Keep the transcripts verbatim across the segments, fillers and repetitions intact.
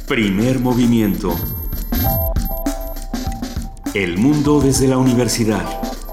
Primer movimiento. El mundo desde la universidad.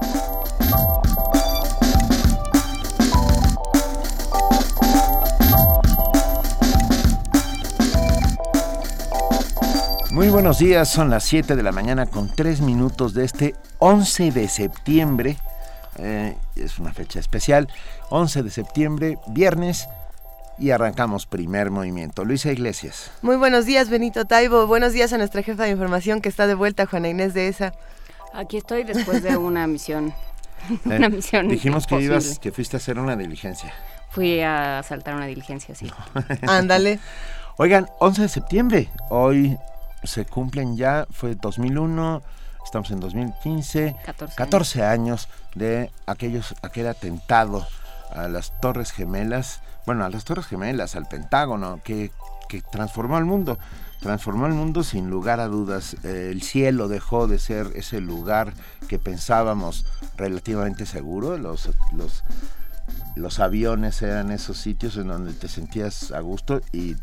Muy buenos días, son las siete de la mañana con tres minutos de este once de septiembre. Eh, es una fecha especial, once de septiembre, viernes, y arrancamos Primer Movimiento. Luisa Iglesias. Muy buenos días, Benito Taibo. Buenos días a nuestra jefa de información que está de vuelta, Juana Inés de esa. Aquí estoy después de una misión. una Eh, misión dijimos que imposible. ibas, que fuiste a hacer una diligencia. Fui a asaltar una diligencia, sí. Ándale. Oigan, once de septiembre, hoy se cumplen ya, fue dos mil uno, estamos en dos mil quince, catorce, catorce años de aquellos, aquel atentado a las Torres Gemelas, bueno, a las Torres Gemelas, al Pentágono, que, que transformó el mundo, transformó el mundo sin lugar a dudas. Eh, el cielo dejó de ser ese lugar que pensábamos relativamente seguro, los, los, los aviones eran esos sitios en donde te sentías a gusto y,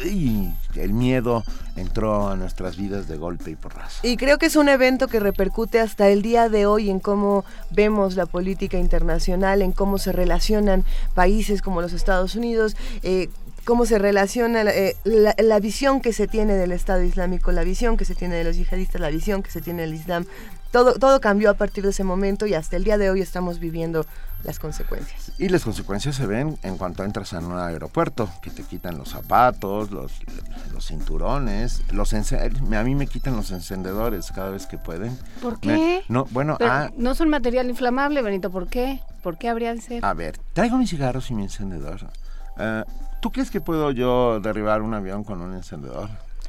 y el miedo entró a nuestras vidas de golpe y porrazo. Y creo que es un evento que repercute hasta el día de hoy en cómo vemos la política internacional, en cómo se relacionan países como los Estados Unidos, eh, cómo se relaciona eh, la, la visión que se tiene del Estado Islámico, la visión que se tiene de los yihadistas, la visión que se tiene del Islam. Todo, todo cambió a partir de ese momento y hasta el día de hoy estamos viviendo las consecuencias. Y las consecuencias se ven en cuanto entras a un aeropuerto, que te quitan los zapatos, los, los cinturones, los ence- a mí me quitan los encendedores cada vez que pueden. ¿Por qué? Me, no, bueno, Pero ah, no son material inflamable, Benito, ¿por qué? ¿Por qué habría de ser? a ver, traigo mis cigarros y mi encendedor. Uh, ¿Tú crees que puedo yo derribar un avión con un encendedor?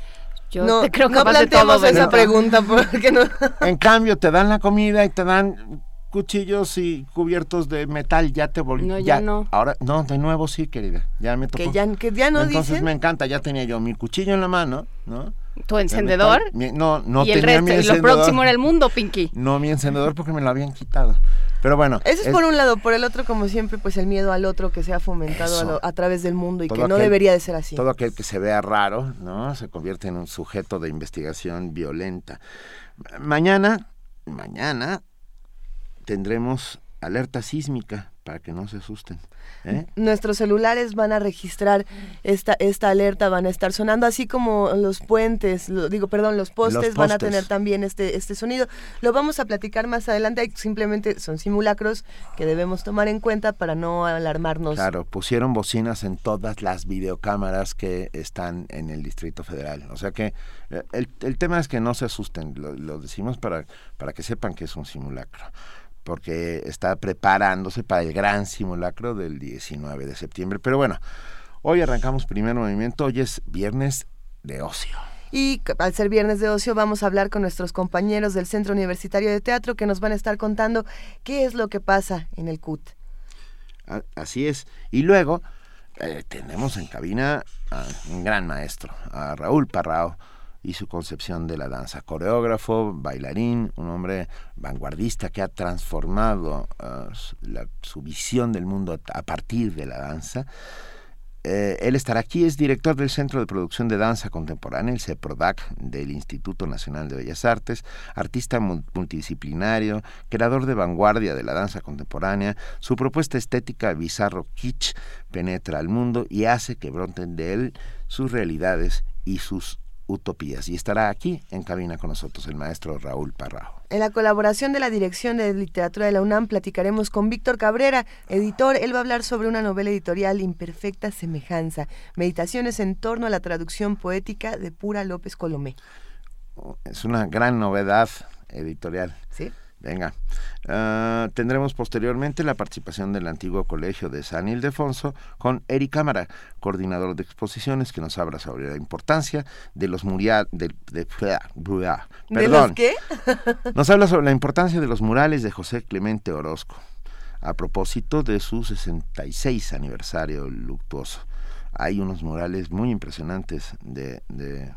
Yo no, te creo no capaz de todo, planteemos esa Benito. pregunta porque no. En cambio, te dan la comida y te dan cuchillos y cubiertos de metal, ya te volví. No, ya no. Ahora, no, de nuevo sí, querida, ya me tocó. Que ya, que ya no Entonces dicen. me encanta, ya tenía yo mi cuchillo en la mano, ¿no? ¿Tu encendedor? Mi, no, no y el tenía resto, mi y lo encendedor. próximo era el mundo, Pinky. No, mi encendedor porque me lo habían quitado. Pero bueno. Eso es, es por un lado, por el otro, como siempre, pues el miedo al otro que se ha fomentado a, lo, a través del mundo y todo que no aquel, debería de ser así. Todo aquel que se vea raro, ¿no? Se convierte en un sujeto de investigación violenta. Mañana, mañana tendremos alerta sísmica para que no se asusten. ¿Eh? Nuestros celulares van a registrar esta esta alerta, van a estar sonando, así como los puentes, lo, digo, perdón, los postes, los postes van a tener también este este sonido. Lo vamos a platicar más adelante, simplemente son simulacros que debemos tomar en cuenta para no alarmarnos. Claro, pusieron bocinas en todas las videocámaras que están en el Distrito Federal, o sea que el, el tema es que no se asusten, lo, lo decimos para, para que sepan que es un simulacro, porque está preparándose para el gran simulacro del diecinueve de septiembre. Pero bueno, hoy arrancamos Primer Movimiento, hoy es viernes de ocio. Y al ser viernes de ocio vamos a hablar con nuestros compañeros del Centro Universitario de Teatro que nos van a estar contando qué es lo que pasa en el C U T. Así es. Y luego eh, tenemos en cabina a un gran maestro, a Raúl Parrao, y su concepción de la danza, coreógrafo, bailarín, un hombre vanguardista que ha transformado uh, su, la, su visión del mundo a partir de la danza. Eh, él estará aquí, es director del Centro de Producción de Danza Contemporánea, el CEPRODAC, del Instituto Nacional de Bellas Artes, artista multidisciplinario, creador de vanguardia de la danza contemporánea. Su propuesta estética bizarro kitsch penetra al mundo y hace que broten de él sus realidades y sus utopías, y estará aquí en cabina con nosotros el maestro Raúl Parrao. En la colaboración de la Dirección de Literatura de la UNAM platicaremos con Víctor Cabrera, editor. Él va a hablar sobre una novela editorial, Imperfecta Semejanza, meditaciones en torno a la traducción poética de Pura López Colomé. Es una gran novedad editorial. Sí. Venga, uh, tendremos posteriormente la participación del antiguo colegio de San Ildefonso con Eric Cámara, coordinador de exposiciones, que nos habla sobre la importancia de los murales, de, de, de, perdón, ¿De los qué? Nos habla sobre la importancia de los murales de José Clemente Orozco, a propósito de su sesenta y seis aniversario luctuoso. Hay unos murales muy impresionantes de... de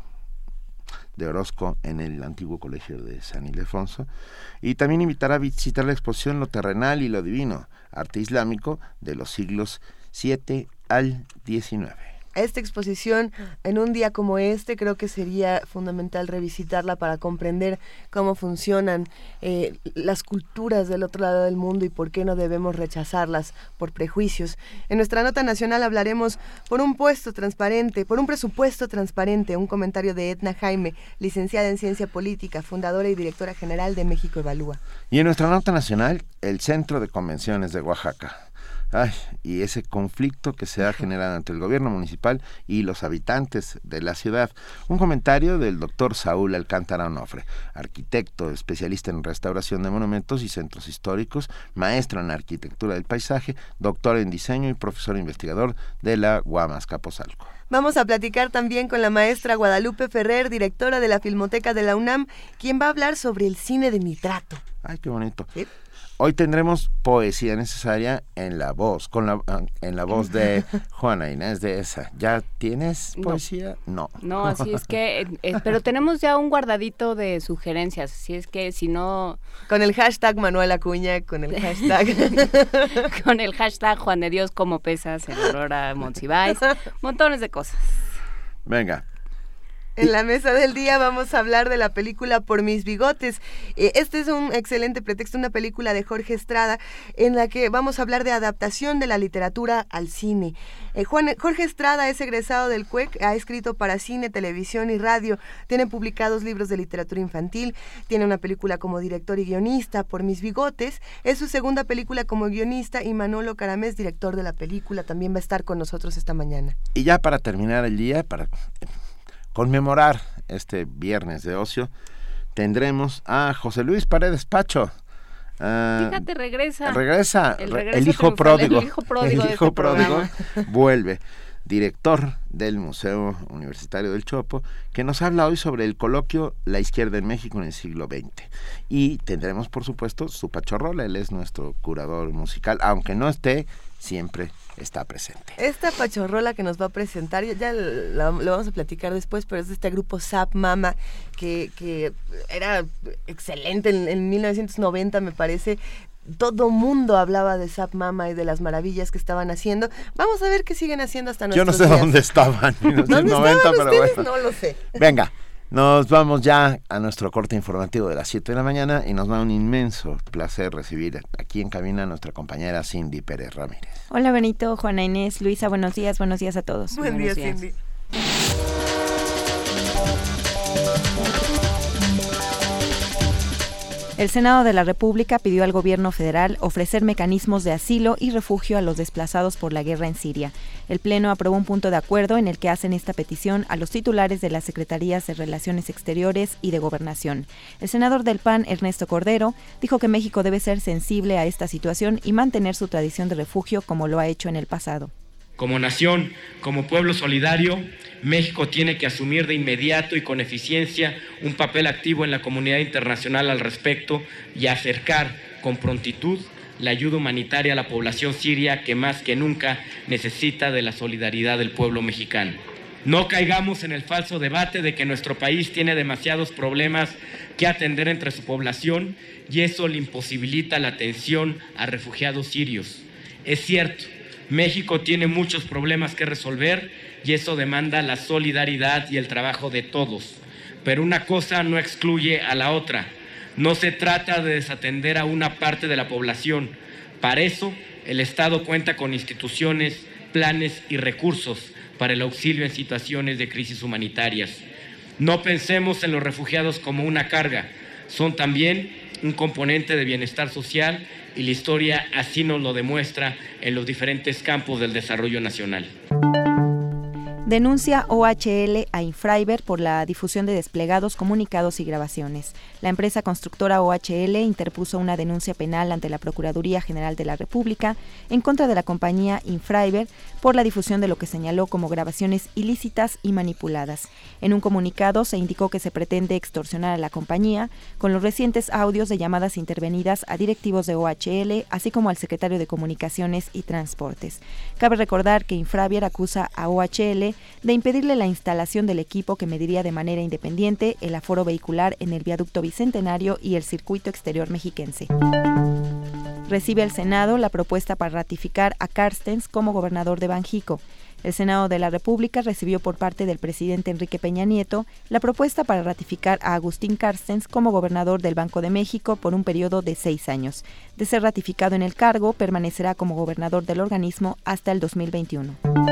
de Orozco en el antiguo colegio de San Ildefonso, y también invitará a visitar la exposición Lo Terrenal y lo Divino, arte islámico de los siglos siete al diecinueve. esta exposición en un día como este. Creo que sería fundamental revisitarla para comprender cómo funcionan eh, las culturas del otro lado del mundo y por qué no debemos rechazarlas por prejuicios. En nuestra nota nacional hablaremos por un puesto transparente, por un presupuesto transparente, un comentario de Edna Jaime, licenciada en Ciencia Política, fundadora y directora general de México Evalúa. Y en nuestra nota nacional, el Centro de Convenciones de Oaxaca. Ay, y ese conflicto que se ha generado entre el gobierno municipal y los habitantes de la ciudad. Un comentario del doctor Saúl Alcántara Onofre, arquitecto, especialista en restauración de monumentos y centros históricos, maestro en arquitectura del paisaje, doctor en diseño y profesor investigador de la U A M Azcapotzalco. Vamos a platicar también con la maestra Guadalupe Ferrer, directora de la Filmoteca de la UNAM, quien va a hablar sobre el cine de nitrato. Ay, qué bonito. ¿Sí? Hoy tendremos poesía necesaria en la voz, con la en la voz de Juana Inés de esa. ¿Ya tienes poesía? No. No, no así es que, eh, pero tenemos ya un guardadito de sugerencias, así es que si no... Con el hashtag Manuel Acuña, con el hashtag... con el hashtag Juan de Dios como pesas en Aurora Monsiváis, montones de cosas. Venga. En la mesa del día vamos a hablar de la película Por mis bigotes. Eh, este es un excelente pretexto, una película de Jorge Estrada, en la que vamos a hablar de adaptación de la literatura al cine. Eh, Juan, Jorge Estrada es egresado del C U E C, ha escrito para cine, televisión y radio, tiene publicados libros de literatura infantil, tiene una película como director y guionista, Por mis bigotes, es su segunda película como guionista y Manolo Caramés, director de la película, también va a estar con nosotros esta mañana. Y ya para terminar el día, para conmemorar este viernes de ocio, tendremos a José Luis Paredes Pacho. Uh, Fíjate, regresa. Regresa, el, el hijo pródigo. El hijo pródigo, el hijo este pródigo vuelve. Director del Museo Universitario del Chopo, que nos habla hoy sobre el coloquio La Izquierda en México en el siglo veinte. Y tendremos, por supuesto, su pachorrola. Él es nuestro curador musical, aunque no esté, siempre está presente. Esta pachorrola que nos va a presentar, ya lo, lo vamos a platicar después, pero es de este grupo Zap Mama, que, que era excelente en, en mil novecientos noventa, me parece. Todo mundo hablaba de Zap Mama y de las maravillas que estaban haciendo. Vamos a ver qué siguen haciendo hasta nuestros días. Yo no sé días. dónde estaban en los ¿Dónde noventa, estaban pero ustedes? bueno. No lo sé. Venga, nos vamos ya a nuestro corte informativo de las siete de la mañana y nos da un inmenso placer recibir aquí en cabina a nuestra compañera Cindy Pérez Ramírez. Hola Benito, Juana Inés, Luisa, buenos días, buenos días a todos. Buen buenos día, días. Cindy. El Senado de la República pidió al gobierno federal ofrecer mecanismos de asilo y refugio a los desplazados por la guerra en Siria. El Pleno aprobó un punto de acuerdo en el que hacen esta petición a los titulares de las Secretarías de Relaciones Exteriores y de Gobernación. El senador del P A N, Ernesto Cordero, dijo que México debe ser sensible a esta situación y mantener su tradición de refugio como lo ha hecho en el pasado. Como nación, como pueblo solidario, México tiene que asumir de inmediato y con eficiencia un papel activo en la comunidad internacional al respecto y acercar con prontitud la ayuda humanitaria a la población siria que más que nunca necesita de la solidaridad del pueblo mexicano. No caigamos en el falso debate de que nuestro país tiene demasiados problemas que atender entre su población y eso le imposibilita la atención a refugiados sirios. Es cierto, México tiene muchos problemas que resolver y eso demanda la solidaridad y el trabajo de todos. Pero una cosa no excluye a la otra. No se trata de desatender a una parte de la población. Para eso, el Estado cuenta con instituciones, planes y recursos para el auxilio en situaciones de crisis humanitarias. No pensemos en los refugiados como una carga. Son también un componente de bienestar social y la historia así nos lo demuestra en los diferentes campos del desarrollo nacional. Denuncia O H L a Infraiber por la difusión de desplegados, comunicados y grabaciones. La empresa constructora O H L interpuso una denuncia penal ante la Procuraduría General de la República en contra de la compañía Infraiber por la difusión de lo que señaló como grabaciones ilícitas y manipuladas. En un comunicado se indicó que se pretende extorsionar a la compañía con los recientes audios de llamadas intervenidas a directivos de O H L, así como al secretario de Comunicaciones y Transportes. Cabe recordar que Infraiber acusa a O H L de impedirle la instalación del equipo que mediría de manera independiente el aforo vehicular en el viaducto Bicentenario y el circuito exterior mexiquense. Recibe el Senado la propuesta para ratificar a Carstens como gobernador de Banjico. El Senado de la República recibió por parte del presidente Enrique Peña Nieto la propuesta para ratificar a Agustín Carstens como gobernador del Banco de México por un periodo de seis años. De ser ratificado en el cargo, permanecerá como gobernador del organismo hasta el dos mil veintiuno.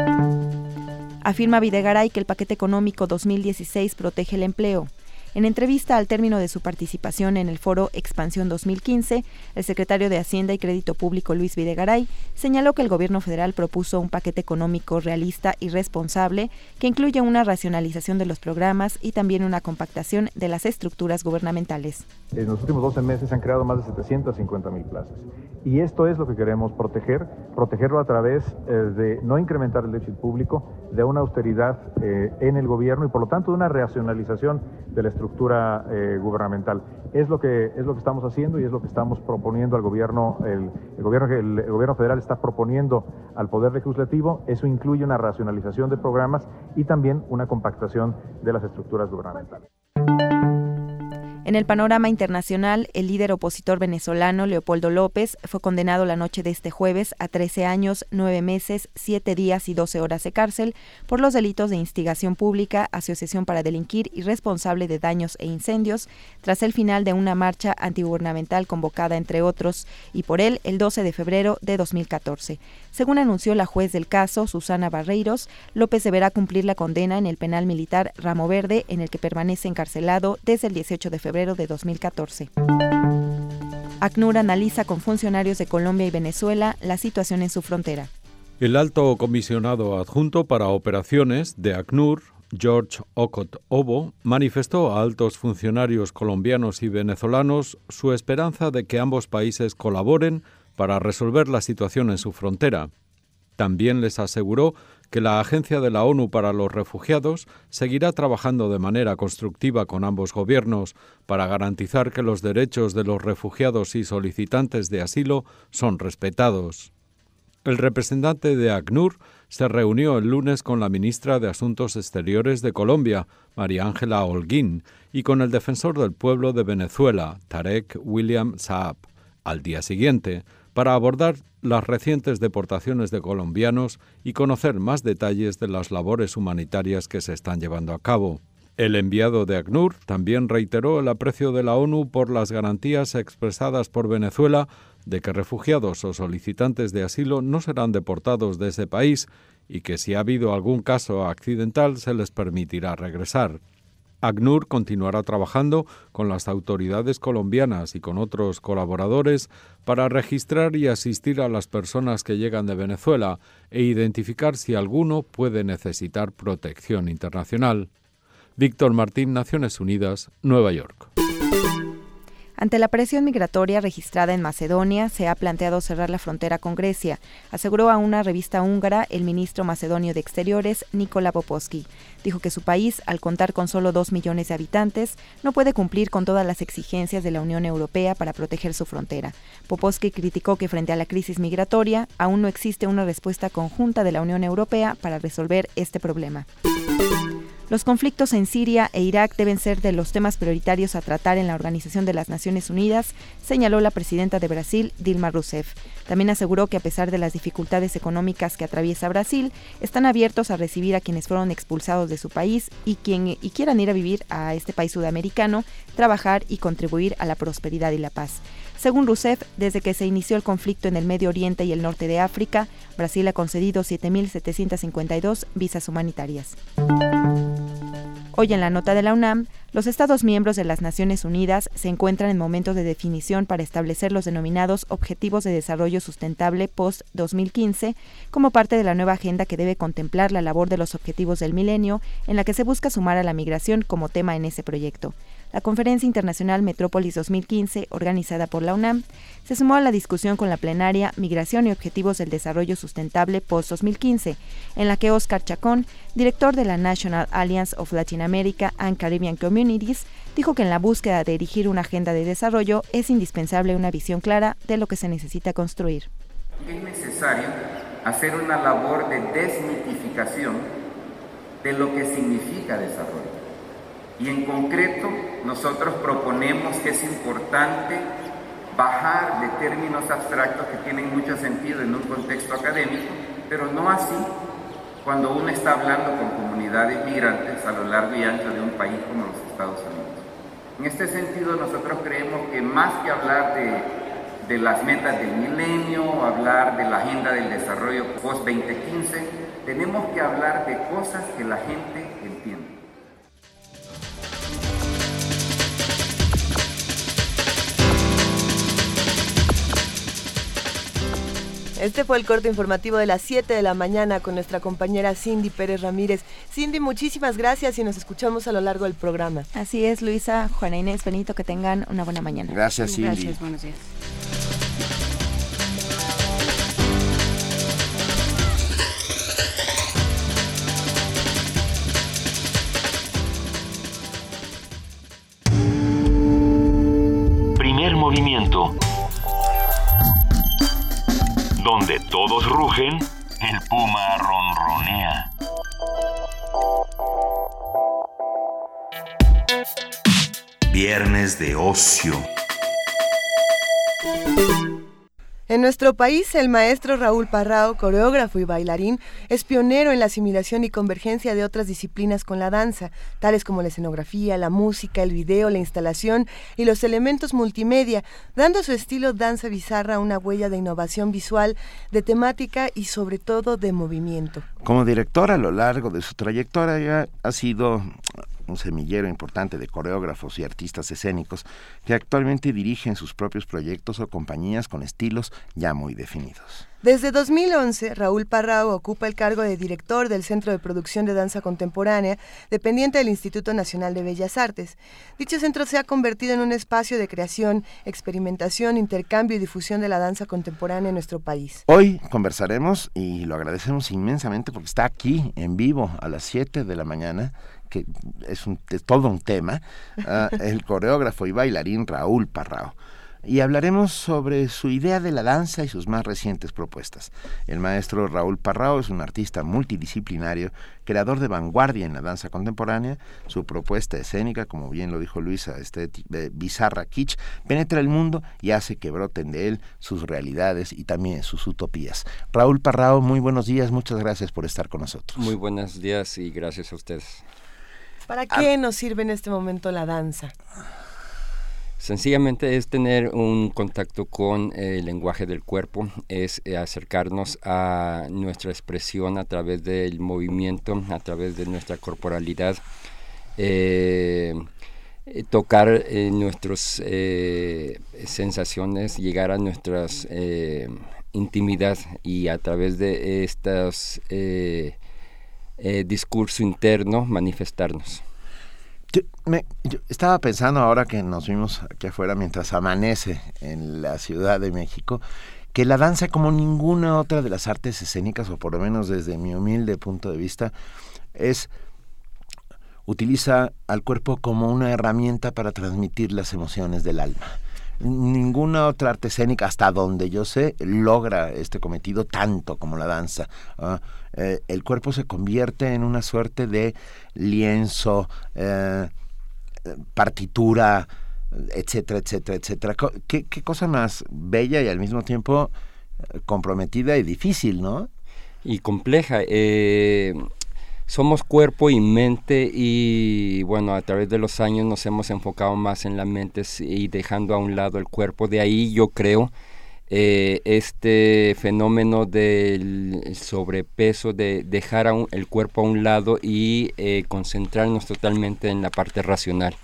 Afirma Videgaray que el paquete económico dos mil dieciséis protege el empleo. En entrevista al término de su participación en el foro Expansión dos mil quince, el secretario de Hacienda y Crédito Público Luis Videgaray señaló que el gobierno federal propuso un paquete económico realista y responsable que incluye una racionalización de los programas y también una compactación de las estructuras gubernamentales. En los últimos doce meses se han creado más de setecientas cincuenta mil plazas y esto es lo que queremos proteger, protegerlo a través eh, de no incrementar el déficit público, de una austeridad eh, en el gobierno y por lo tanto de una racionalización de la estructura eh, gubernamental. Es lo que es lo que estamos haciendo y es lo que estamos proponiendo al gobierno. El, el gobierno el, el gobierno federal está proponiendo al Poder Legislativo. Eso incluye una racionalización de programas y también una compactación de las estructuras gubernamentales. En el panorama internacional, el líder opositor venezolano Leopoldo López fue condenado la noche de este jueves a trece años, nueve meses, siete días y doce horas de cárcel por los delitos de instigación pública, asociación para delinquir y responsable de daños e incendios, tras el final de una marcha antigubernamental convocada, entre otros, y por él el doce de febrero de dos mil catorce. Según anunció la juez del caso, Susana Barreiros, López deberá cumplir la condena en el penal militar Ramo Verde, en el que permanece encarcelado desde el dieciocho de febrero de dos mil catorce. ACNUR analiza con funcionarios de Colombia y Venezuela la situación en su frontera. El alto comisionado adjunto para operaciones de ACNUR, George Okot Obo, manifestó a altos funcionarios colombianos y venezolanos su esperanza de que ambos países colaboren para resolver la situación en su frontera. También les aseguró que la Agencia de la ONU para los Refugiados seguirá trabajando de manera constructiva con ambos gobiernos para garantizar que los derechos de los refugiados y solicitantes de asilo son respetados. El representante de ACNUR se reunió el lunes con la ministra de Asuntos Exteriores de Colombia, María Ángela Holguín, y con el defensor del pueblo de Venezuela, Tarek William Saab, al día siguiente, para abordar las recientes deportaciones de colombianos y conocer más detalles de las labores humanitarias que se están llevando a cabo. El enviado de ACNUR también reiteró el aprecio de la ONU por las garantías expresadas por Venezuela de que refugiados o solicitantes de asilo no serán deportados de ese país y que si ha habido algún caso accidental se les permitirá regresar. ACNUR continuará trabajando con las autoridades colombianas y con otros colaboradores para registrar y asistir a las personas que llegan de Venezuela e identificar si alguno puede necesitar protección internacional. Víctor Martín, Naciones Unidas, Nueva York. Ante la presión migratoria registrada en Macedonia, se ha planteado cerrar la frontera con Grecia, aseguró a una revista húngara el ministro macedonio de Exteriores, Nikola Popovski. Dijo que su país, al contar con solo dos millones de habitantes, no puede cumplir con todas las exigencias de la Unión Europea para proteger su frontera. Popovski criticó que frente a la crisis migratoria, aún no existe una respuesta conjunta de la Unión Europea para resolver este problema. Los conflictos en Siria e Irak deben ser de los temas prioritarios a tratar en la Organización de las Naciones Unidas, señaló la presidenta de Brasil, Dilma Rousseff. También aseguró que a pesar de las dificultades económicas que atraviesa Brasil, están abiertos a recibir a quienes fueron expulsados de su país y quien y quieran ir a vivir a este país sudamericano, trabajar y contribuir a la prosperidad y la paz. Según Rousseff, desde que se inició el conflicto en el Medio Oriente y el norte de África, Brasil ha concedido siete mil setecientas cincuenta y dos visas humanitarias. Hoy en la nota de la UNAM, los Estados miembros de las Naciones Unidas se encuentran en momentos de definición para establecer los denominados Objetivos de Desarrollo Sustentable post dos mil quince como parte de la nueva agenda que debe contemplar la labor de los Objetivos del Milenio, en la que se busca sumar a la migración como tema en ese proyecto. La Conferencia Internacional Metrópolis dos mil quince, organizada por la UNAM, se sumó a la discusión con la plenaria Migración y Objetivos del Desarrollo Sustentable post dos mil quince, en la que Oscar Chacón, director de la National Alliance of Latin America and Caribbean Communities, dijo que en la búsqueda de dirigir una agenda de desarrollo es indispensable una visión clara de lo que se necesita construir. Es necesario hacer una labor de desmitificación de lo que significa desarrollo. Y en concreto, nosotros proponemos que es importante bajar de términos abstractos que tienen mucho sentido en un contexto académico, pero no así cuando uno está hablando con comunidades migrantes a lo largo y ancho de un país como los Estados Unidos. En este sentido, nosotros creemos que más que hablar de, de las metas del milenio, o hablar de la agenda del desarrollo post veinte quince, tenemos que hablar de cosas que la gente entiende. Este fue el corte informativo de las siete de la mañana con nuestra compañera Cindy Pérez Ramírez. Cindy, muchísimas gracias y nos escuchamos a lo largo del programa. Así es, Luisa, Juana Inés, Benito, que tengan una buena mañana. Gracias, Cindy. Gracias, buenos días. Primer movimiento. Donde todos rugen, el puma ronronea. Viernes de ocio. En nuestro país, el maestro Raúl Parrao, coreógrafo y bailarín, es pionero en la asimilación y convergencia de otras disciplinas con la danza, tales como la escenografía, la música, el video, la instalación y los elementos multimedia, dando a su estilo danza bizarra una huella de innovación visual, de temática y sobre todo de movimiento. Como director a lo largo de su trayectoria ha sido un semillero importante de coreógrafos y artistas escénicos que actualmente dirigen sus propios proyectos o compañías con estilos ya muy definidos. Desde dos mil once, Raúl Parrao ocupa el cargo de director del Centro de Producción de Danza Contemporánea, dependiente del Instituto Nacional de Bellas Artes. Dicho centro se ha convertido en un espacio de creación, experimentación, intercambio y difusión de la danza contemporánea en nuestro país. Hoy conversaremos, y lo agradecemos inmensamente porque está aquí en vivo a las siete de la mañana, que es, un, es todo un tema, uh, el coreógrafo y bailarín Raúl Parrao. Y hablaremos sobre su idea de la danza y sus más recientes propuestas. El maestro Raúl Parrao es un artista multidisciplinario, creador de vanguardia en la danza contemporánea. Su propuesta escénica, como bien lo dijo Luisa, este, eh, bizarra kitsch, penetra el mundo y hace que broten de él sus realidades y también sus utopías. Raúl Parrao, muy buenos días, muchas gracias por estar con nosotros. Muy buenos días y gracias a ustedes. ¿Para qué ah. nos sirve en este momento la danza? Sencillamente es tener un contacto con el lenguaje del cuerpo, es eh, acercarnos a nuestra expresión a través del movimiento, a través de nuestra corporalidad, eh, eh, tocar eh, nuestras eh, sensaciones, llegar a nuestras eh, intimidad y a través de estos eh, eh, discurso interno manifestarnos. Yo, me, yo estaba pensando ahora que nos vimos aquí afuera mientras amanece en la Ciudad de México, que la danza, como ninguna otra de las artes escénicas, o por lo menos desde mi humilde punto de vista, es utiliza al cuerpo como una herramienta para transmitir las emociones del alma. Ninguna otra arte escénica, hasta donde yo sé, logra este cometido tanto como la danza. Uh, eh, el cuerpo se convierte en una suerte de lienzo, eh, partitura, etcétera, etcétera, etcétera. ¿Qué, qué cosa más bella y al mismo tiempo comprometida y difícil, ¿no? Y compleja. Eh... Somos cuerpo y mente y bueno, a través de los años nos hemos enfocado más en la mente y dejando a un lado el cuerpo. De ahí yo creo eh, este fenómeno del sobrepeso, de dejar a un, el cuerpo a un lado y eh, concentrarnos totalmente en la parte racional.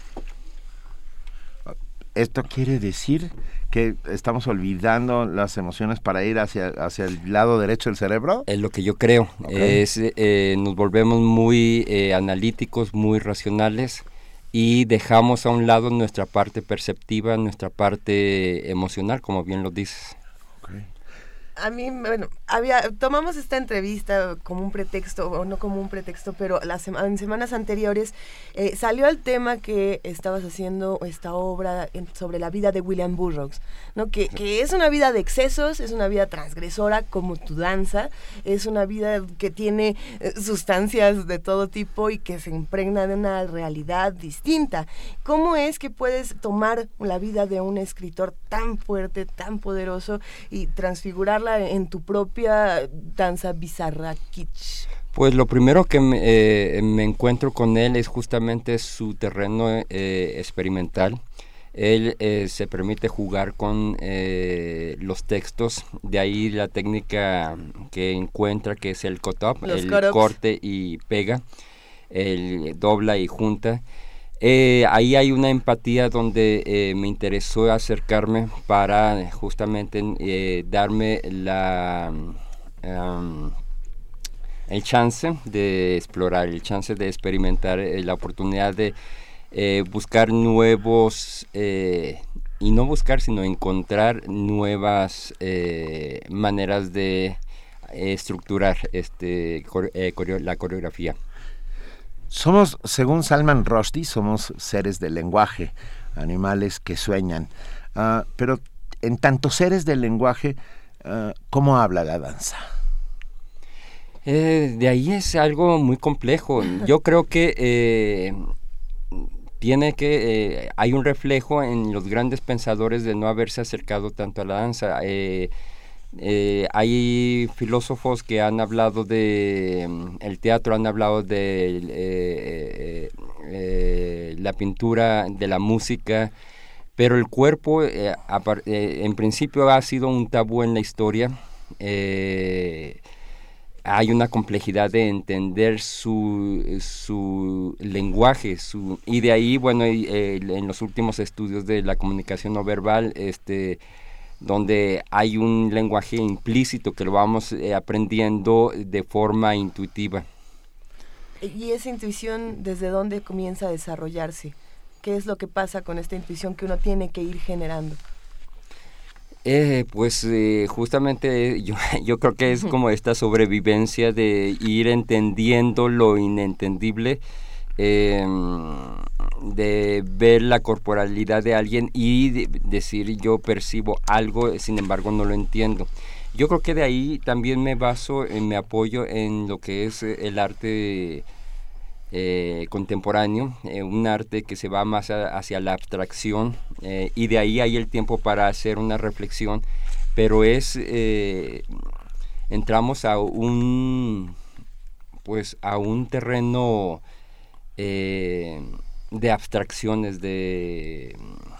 ¿Esto quiere decir que estamos olvidando las emociones para ir hacia, hacia el lado derecho del cerebro? Es lo que yo creo. Okay. Es, eh, nos volvemos muy eh, analíticos, muy racionales y dejamos a un lado nuestra parte perceptiva, nuestra parte emocional, como bien lo dices. Okay. A mí, bueno, había, tomamos esta entrevista como un pretexto, o no como un pretexto, pero las sema, en semanas anteriores eh, salió el tema que estabas haciendo esta obra en, sobre la vida de William Burroughs, ¿no? Que, que es una vida de excesos, es una vida transgresora como tu danza, es una vida que tiene eh, sustancias de todo tipo y que se impregna de una realidad distinta. ¿Cómo es que puedes tomar la vida de un escritor tan fuerte, tan poderoso y transfigurarla en tu propia danza bizarra kitsch? Pues lo primero que me, eh, me encuentro con él es justamente su terreno eh, experimental. Él eh, se permite jugar con eh, los textos, de ahí la técnica que encuentra, que es el cut-up, el cut-ups. Corte y pega, el dobla y junta. Eh, ahí hay una empatía donde eh, me interesó acercarme para justamente eh, darme la um, el chance de explorar, el chance de experimentar, eh, la oportunidad de eh, buscar nuevos, eh, y no buscar, sino encontrar nuevas eh, maneras de eh, estructurar este, core, eh, coreo, la coreografía. Somos, según Salman Rushdie, somos seres del lenguaje, animales que sueñan. Uh, pero en tanto seres del lenguaje, uh, ¿cómo habla la danza? Eh, de ahí es algo muy complejo. Yo creo que eh, tiene que eh, hay un reflejo en los grandes pensadores de no haberse acercado tanto a la danza. Eh, Eh, hay filósofos que han hablado de um, el teatro, han hablado de eh, eh, eh, la pintura, de la música, pero el cuerpo eh, apar, eh, en principio ha sido un tabú en la historia. Eh, hay una complejidad de entender su, su lenguaje, su, y de ahí, bueno, eh, en los últimos estudios de la comunicación no verbal, este donde hay un lenguaje implícito que lo vamos eh, aprendiendo de forma intuitiva. ¿Y esa intuición desde dónde comienza a desarrollarse? ¿Qué es lo que pasa con esta intuición que uno tiene que ir generando? Eh, pues eh, justamente yo, yo creo que es como esta sobrevivencia de ir entendiendo lo inentendible, eh, de ver la corporalidad de alguien y de decir yo percibo algo, sin embargo no lo entiendo. Yo creo que de ahí también me baso, eh, me apoyo en lo que es eh, el arte eh, contemporáneo, eh, un arte que se va más a, hacia la abstracción, eh, y de ahí hay el tiempo para hacer una reflexión, pero es eh, entramos a un pues a un terreno eh, de abstracciones, de,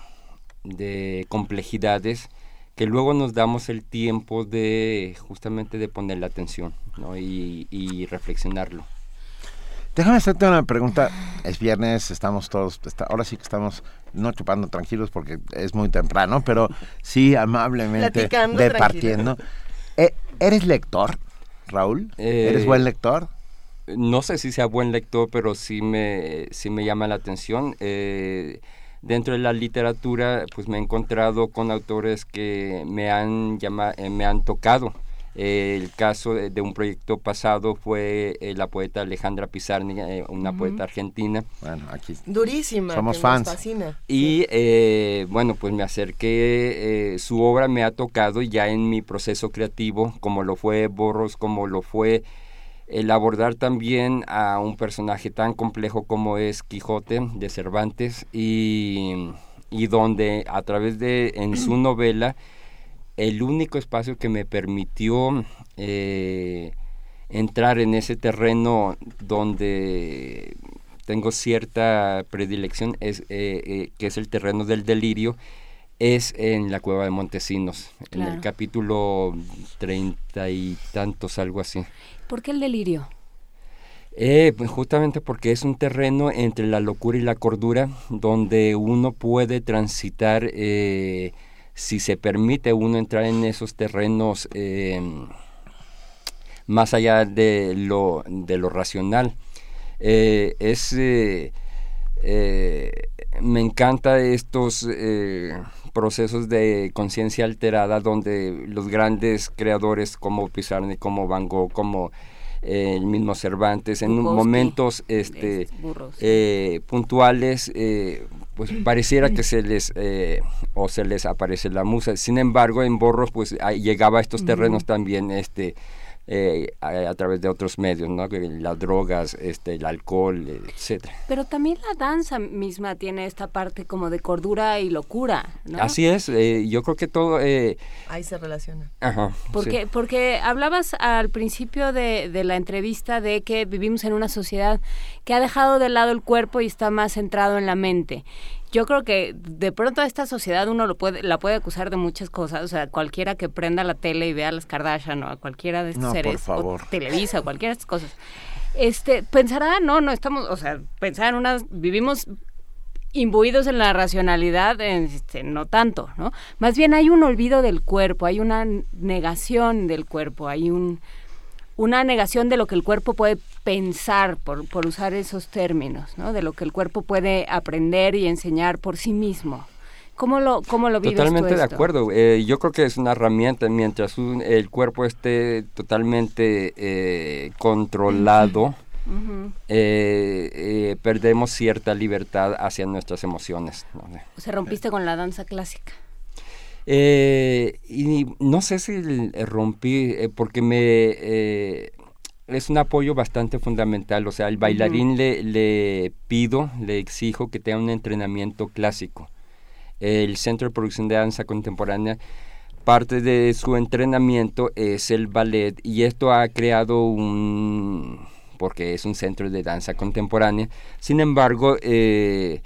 de complejidades, que luego nos damos el tiempo de justamente de ponerle atención, ¿no? y, y reflexionarlo. Déjame hacerte una pregunta. Es viernes, estamos todos, está, ahora sí que estamos no chupando tranquilos porque es muy temprano, pero sí amablemente Platicando departiendo. Eh, ¿Eres lector, Raúl? Eh, ¿Eres buen lector? No sé si sea buen lector, pero sí me, sí me llama la atención. Eh, dentro de la literatura, pues me he encontrado con autores que me han, llama, eh, me han tocado. Eh, el caso de, de un proyecto pasado fue eh, la poeta Alejandra Pizarnik, eh, una uh-huh. poeta argentina. Bueno, aquí durísima, somos que fans. Nos fascina. Y eh, bueno, pues me acerqué, eh, su obra me ha tocado ya en mi proceso creativo, como lo fue Burroughs, como lo fue el abordar también a un personaje tan complejo como es Quijote de Cervantes, y, y donde a través de, en su novela, el único espacio que me permitió eh, entrar en ese terreno donde tengo cierta predilección, es, eh, eh, que es el terreno del delirio, es en la Cueva de Montesinos, claro. En el capítulo treinta y tantos, algo así. ¿Por qué el delirio? Eh, pues justamente porque es un terreno entre la locura y la cordura, donde uno puede transitar, eh, si se permite uno entrar en esos terrenos eh, más allá de lo, de lo racional. Eh, es... Eh, Eh, me encanta estos eh, procesos de conciencia alterada donde los grandes creadores como Pizarro, como Van Gogh, como eh, el mismo Cervantes, en Bukowski, momentos este, eh, puntuales, eh, pues pareciera que se les eh, o se les aparece la musa. Sin embargo, en Borros pues ahí llegaba a estos terrenos uh-huh. también este eh, a, a través de otros medios, ¿no? Las drogas, este, el alcohol, etcétera. Pero también la danza misma tiene esta parte como de cordura y locura, ¿no? Así es, eh, yo creo que todo... Eh, ahí se relaciona. Ajá. Porque, sí. porque hablabas al principio de, de la entrevista de que vivimos en una sociedad que ha dejado de lado el cuerpo y está más centrado en la mente. Yo creo que de pronto a esta sociedad uno lo puede, la puede acusar de muchas cosas, o sea, cualquiera que prenda la tele y vea a las Kardashian o a cualquiera de estos no, seres, por favor. o Televisa o cualquiera de estas cosas, este, pensará, no, no estamos, o sea, pensar en unas, vivimos imbuidos en la racionalidad, este, no tanto, ¿no? Más bien hay un olvido del cuerpo, hay una negación del cuerpo, hay un una negación de lo que el cuerpo puede pensar, por, por usar esos términos, ¿no? De lo que el cuerpo puede aprender y enseñar por sí mismo. ¿Cómo lo, cómo lo vives Totalmente tú esto? de acuerdo. Eh, yo creo que es una herramienta. Mientras un, el cuerpo esté totalmente eh, controlado, uh-huh. eh, eh, perdemos cierta libertad hacia nuestras emociones, ¿no? O sea, rompiste con la danza clásica. Eh, y no sé si rompí, eh, porque me eh, es un apoyo bastante fundamental. O sea, al bailarín uh-huh. le, le pido, le exijo que tenga un entrenamiento clásico. El Centro de Producción de Danza Contemporánea, parte de su entrenamiento es el ballet, y esto ha creado un... porque es un centro de danza contemporánea. Sin embargo, eh,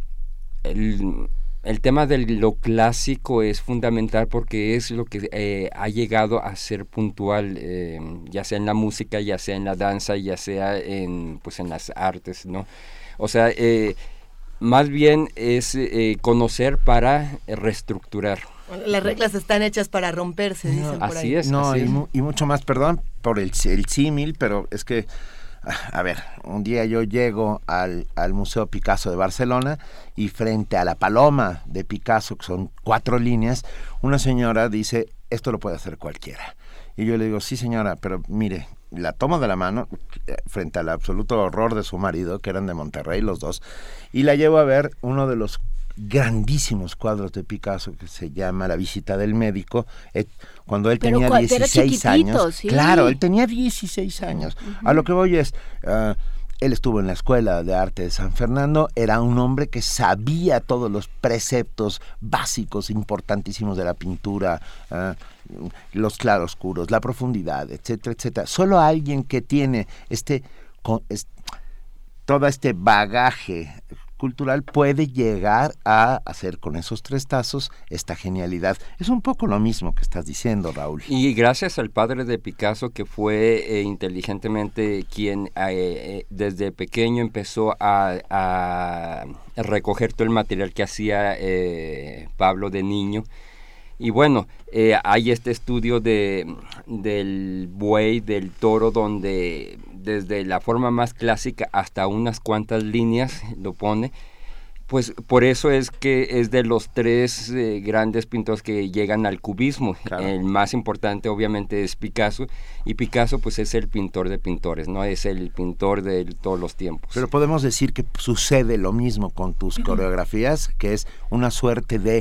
el... El tema de lo clásico es fundamental porque es lo que eh, ha llegado a ser puntual, eh, ya sea en la música, ya sea en la danza, ya sea en, pues, en las artes, ¿no? O sea, eh, más bien es eh, conocer para reestructurar. Las reglas están hechas para romperse, dicen no, por así ahí. Es, no, así y, es. mu- y mucho más, perdón por el, el símil, pero es que... A ver, un día yo llego al, al Museo Picasso de Barcelona y frente a la paloma de Picasso, que son cuatro líneas, una señora dice, esto lo puede hacer cualquiera. Y yo le digo, sí señora, pero mire, la tomo de la mano frente al absoluto horror de su marido, que eran de Monterrey los dos, y la llevo a ver uno de los grandísimos cuadros de Picasso que se llama La visita del médico, eh, cuando él pero tenía dieciséis años. ¿Sí? Claro, él tenía dieciséis años. Uh-huh. A lo que voy es, uh, él estuvo en la Escuela de Arte de San Fernando, era un hombre que sabía todos los preceptos básicos, importantísimos de la pintura, uh, los claroscuros, la profundidad, etcétera, etcétera. Solo alguien que tiene este, con, es, todo este bagaje cultural puede llegar a hacer con esos tres tazos esta genialidad. Es un poco lo mismo que estás diciendo, Raúl. Y gracias al padre de Picasso, que fue eh, inteligentemente quien eh, desde pequeño empezó a, a recoger todo el material que hacía eh, Pablo de niño. Y bueno, eh, hay este estudio de del buey, del toro, donde desde la forma más clásica hasta unas cuantas líneas lo pone. Pues por eso es que es de los tres eh, grandes pintores que llegan al cubismo. Claro. El más importante obviamente es Picasso, y Picasso pues es el pintor de pintores, ¿no? Es el pintor de todos los tiempos. Pero podemos decir que sucede lo mismo con tus coreografías, que es una suerte de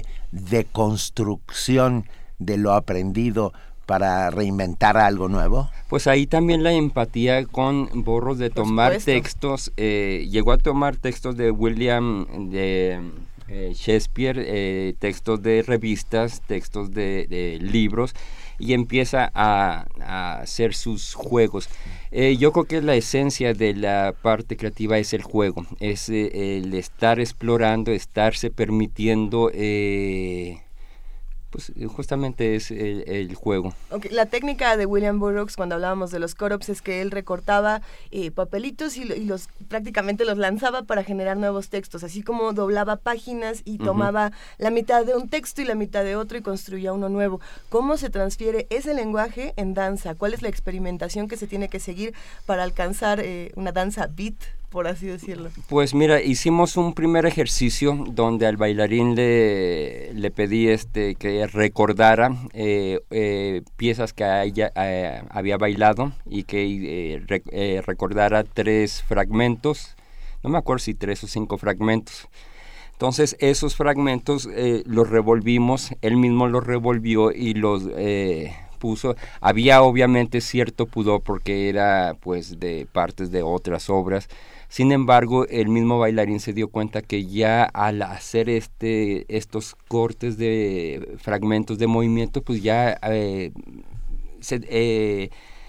deconstrucción de lo aprendido para reinventar algo nuevo. Pues ahí también la empatía con Borros de Por tomar supuesto. textos, eh, llegó a tomar textos de William, de eh, Shakespeare, eh, textos de revistas, textos de, de libros, y empieza a, a hacer sus juegos. Eh, yo creo que la esencia de la parte creativa es el juego, es eh, el estar explorando, estarse permitiendo... Eh, pues justamente es el, el juego. Okay. La técnica de William Burroughs, cuando hablábamos de los core-ups, es que él recortaba eh, papelitos y, y los prácticamente los lanzaba para generar nuevos textos, así como doblaba páginas y tomaba uh-huh. la mitad de un texto y la mitad de otro y construía uno nuevo. ¿Cómo se transfiere ese lenguaje en danza? ¿Cuál es la experimentación que se tiene que seguir para alcanzar eh, una danza beat? por así decirlo? Pues mira, hicimos un primer ejercicio donde al bailarín le, le pedí este que recordara eh, eh, piezas que ella eh, había bailado y que eh, re, eh, recordara tres fragmentos, no me acuerdo si tres o cinco fragmentos. Entonces esos fragmentos eh, los revolvimos, él mismo los revolvió y los eh, puso. Había obviamente cierto pudor porque era pues de partes de otras obras. Sin embargo, el mismo bailarín se dio cuenta que ya al hacer este estos cortes de fragmentos de movimiento, pues ya eh, se, eh,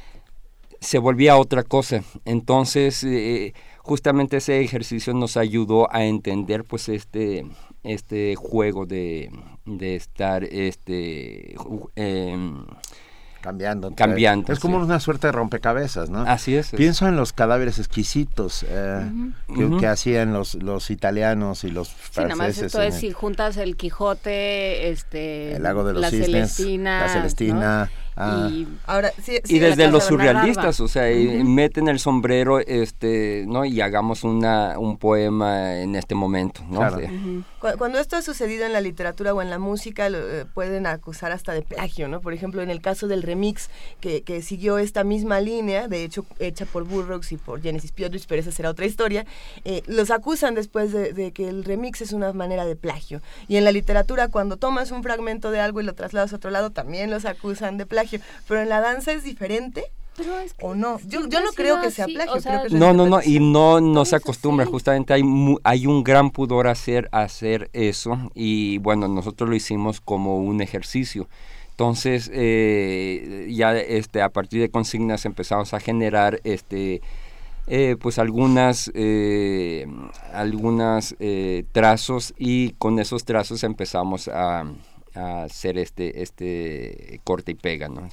se volvía otra cosa. Entonces, eh, justamente ese ejercicio nos ayudó a entender pues este este juego de, de estar este eh, Cambiando. Cambiando. Es como sí. una suerte de rompecabezas, ¿no? Así es. Pienso en los cadáveres exquisitos eh, Uh-huh. que, Uh-huh. que hacían los, los italianos y los Sí, nada más franceses. esto en es el, si juntas el Quijote, este, el lago de los la cisnes, Celestina, la Celestina. ¿no? Ah, Y, Ahora, sí, sí, y la desde casa los de Bernarda surrealistas, Alba. o sea, y Ujú. meten el sombrero, este, ¿no? Y hagamos una un poema en este momento, ¿no? Claro. Sí. Cu- Cuando esto ha sucedido en la literatura o en la música, lo, eh, pueden acusar hasta de plagio, ¿no? Por ejemplo, en el caso del remix, que, que siguió esta misma línea, de hecho, hecha por Burroughs y por Genesis Piotridge, pero esa será otra historia, eh, los acusan después de, de que el remix es una manera de plagio. Y en la literatura, cuando tomas un fragmento de algo y lo trasladas a otro lado, también los acusan de plagio. Pero en la danza es diferente. Pero es que ¿O no? Yo, siempre yo no ha creo sido que sea así, plagio. o sea, creo que es No, no, no, y reinterpretación. no, no Todo se es acostumbra, así. justamente hay mu- hay un gran pudor a hacer, a hacer eso, y bueno, nosotros lo hicimos como un ejercicio. Entonces, eh, ya este, a partir de consignas empezamos a generar este eh, pues algunas eh, algunas eh, trazos, y con esos trazos empezamos a, a hacer este este corte y pega, ¿no?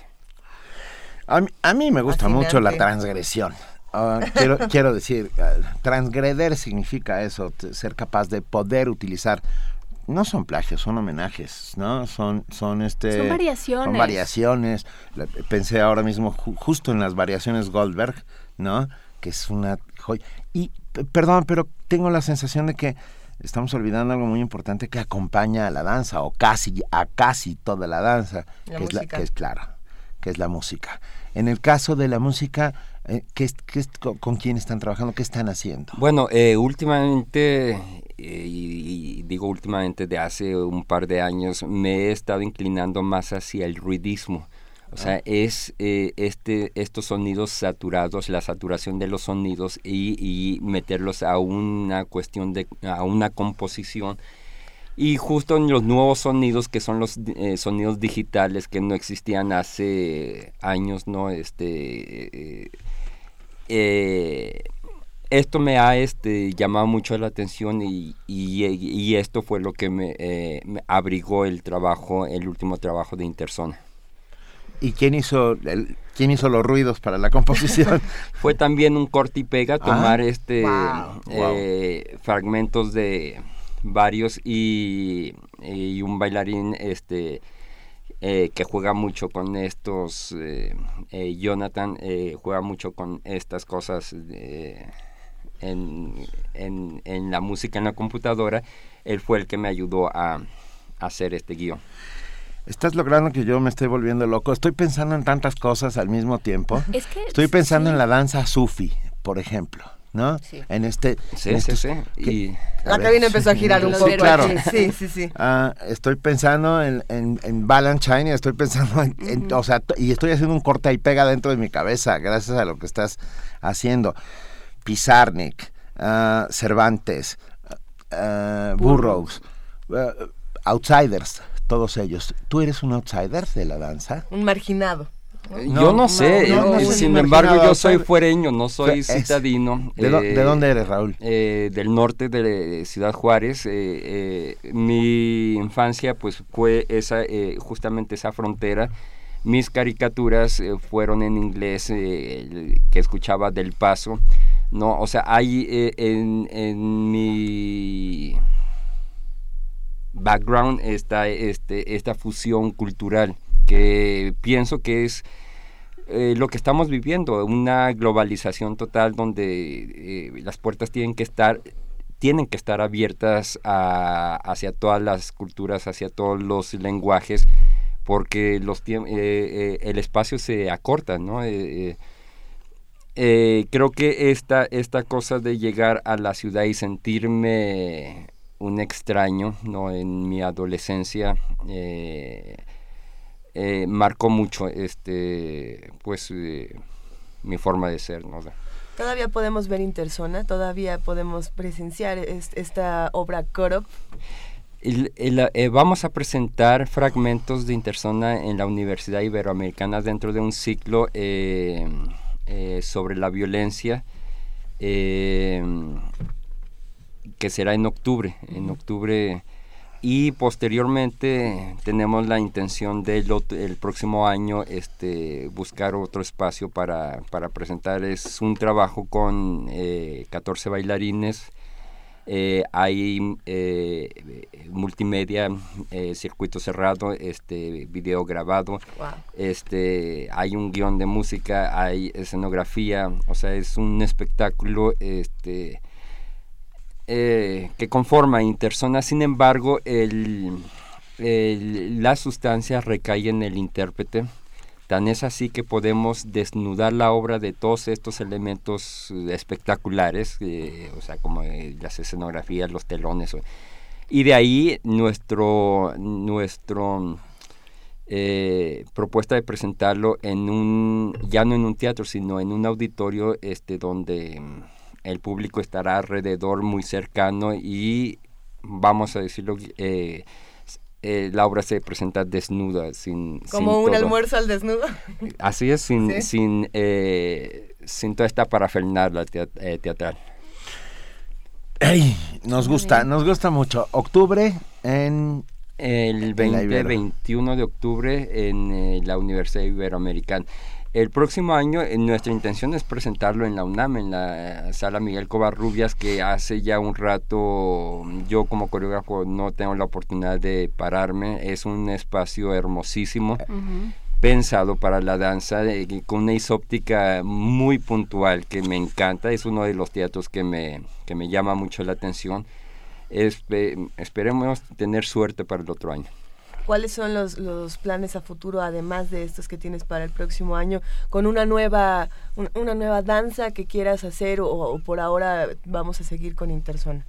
a, mí, a mí me gusta Fascinante. mucho la transgresión. Ah, quiero, quiero decir, uh, transgreder significa eso, t- ser capaz de poder utilizar. No son plagios, son homenajes, ¿no? Son, son este. Son variaciones. Son variaciones. La- Pensé ahora mismo ju- justo en las variaciones Goldberg, ¿no? Que es una joya. Y p- perdón, pero tengo la sensación de que estamos olvidando algo muy importante que acompaña a la danza, o casi a casi toda la danza, La que es la, música. que es claro, que es la música. En el caso de la música, eh, ¿qué, es- qué es- con, con quién están trabajando? ¿Qué están haciendo? Bueno, eh, últimamente, eh, y, y digo últimamente de hace un par de años, me he estado inclinando más hacia el ruidismo. O sea, Ah. es eh, este estos sonidos saturados, la saturación de los sonidos y, y meterlos a una cuestión de, a una composición. Y justo en los nuevos sonidos, que son los eh, sonidos digitales que no existían hace años, ¿no? Este... eh, eh, esto me ha este, llamado mucho la atención, y, y, y esto fue lo que me, eh, me abrigó el trabajo, el último trabajo de Interzona. ¿Y quién hizo el, quién hizo los ruidos para la composición? Fue también un corte y pega, tomar Ah, este wow. eh, fragmentos de varios, y, y un bailarín este eh, que juega mucho con estos, eh, eh, Jonathan eh, juega mucho con estas cosas de, en, en, en la música en la computadora. Él fue el que me ayudó a, a hacer este guión. Estás logrando que yo me esté volviendo loco. Estoy pensando en tantas cosas al mismo tiempo. Es que Estoy pensando sí. en la danza sufi, por ejemplo, ¿no? Sí. En este... Sí, en sí, estos- sí. que- Y a La ver. cabina empezó a girar un Los poco. dedos. Claro. aquí. Sí, sí, sí. Ah, estoy pensando en, en, en Balanchine, y estoy pensando en, en- o sea, t- y estoy haciendo un corte y pega dentro de mi cabeza, gracias a lo que estás haciendo. Pizarnik, ah, Cervantes, ah, Burroughs, ah, Outsiders, todos ellos. ¿Tú eres un outsider de la danza? Un marginado. Eh, No, yo no sé, no, no, eh, no, sin no, embargo no, yo no, soy no. fuereño, no soy Es- citadino. ¿De, dó- eh, de dónde eres, Raúl? eh, del norte de Ciudad Juárez. eh, eh, mi infancia pues fue esa, eh, justamente esa frontera. Mis caricaturas eh, fueron en inglés, eh, el que escuchaba del Paso, ¿no? O sea, hay eh, en, en mi background está este, esta fusión cultural que pienso que es eh, lo que estamos viviendo, una globalización total donde eh, las puertas tienen que estar tienen que estar abiertas a, hacia todas las culturas, hacia todos los lenguajes, porque los eh, eh, el espacio se acorta, ¿no? Eh, eh, eh, creo que esta, esta cosa de llegar a la ciudad y sentirme un extraño, ¿no? En mi adolescencia eh, eh, marcó mucho este, pues, eh, mi forma de ser, ¿no? Todavía podemos ver Interzona, todavía podemos presenciar es, esta obra Corop. El, el, eh, vamos a presentar fragmentos de Interzona en la Universidad Iberoamericana dentro de un ciclo eh, eh, sobre la violencia eh, que será en octubre, en octubre. Y posteriormente tenemos la intención de el próximo año este, buscar otro espacio para, para presentar. Es un trabajo con eh, catorce bailarines, eh, hay eh, multimedia, eh, circuito cerrado, este, video grabado, wow. este, hay un guión de música, hay escenografía, o sea, es un espectáculo este, Eh, que conforma Interzona. Sin embargo, el, el, la sustancia recae en el intérprete. Tan es así que podemos desnudar la obra de todos estos elementos espectaculares, eh, o sea, como eh, las escenografías, los telones, y de ahí nuestro nuestro eh, propuesta de presentarlo en un, ya no en un teatro, sino en un auditorio este donde el público estará alrededor, muy cercano, y vamos a decirlo, eh, eh, la obra se presenta desnuda, sin como sin un todo. Almuerzo al desnudo. Así es, sin ¿Sí? sin eh, sin toda esta parafernalia eh, teatral. Hey, nos gusta, nos gusta mucho. Octubre en el veinte veintiuno de octubre en eh, la Universidad Iberoamericana. El próximo año eh, nuestra intención es presentarlo en la UNAM, en la eh, Sala Miguel Covarrubias, que hace ya un rato yo como coreógrafo no tengo la oportunidad de pararme. Es un espacio hermosísimo, uh-huh. pensado para la danza, eh, con una isóptica muy puntual que me encanta. Es uno de los teatros que me, que me llama mucho la atención. Es, eh, esperemos tener suerte para el otro año. ¿Cuáles son los, los planes a futuro, además de estos que tienes para el próximo año, con una nueva un, una nueva danza que quieras hacer, o, o por ahora vamos a seguir con Interzona?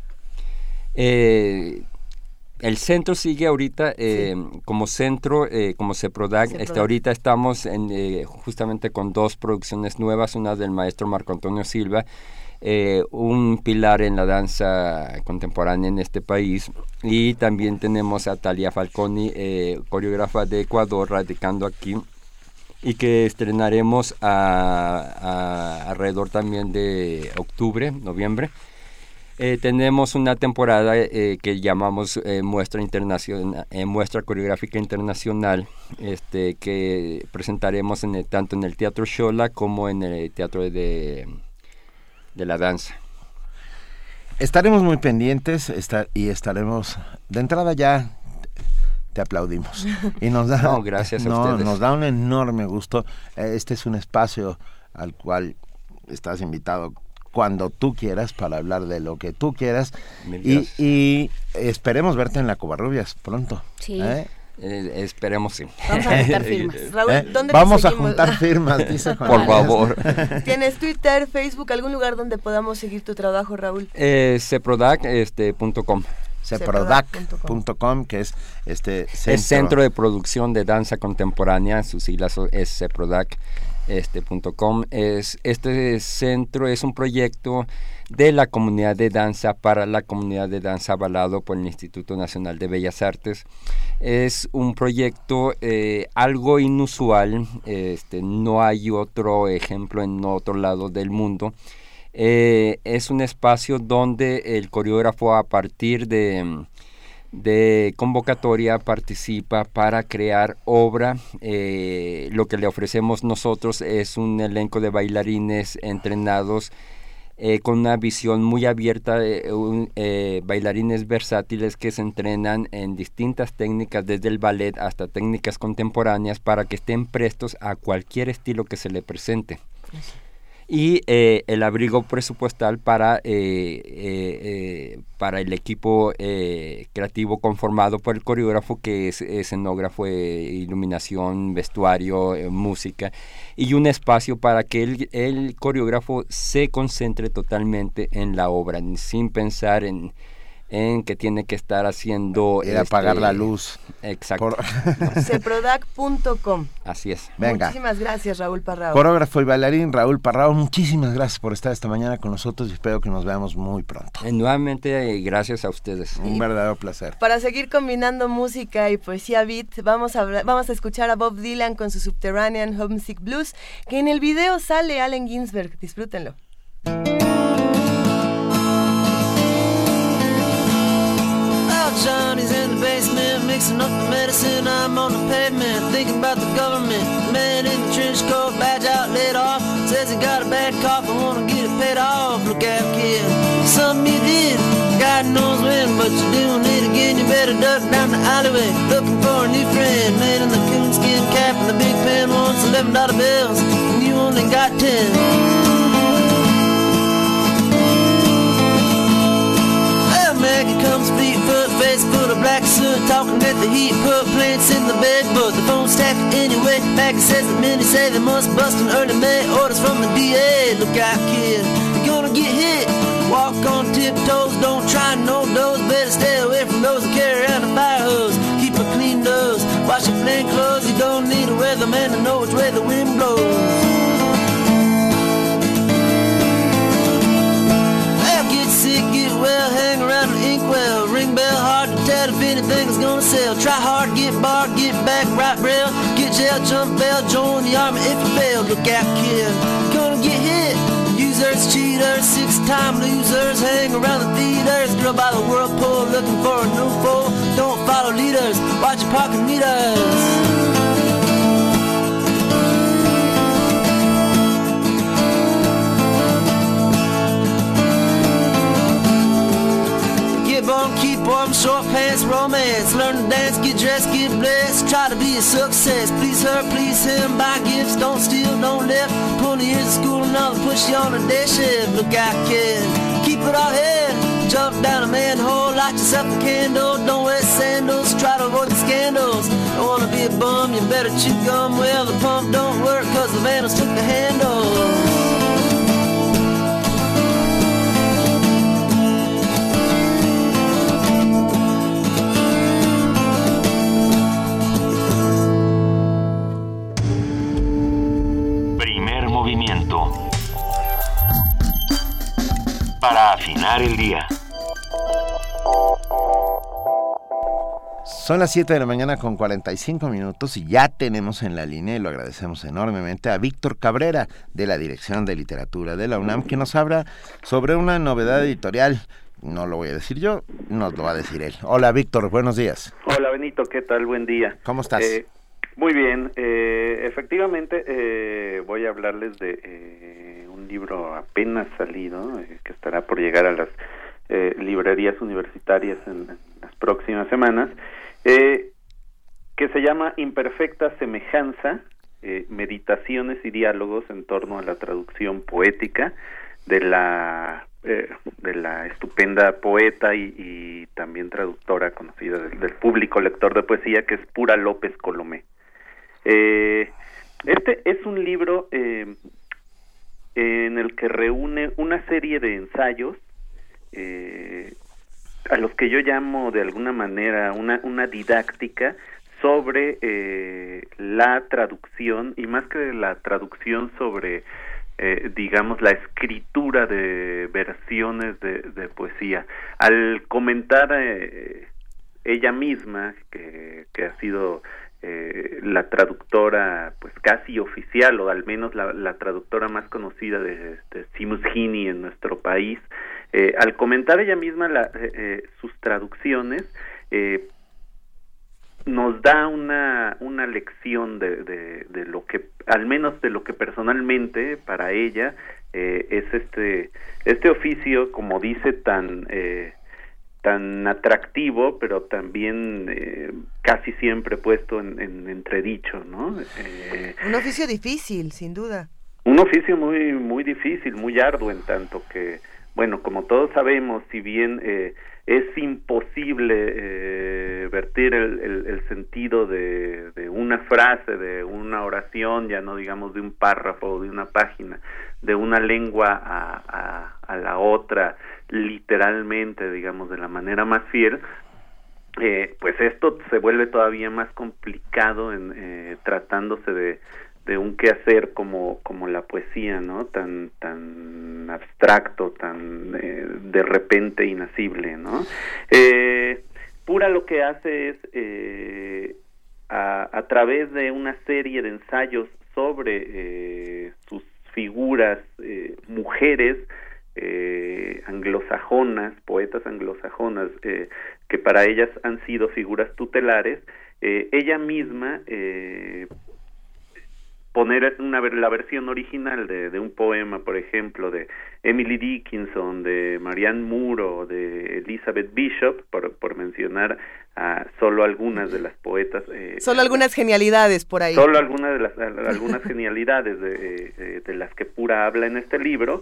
Eh, el centro sigue ahorita eh, sí. como centro, eh, como CEPRODAC. Este, ahorita estamos en, eh, justamente con dos producciones nuevas, una del maestro Marco Antonio Silva, Eh, un pilar en la danza contemporánea en este país, y también tenemos a Talia Falconi, eh, coreógrafa de Ecuador, radicando aquí, y que estrenaremos a, a alrededor también de octubre, noviembre. Eh, tenemos una temporada eh, que llamamos eh, muestra internacional, eh, muestra coreográfica internacional, este, que presentaremos en el, tanto en el Teatro Xola como en el Teatro de de la danza. Estaremos muy pendientes está, y estaremos de entrada ya te aplaudimos y nos da no, gracias a no, ustedes. Nos da un enorme gusto. Este es un espacio al cual estás invitado cuando tú quieras para hablar de lo que tú quieras, y, y esperemos verte en la Covarrubias pronto. Sí. ¿eh? Eh, esperemos sí. Vamos a juntar firmas. Raúl, ¿Eh? ¿dónde Vamos a juntar firmas, dice Juan. Por favor. ¿Tienes Twitter, Facebook, algún lugar donde podamos seguir tu trabajo, Raúl? Eh, ceprodac este, punto com. ceprodac punto com, que es este centro. Es Centro de Producción de Danza Contemporánea, sus siglas es ceprodac este, punto com. Es, este centro es un proyecto de la comunidad de danza para la comunidad de danza, avalado por el Instituto Nacional de Bellas Artes. Es un proyecto eh, algo inusual, este, no hay otro ejemplo en otro lado del mundo. Eh, es un espacio donde el coreógrafo, a partir de, de convocatoria, participa para crear obra. Eh, lo que le ofrecemos nosotros es un elenco de bailarines entrenados eh, con una visión muy abierta, eh, un, eh, bailarines versátiles que se entrenan en distintas técnicas, desde el ballet hasta técnicas contemporáneas, para que estén prestos a cualquier estilo que se le presente. Y eh, el abrigo presupuestal para, eh, eh, eh, para el equipo eh, creativo conformado por el coreógrafo, que es escenógrafo, eh, iluminación, vestuario, eh, música, y un espacio para que el, el coreógrafo se concentre totalmente en la obra, sin pensar en, en que tiene que estar haciendo... Era este, apagar la luz. Exacto. Por... ceprodac punto com. Así es. Venga. Muchísimas gracias, Raúl Parrao. Coreógrafo y bailarín Raúl Parrao, muchísimas gracias por estar esta mañana con nosotros y espero que nos veamos muy pronto. Eh, nuevamente, eh, gracias a ustedes. Un verdadero placer. Para seguir combinando música y poesía beat, vamos a, vamos a escuchar a Bob Dylan con su Subterranean Homesick Blues, que en el video sale Allen Ginsberg. Disfrútenlo. Johnny's in the basement mixing up the medicine. I'm on the pavement thinking about the government. The man in the trench coat, badge out, laid off, says he got a bad cough and wanna get it paid off. Look out, kid, something you did, God knows when, but you're doing it again. You better duck down the alleyway looking for a new friend. Man in the coonskin cap and the big pen wants eleven dollar bills, and you only got ten. Maggie comes feet, foot, face full of black soot, talking at the heat, put plants in the bed, but the phone's stacked anyway. Maggie says that many say they must bust in early May. Orders from the D A, look out kid, you're gonna get hit. Walk on tiptoes, don't try no dose. Better stay away from those that carry around a fire hose. Keep a clean nose, wash your plain clothes. You don't need a weatherman to know which way the wind blows. Get sick, get well, hang around an inkwell. Ring bell, hard to tell if anything's gonna sell. Try hard, get barred, get back, right rail. Get jail, jump bail, join the army if you fail. Look out, kid, you're gonna get hit. Users, cheaters, six-time losers. Hang around the theaters, drill by the whirlpool, looking for a new fool. Don't follow leaders, watch your parking meters. Get born, keep warm, short pants, romance. Learn to dance, get dressed, get blessed. Try to be a success. Please her, please him. Buy gifts, don't steal, don't lift. twenty years of school and now they push you on a day shift. Look out, kid, keep it all head. Jump down a manhole, light yourself a candle. Don't wear sandals, try to avoid the scandals. Don't wanna be a bum, you better chew gum. Well, the pump don't work cause the vandals took the handle. Movimiento para afinar el día. Son las siete de la mañana con cuarenta y cinco minutos y ya tenemos en la línea, y lo agradecemos enormemente, a Víctor Cabrera, de la Dirección de Literatura de la UNAM, que nos habla sobre una novedad editorial. No lo voy a decir yo, nos lo va a decir él. Hola, Víctor, buenos días. Hola, Benito, ¿qué tal? Buen día. ¿Cómo estás? Eh, Muy bien, eh, efectivamente eh, voy a hablarles de eh, un libro apenas salido, eh, que estará por llegar a las eh, librerías universitarias en, en las próximas semanas, eh, que se llama Imperfecta Semejanza, eh, Meditaciones y Diálogos en torno a la traducción poética de la eh, de la estupenda poeta y, y también traductora conocida del, del público lector de poesía, que es Pura López Colomé. Eh, este es un libro eh, en el que reúne una serie de ensayos eh, a los que yo llamo de alguna manera una, una didáctica sobre eh, la traducción, y más que la traducción, sobre eh, digamos la escritura de versiones de, de poesía. Al comentar eh, ella misma que, que ha sido Eh, la traductora pues casi oficial, o al menos la, la traductora más conocida de, de Seamus Heaney en nuestro país, eh, al comentar ella misma la, eh, eh, sus traducciones, eh, nos da una una lección de, de, de lo que, al menos de lo que personalmente para ella eh, es este este oficio, como dice, tan eh, tan atractivo, pero también eh, casi siempre puesto en, en entredicho, ¿no? Eh, un oficio difícil, sin duda. Un oficio muy muy difícil, muy arduo, en tanto que, bueno, como todos sabemos, si bien eh, es imposible eh, vertir el, el, el sentido de, de una frase, de una oración, ya no digamos de un párrafo o de una página, de una lengua a, a, a la otra, literalmente, digamos, de la manera más fiel, eh, pues esto se vuelve todavía más complicado en eh, tratándose de de un quehacer como como la poesía, ¿no? Tan tan abstracto, tan eh, de repente inacible, ¿no? Eh, Pura lo que hace es eh, a, a través de una serie de ensayos sobre eh, sus figuras, eh, mujeres eh, anglosajonas, poetas anglosajonas, eh, que para ellas han sido figuras tutelares, eh, ella misma eh, poner una la versión original de, de un poema, por ejemplo, de Emily Dickinson, de Marianne Moore o de Elizabeth Bishop, por, por mencionar a solo algunas de las poetas. Eh, solo algunas genialidades por ahí. Solo algunas de las algunas genialidades de, de, de las que Pura habla en este libro,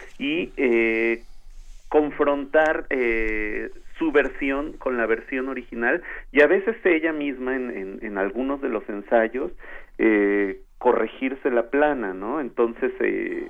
y eh, confrontar eh, su versión con la versión original, y a veces ella misma en, en, en algunos de los ensayos eh, corregirse la plana, ¿no? Entonces eh,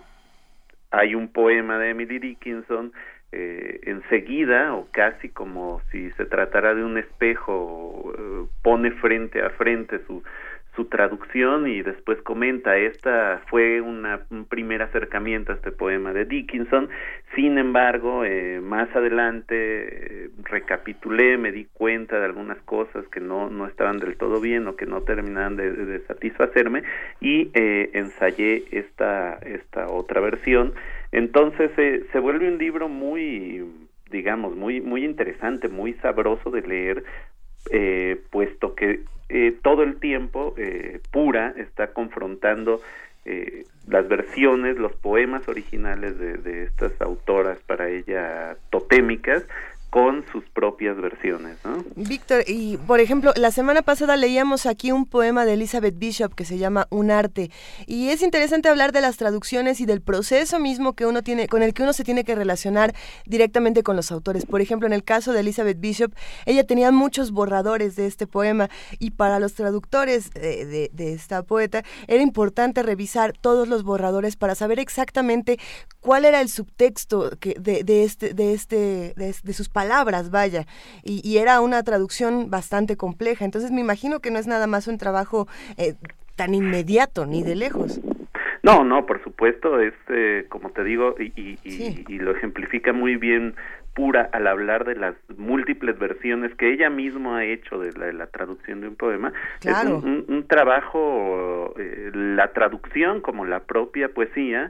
hay un poema de Emily Dickinson, eh, enseguida, o casi como si se tratara de un espejo, eh, pone frente a frente su su traducción y después comenta, esta fue una, un primer acercamiento a este poema de Dickinson, sin embargo, eh, más adelante eh, recapitulé, me di cuenta de algunas cosas que no, no estaban del todo bien o que no terminaban de, de satisfacerme, y eh, ensayé esta, esta otra versión. Entonces eh, se vuelve un libro muy, digamos, muy, muy interesante, muy sabroso de leer, eh, puesto que Eh, todo el tiempo eh, Pura está confrontando eh, las versiones, los poemas originales de, de estas autoras para ella totémicas, con sus propias versiones, ¿no? Víctor, y por ejemplo, la semana pasada leíamos aquí un poema de Elizabeth Bishop que se llama Un arte, y es interesante hablar de las traducciones y del proceso mismo que uno tiene, con el que uno se tiene que relacionar directamente con los autores. Por ejemplo, en el caso de Elizabeth Bishop, ella tenía muchos borradores de este poema, y para los traductores de, de, de esta poeta era importante revisar todos los borradores para saber exactamente cuál era el subtexto que de, de este, de este, de, de sus palabras, vaya, y, y era una traducción bastante compleja. Entonces me imagino que no es nada más un trabajo eh, tan inmediato ni de lejos. No, no, por supuesto, es eh, como te digo, y, y, sí. y, y lo ejemplifica muy bien Pura al hablar de las múltiples versiones que ella misma ha hecho de la, de la traducción de un poema. Claro. Es un, un, un trabajo, eh, la traducción como la propia poesía,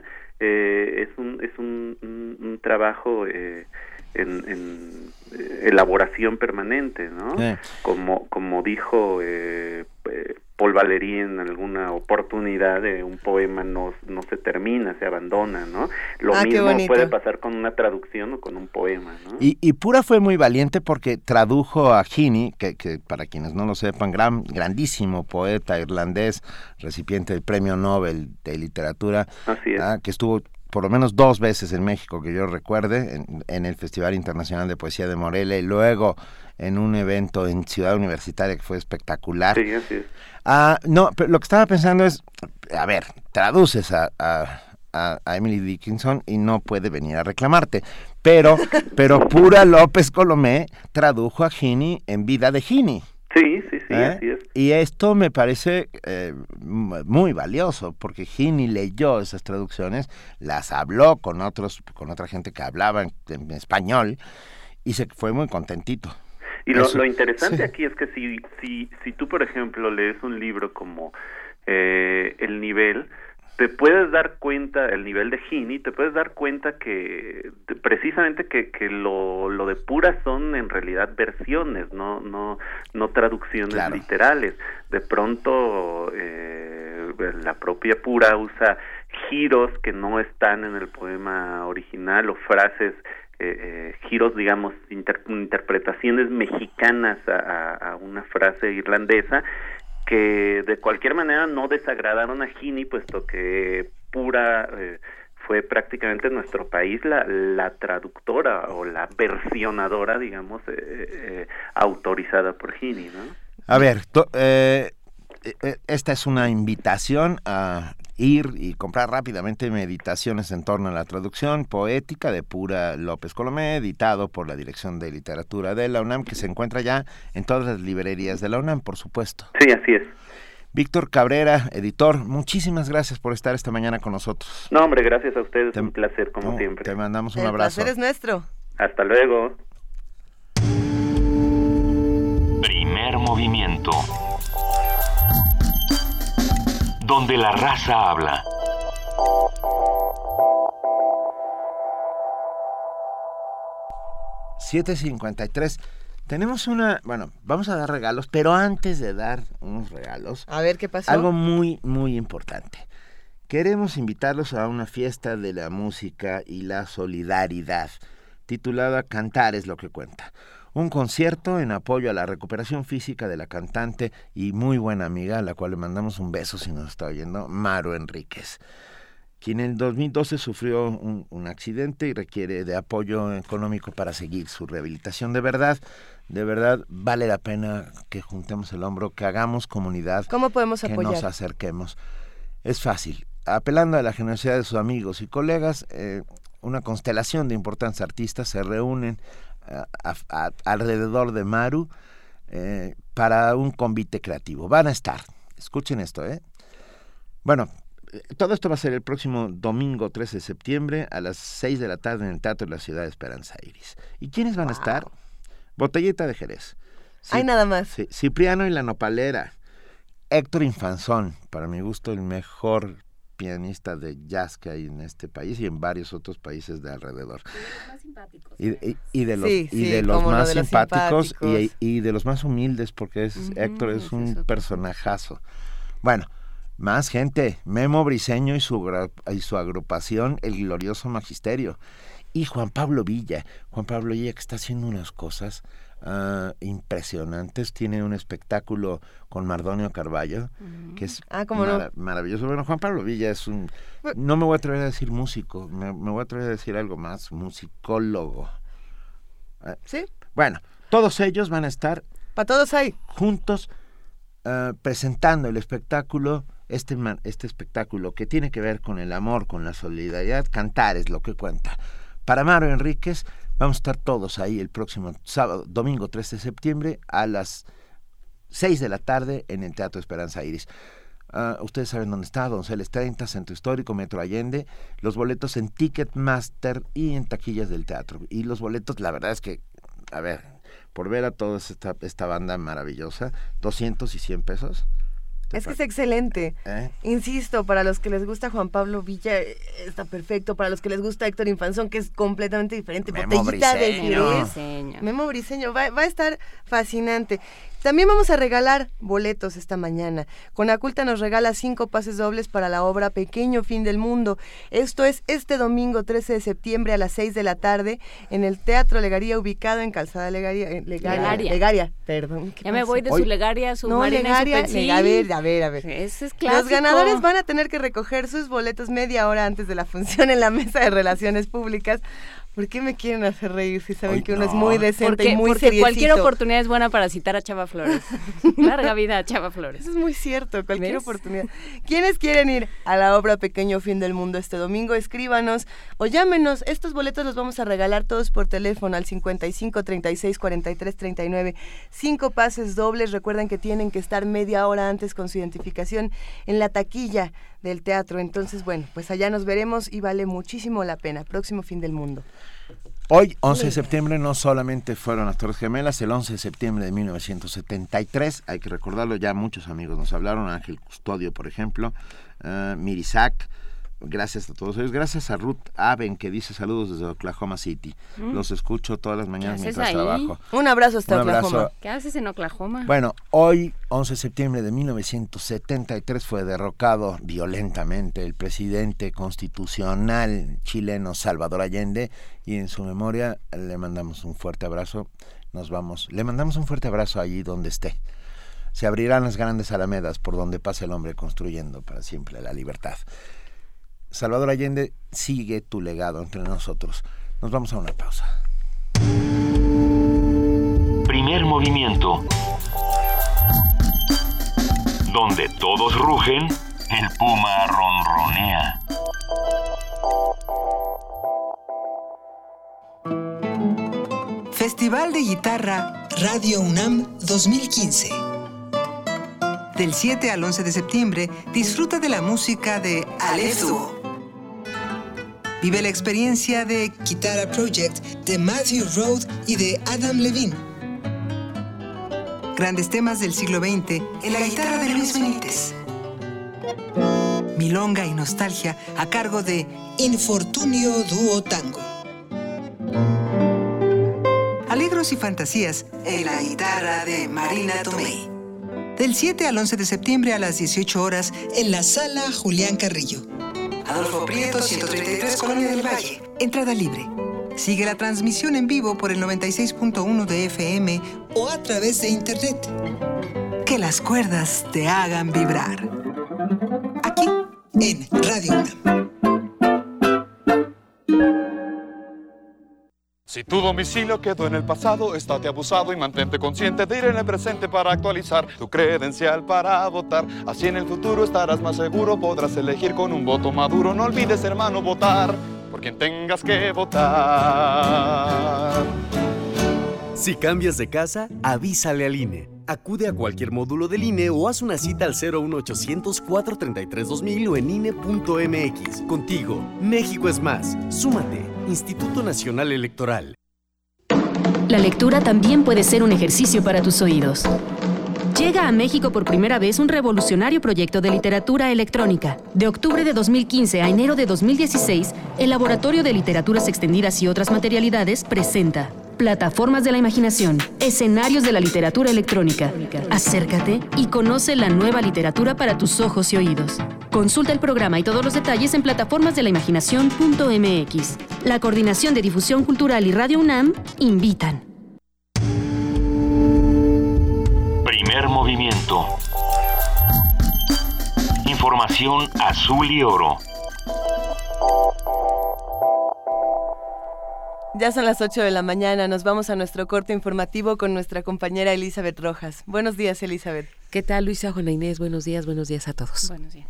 eh, es un es un, un, un trabajo eh, en, en eh, elaboración permanente, ¿no? Eh. Como como dijo eh, eh, Paul Valéry en alguna oportunidad, de un poema no no se termina, se abandona, ¿no? Lo ah, mismo puede pasar con una traducción o con un poema, ¿no? Y, y Pura fue muy valiente porque tradujo a Heaney, que, que para quienes no lo sepan, gran, grandísimo poeta irlandés, recipiente del Premio Nobel de Literatura, Así es. ah, que estuvo por lo menos dos veces en México, que yo recuerde, en, en el Festival Internacional de Poesía de Morelia, y luego en un evento en Ciudad Universitaria que fue espectacular. Sí, así es. Ah, no, pero lo que estaba pensando es, a ver, traduces a, a, a, a Emily Dickinson y no puede venir a reclamarte, pero, pero Pura López Colomé tradujo a Heaney en vida de Heaney. Sí, sí, sí, ¿Eh? así es. Y esto me parece eh, muy valioso, porque Heaney leyó esas traducciones, las habló con otros, con otra gente que hablaba en, en español, y se fue muy contentito. Y lo, lo interesante sí. aquí es que si, si, si tú, por ejemplo, lees un libro como eh, El Nivel, te puedes dar cuenta, el nivel de Heaney, te puedes dar cuenta que precisamente que, que lo, lo de Pura son en realidad versiones, no no no traducciones claro. literales. De pronto eh, la propia Pura usa giros que no están en el poema original o frases, eh, eh, giros, digamos, inter, interpretaciones mexicanas a, a, a una frase irlandesa, que de cualquier manera no desagradaron a Heaney, puesto que Pura eh, fue prácticamente en nuestro país la, la traductora o la versionadora, digamos, eh, eh, autorizada por Heaney, ¿no? A ver, to, eh, esta es una invitación a ir y comprar rápidamente Meditaciones en torno a la traducción poética de Pura López Colomé, editado por la Dirección de Literatura de la UNAM, que se encuentra ya en todas las librerías de la UNAM, por supuesto. Sí, así es. Víctor Cabrera, editor, muchísimas gracias por estar esta mañana con nosotros. No, hombre, gracias a ustedes, te, un placer como no, siempre. Te mandamos un El abrazo. El placer es nuestro. Hasta luego. Primer movimiento. Donde la raza habla. siete cincuenta y tres. Tenemos una, bueno, vamos a dar regalos, pero antes de dar unos regalos, a ver qué pasó. Algo muy, muy importante. Queremos invitarlos a una fiesta de la música y la solidaridad, titulada Cantar es lo que cuenta. Un concierto en apoyo a la recuperación física de la cantante y muy buena amiga, a la cual le mandamos un beso si nos está oyendo, Maru Enríquez, quien en el dos mil doce sufrió un, un accidente y requiere de apoyo económico para seguir su rehabilitación. De verdad, de verdad vale la pena que juntemos el hombro, que hagamos comunidad. ¿Cómo podemos que apoyar? nos acerquemos. Es fácil. Apelando a la generosidad de sus amigos y colegas, eh, una constelación de importantes artistas se reúnen a, a, a, alrededor de Maru eh, para un convite creativo. Van a estar, escuchen esto, ¿eh? Bueno, todo esto va a ser el próximo domingo trece de septiembre a las seis de la tarde en el Teatro de la Ciudad de Esperanza Iris. ¿Y quiénes van wow. a estar? Botellita de Jerez. Hay nada más. Sí, Cipriano y la Nopalera. Héctor Infanzón, para mi gusto el mejor pianista de jazz que hay en este país y en varios otros países de alrededor. Y de los más simpáticos. Y, y, y de los, sí, y sí, de los más de los simpáticos, simpáticos. Y, y de los más humildes, porque es, uh-huh, Héctor es un personajazo. Bueno, más gente, Memo Briceño y su, y su agrupación El Glorioso Magisterio, y Juan Pablo Villa, Juan Pablo Villa que está haciendo unas cosas uh, impresionantes, tiene un espectáculo con Mardonio Carballo, uh-huh. que es ah, ¿cómo mara- no? maravilloso. Bueno, Juan Pablo Villa es un, no me voy a atrever a decir músico, me, me voy a atrever a decir algo más, musicólogo. Uh, ¿Sí? Bueno, todos ellos van a estar para todos ahí juntos uh, presentando el espectáculo. Este, este espectáculo que tiene que ver con el amor, con la solidaridad, Cantar es lo que cuenta. Para Maru Enríquez, vamos a estar todos ahí el próximo sábado, domingo trece de septiembre a las seis de la tarde en el Teatro Esperanza Iris. Uh, ustedes saben dónde está, Donceles treinta, Centro Histórico, Metro Allende. Los boletos en Ticketmaster y en taquillas del teatro. Y los boletos, la verdad es que, a ver, por ver a toda esta, esta banda maravillosa, doscientos y cien pesos. Es que es excelente. ¿Eh? Insisto, para los que les gusta Juan Pablo Villa, está perfecto. Para los que les gusta Héctor Infanzón, que es completamente diferente. Memo Botellita Briceño. de Jerez. Memo Briceño. Va, va a estar fascinante. También vamos a regalar boletos esta mañana. Conaculta nos regala cinco pases dobles para la obra Pequeño Fin del Mundo. Esto es este domingo trece de septiembre a las seis de la tarde en el Teatro Legaria, ubicado en Calzada Legaria. Eh, Legaria, Legaria. Legaria. Perdón. Ya me voy de Hoy, su Legaria, su no, Marina Legaria, y su Leg- A ver, a ver, a ver. Ese es clásico. Los ganadores van a tener que recoger sus boletos media hora antes de la función en la Mesa de Relaciones Públicas. ¿Por qué me quieren hacer reír si saben Hoy que uno no. es muy decente porque, y muy porque seriecito? Cualquier oportunidad es buena para citar a Chava Flores. Larga vida a Chava Flores. Eso es muy cierto, cualquier ¿Ves? oportunidad. ¿Quiénes quieren ir a la obra Pequeño Fin del Mundo este domingo? Escríbanos o llámenos. Estos boletos los vamos a regalar todos por teléfono al cincuenta y cinco, treinta y seis, cuarenta y tres, treinta y nueve. Cinco pases dobles. Recuerden que tienen que estar media hora antes con su identificación en la taquilla del teatro. Entonces, bueno, pues allá nos veremos y vale muchísimo la pena. Próximo Fin del Mundo. Hoy, once de septiembre, no solamente fueron las Torres Gemelas, el once de septiembre de mil novecientos setenta y tres, hay que recordarlo, ya muchos amigos nos hablaron, Ángel Custodio, por ejemplo, uh, Mirisac, Gracias a todos ellos. Gracias a Ruth Aben, que dice saludos desde Oklahoma City. Mm. Los escucho todas las mañanas mientras ahí? trabajo. Un abrazo hasta Un Oklahoma. Abrazo. ¿Qué haces en Oklahoma? Bueno, hoy, once de septiembre de mil novecientos setenta y tres, fue derrocado violentamente el presidente constitucional chileno Salvador Allende, y en su memoria le mandamos un fuerte abrazo. Nos vamos, le mandamos un fuerte abrazo allí donde esté. Se abrirán las grandes alamedas por donde pasa el hombre construyendo para siempre la libertad. Salvador Allende, sigue tu legado entre nosotros. Nos vamos a una pausa. Primer movimiento. Donde todos rugen, el puma ronronea. Festival de Guitarra Radio UNAM dos mil quince. Del siete al once de septiembre, disfruta de la música de Aleph Duo. Vive la experiencia de Guitarra Project de Matthew Road y de Adam Levine. Grandes temas del siglo veinte en la guitarra de Luis Benítez. Milonga y nostalgia a cargo de Infortunio Duo Tango. Alegros y fantasías en la guitarra de Marina Tomei. Del siete al once de septiembre a las dieciocho horas en la Sala Julián Carrillo. Adolfo Prieto, ciento treinta y tres, Colonia del Valle. Entrada libre. Sigue la transmisión en vivo por el noventa y seis punto uno de F M o a través de internet. Que las cuerdas te hagan vibrar. Aquí, en Radio UNAM. Si tu domicilio quedó en el pasado, estate abusado y mantente consciente de ir en el presente para actualizar tu credencial para votar. Así en el futuro estarás más seguro, podrás elegir con un voto maduro. No olvides, hermano, votar por quien tengas que votar. Si cambias de casa, avísale al I N E. Acude a cualquier módulo del I N E o haz una cita al cero uno ochocientos, cuatrocientos treinta y tres, dos mil o en I N E punto M X. Contigo, México es más. Súmate. Instituto Nacional Electoral. La lectura también puede ser un ejercicio para tus oídos. Llega a México por primera vez un revolucionario proyecto de literatura electrónica. De octubre de dos mil quince a enero de dos mil dieciséis, el Laboratorio de Literaturas Extendidas y otras materialidades presenta Plataformas de la Imaginación, escenarios de la literatura electrónica. Acércate y conoce la nueva literatura para tus ojos y oídos. Consulta el programa y todos los detalles en plataformas de la imaginación punto M X. La Coordinación de Difusión Cultural y Radio UNAM invitan. Primer movimiento. Información azul y oro. Ya son las ocho de la mañana, nos vamos a nuestro corte informativo con nuestra compañera Elizabeth Rojas. Buenos días, Elizabeth. ¿Qué tal, Luisa, Juana Inés? Buenos días, buenos días a todos. Buenos días.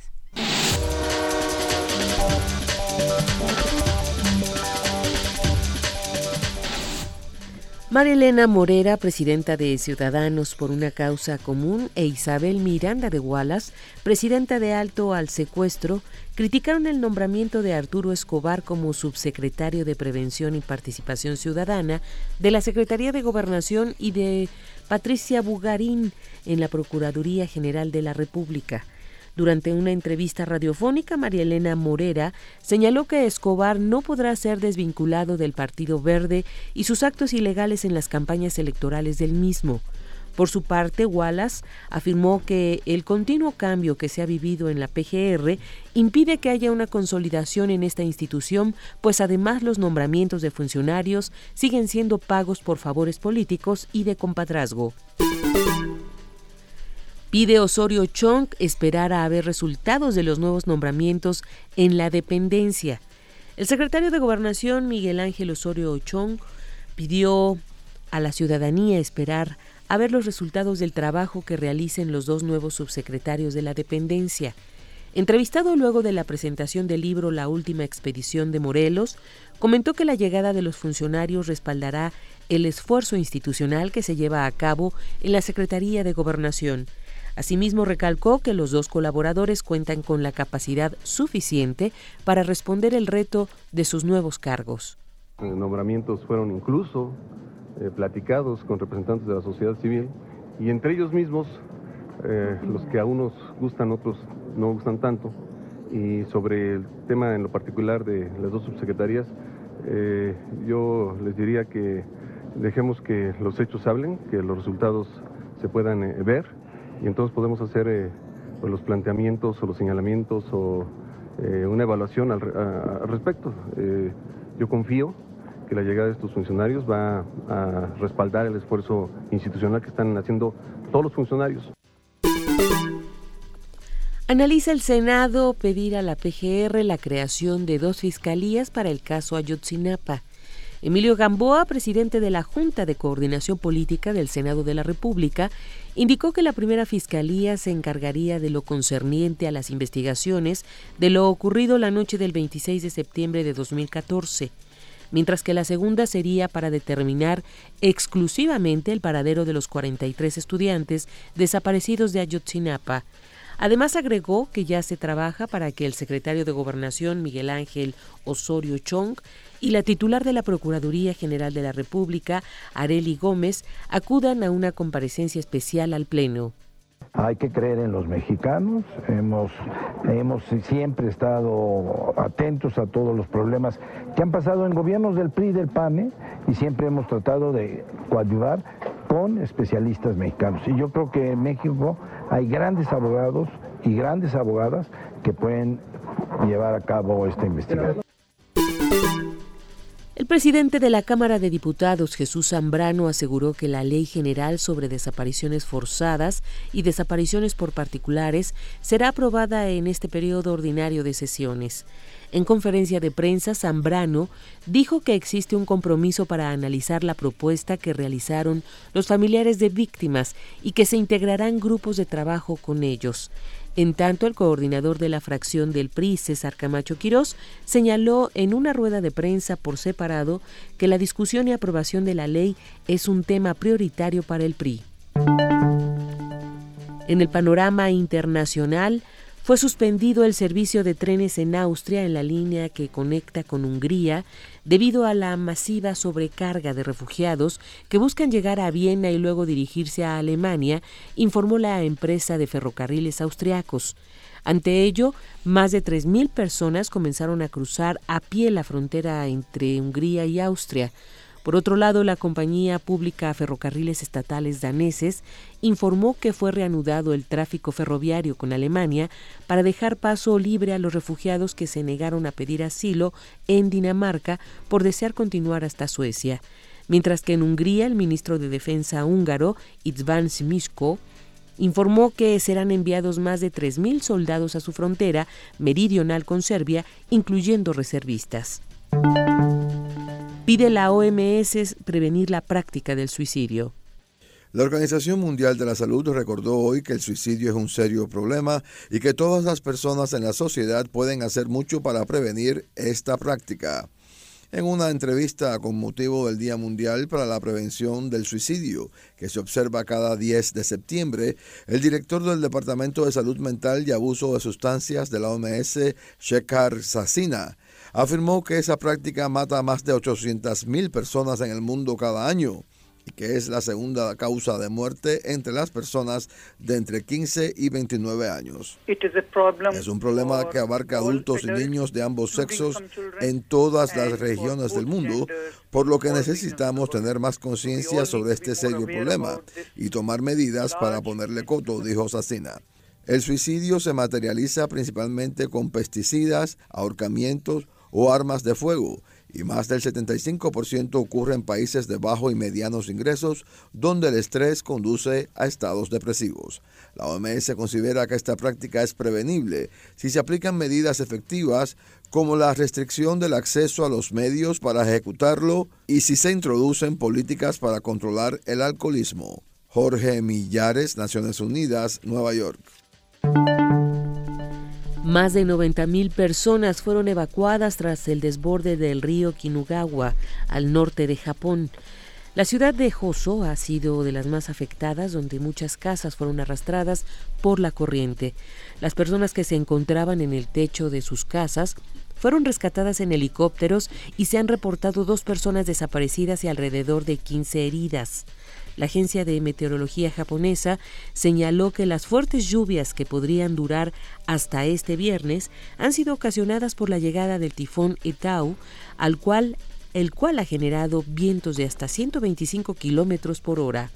María Elena Morera, presidenta de Ciudadanos por una Causa Común, e Isabel Miranda de Wallace, presidenta de Alto al Secuestro, criticaron el nombramiento de Arturo Escobar como subsecretario de Prevención y Participación Ciudadana de la Secretaría de Gobernación y de Patricia Bugarín en la Procuraduría General de la República. Durante una entrevista radiofónica, María Elena Morera señaló que Escobar no podrá ser desvinculado del Partido Verde y sus actos ilegales en las campañas electorales del mismo. Por su parte, Wallace afirmó que el continuo cambio que se ha vivido en la P G R impide que haya una consolidación en esta institución, pues además los nombramientos de funcionarios siguen siendo pagos por favores políticos y de compadrazgo. Pide Osorio Chong esperar a ver resultados de los nuevos nombramientos en la dependencia. El secretario de Gobernación, Miguel Ángel Osorio Chong, pidió a la ciudadanía esperar a ver los resultados del trabajo que realicen los dos nuevos subsecretarios de la dependencia. Entrevistado luego de la presentación del libro La Última Expedición de Morelos, comentó que la llegada de los funcionarios respaldará el esfuerzo institucional que se lleva a cabo en la Secretaría de Gobernación. Asimismo, recalcó que los dos colaboradores cuentan con la capacidad suficiente para responder el reto de sus nuevos cargos. Los nombramientos fueron incluso eh, platicados con representantes de la sociedad civil y entre ellos mismos, eh, los que a unos gustan, otros no gustan tanto, Y sobre el tema en lo particular de las dos subsecretarías, eh, yo les diría que dejemos que los hechos hablen, que los resultados se puedan eh, ver, y entonces podemos hacer eh, pues los planteamientos o los señalamientos o eh, una evaluación al, a, al respecto. Eh, yo confío que la llegada de estos funcionarios va a respaldar el esfuerzo institucional que están haciendo todos los funcionarios. Analiza el Senado pedir a la P G R la creación de dos fiscalías para el caso Ayotzinapa. Emilio Gamboa, presidente de la Junta de Coordinación Política del Senado de la República, indicó que la primera fiscalía se encargaría de lo concerniente a las investigaciones de lo ocurrido la noche del veintiséis de septiembre de dos mil catorce, mientras que la segunda sería para determinar exclusivamente el paradero de los cuarenta y tres estudiantes desaparecidos de Ayotzinapa. Además, agregó que ya se trabaja para que el secretario de Gobernación, Miguel Ángel Osorio Chong, y la titular de la Procuraduría General de la República, Arely Gómez, acudan a una comparecencia especial al Pleno. Hay que creer en los mexicanos, hemos, hemos siempre estado atentos a todos los problemas que han pasado en gobiernos del P R I y del P A N, ¿eh? Y siempre hemos tratado de coadyuvar con especialistas mexicanos. Y yo creo que en México hay grandes abogados y grandes abogadas que pueden llevar a cabo esta investigación. El presidente de la Cámara de Diputados, Jesús Zambrano, aseguró que la Ley General sobre Desapariciones Forzadas y Desapariciones por Particulares será aprobada en este periodo ordinario de sesiones. En conferencia de prensa, Zambrano dijo que existe un compromiso para analizar la propuesta que realizaron los familiares de víctimas y que se integrarán grupos de trabajo con ellos. En tanto, el coordinador de la fracción del P R I, César Camacho Quirós, señaló en una rueda de prensa por separado que la discusión y aprobación de la ley es un tema prioritario para el P R I. En el panorama internacional, fue suspendido el servicio de trenes en Austria en la línea que conecta con Hungría debido a la masiva sobrecarga de refugiados que buscan llegar a Viena y luego dirigirse a Alemania, informó la empresa de ferrocarriles austriacos. Ante ello, más de tres mil personas comenzaron a cruzar a pie la frontera entre Hungría y Austria. Por otro lado, la compañía pública Ferrocarriles Estatales Daneses informó que fue reanudado el tráfico ferroviario con Alemania para dejar paso libre a los refugiados que se negaron a pedir asilo en Dinamarca por desear continuar hasta Suecia. Mientras que en Hungría, el ministro de Defensa húngaro, István Simisko, informó que serán enviados más de tres mil soldados a su frontera meridional con Serbia, incluyendo reservistas. Pide la O M S prevenir la práctica del suicidio. La Organización Mundial de la Salud recordó hoy que el suicidio es un serio problema y que todas las personas en la sociedad pueden hacer mucho para prevenir esta práctica. En una entrevista con motivo del Día Mundial para la Prevención del Suicidio, que se observa cada diez de septiembre, el director del Departamento de Salud Mental y Abuso de Sustancias de la O M S, Shekhar Saxena, afirmó que esa práctica mata a más de ochocientas mil personas en el mundo cada año y que es la segunda causa de muerte entre las personas de entre quince y veintinueve años. Es un problema que abarca adultos y niños de ambos sexos en todas las regiones del mundo, por lo que necesitamos tener más conciencia sobre este serio problema y tomar medidas para ponerle coto, dijo Saxena. El suicidio se materializa principalmente con pesticidas, ahorcamientos o armas de fuego, y más del setenta y cinco por ciento ocurre en países de bajos y medianos ingresos, donde el estrés conduce a estados depresivos. La O M S considera que esta práctica es prevenible si se aplican medidas efectivas como la restricción del acceso a los medios para ejecutarlo y si se introducen políticas para controlar el alcoholismo. Jorge Millares, Naciones Unidas, Nueva York. Más de noventa mil personas fueron evacuadas tras el desborde del río Kinugawa, al norte de Japón. La ciudad de Hoso ha sido de las más afectadas, donde muchas casas fueron arrastradas por la corriente. Las personas que se encontraban en el techo de sus casas fueron rescatadas en helicópteros y se han reportado dos personas desaparecidas y alrededor de quince heridas. La agencia de meteorología japonesa señaló que las fuertes lluvias que podrían durar hasta este viernes han sido ocasionadas por la llegada del tifón Etau, al cual, el cual ha generado vientos de hasta ciento veinticinco kilómetros por hora.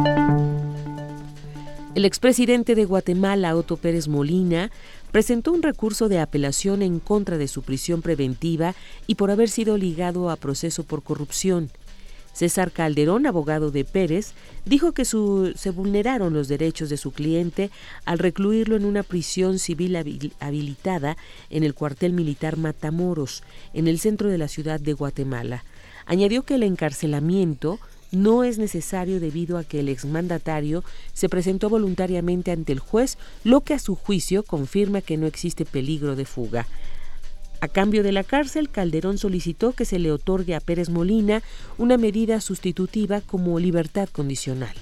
El expresidente de Guatemala, Otto Pérez Molina, presentó un recurso de apelación en contra de su prisión preventiva y por haber sido ligado a proceso por corrupción. César Calderón, abogado de Pérez, dijo que su, se vulneraron los derechos de su cliente al recluirlo en una prisión civil habil, habilitada en el cuartel militar Matamoros, en el centro de la ciudad de Guatemala. Añadió que el encarcelamiento no es necesario debido a que el exmandatario se presentó voluntariamente ante el juez, lo que a su juicio confirma que no existe peligro de fuga. A cambio de la cárcel, Calderón solicitó que se le otorgue a Pérez Molina una medida sustitutiva como libertad condicional.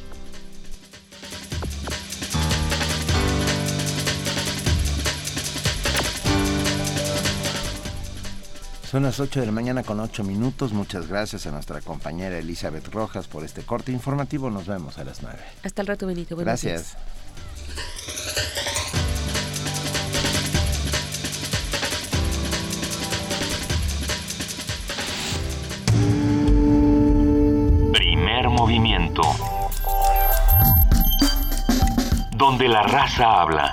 Son las ocho de la mañana con ocho minutos. Muchas gracias a nuestra compañera Elizabeth Rojas por este corte informativo. Nos vemos a las nueve. Hasta el rato, Benito. Buenos Gracias. días. Primer movimiento. Donde la raza habla.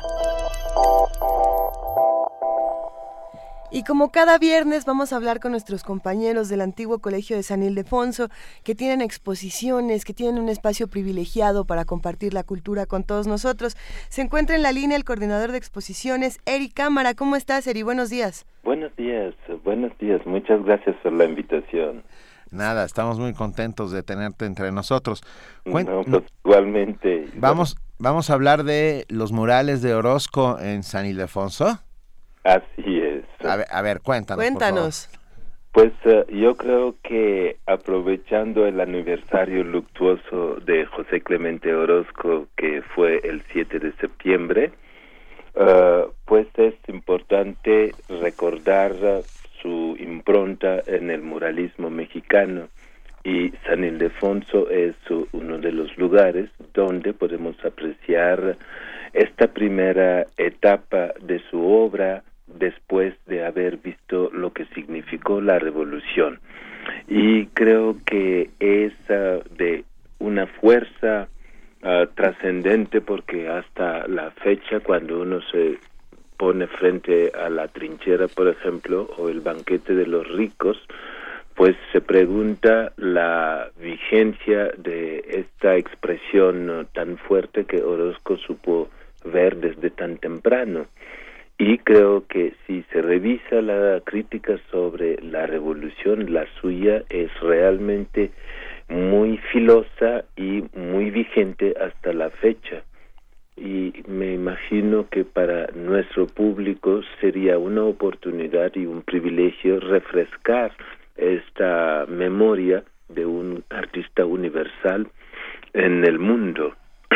Y como cada viernes vamos a hablar con nuestros compañeros del antiguo Colegio de San Ildefonso, que tienen exposiciones, que tienen un espacio privilegiado para compartir la cultura con todos nosotros. Se encuentra en la línea el coordinador de exposiciones, Eri Cámara. ¿Cómo estás, Eri? Buenos días. Buenos días, buenos días. Muchas gracias por la invitación. Nada, estamos muy contentos de tenerte entre nosotros. Cuen- no, pues, igualmente. Vamos, vamos a hablar de los murales de Orozco en San Ildefonso. Así es. A ver, a ver cuéntanos. Cuéntanos. Pues uh, yo creo que aprovechando el aniversario luctuoso de José Clemente Orozco, que fue el siete de septiembre, uh, pues es importante recordar uh, su impronta en el muralismo mexicano, y San Ildefonso es uh, uno de los lugares donde podemos apreciar esta primera etapa de su obra, después de haber visto lo que significó la revolución. Y creo que es uh, de una fuerza uh, trascendente, porque hasta la fecha, cuando uno se pone frente a la trinchera, por ejemplo, o el banquete de los ricos, pues se pregunta la vigencia de esta expresión uh, tan fuerte que Orozco supo ver desde tan temprano. Y creo que si se revisa la crítica sobre la revolución, la suya es realmente muy filosa y muy vigente hasta la fecha. Y me imagino que para nuestro público sería una oportunidad y un privilegio refrescar esta memoria de un artista universal en el mundo.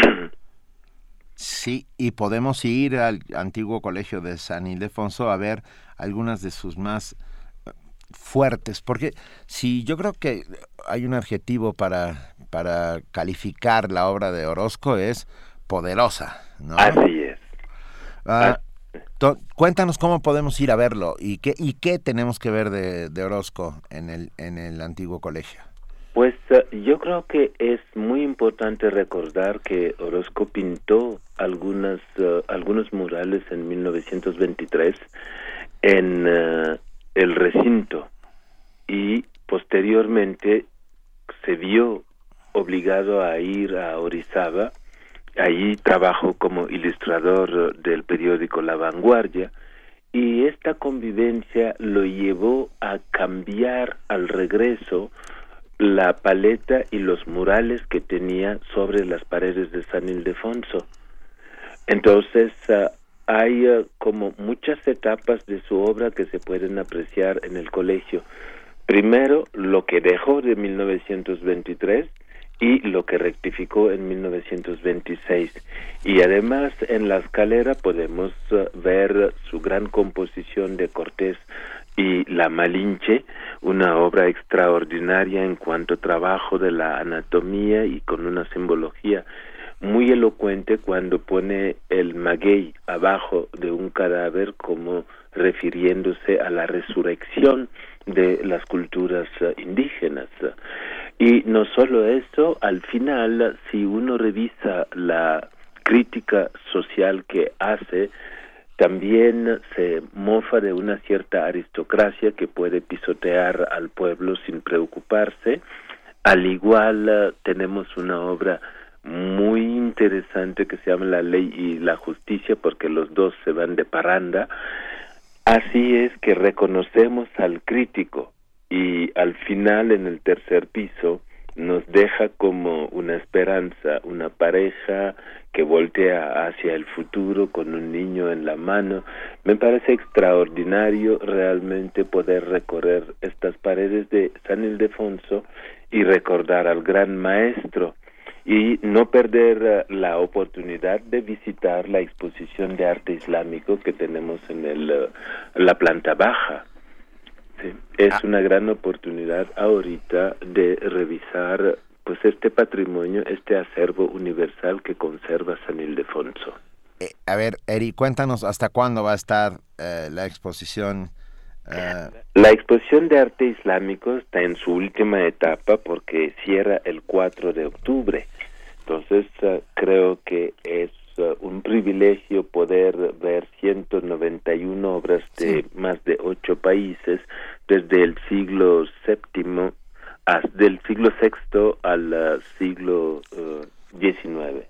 Sí, y podemos ir al antiguo Colegio de San Ildefonso a ver algunas de sus más fuertes, porque si yo creo que hay un adjetivo para, para calificar la obra de Orozco, es poderosa, ¿no? Así es. Ah, to, cuéntanos cómo podemos ir a verlo y qué y qué tenemos que ver de, de Orozco en el en el antiguo colegio. Pues uh, yo creo que es muy importante recordar que Orozco pintó algunas uh, algunos murales en mil novecientos veintitrés en uh, el recinto, y posteriormente se vio obligado a ir a Orizaba. Allí trabajó como ilustrador del periódico La Vanguardia, y esta convivencia lo llevó a cambiar al regreso la paleta y los murales que tenía sobre las paredes de San Ildefonso. Entonces uh, hay uh, como muchas etapas de su obra que se pueden apreciar en el colegio. Primero, lo que dejó de mil novecientos veintitrés y lo que rectificó en mil novecientos veintiséis. Y además en la escalera podemos uh, ver su gran composición de Cortés y la Malinche, una obra extraordinaria en cuanto a trabajo de la anatomía y con una simbología muy elocuente cuando pone el maguey abajo de un cadáver como refiriéndose a la resurrección de las culturas uh, indígenas. Y no solo eso, al final, si uno revisa la crítica social que hace, también se mofa de una cierta aristocracia que puede pisotear al pueblo sin preocuparse. Al igual, uh, tenemos una obra muy interesante que se llama La Ley y la Justicia, porque los dos se van de parranda. Así es que reconocemos al crítico y al final, en el tercer piso, nos deja como una esperanza, una pareja que voltea hacia el futuro con un niño en la mano. Me parece extraordinario realmente poder recorrer estas paredes de San Ildefonso y recordar al gran maestro, y no perder uh, la oportunidad de visitar la exposición de arte islámico que tenemos en el uh, la planta baja. Sí, es ah. una gran oportunidad ahorita de revisar pues este patrimonio, este acervo universal que conserva San Ildefonso. Eh, a ver, Eri, cuéntanos hasta cuándo va a estar eh, la exposición. Uh... La exposición de arte islámico está en su última etapa porque cierra el cuatro de octubre. Entonces uh, creo que es uh, un privilegio poder ver ciento noventa y una obras de sí. más de ocho países desde el siglo séptimo, hasta del siglo sexto al uh, siglo diecinueve.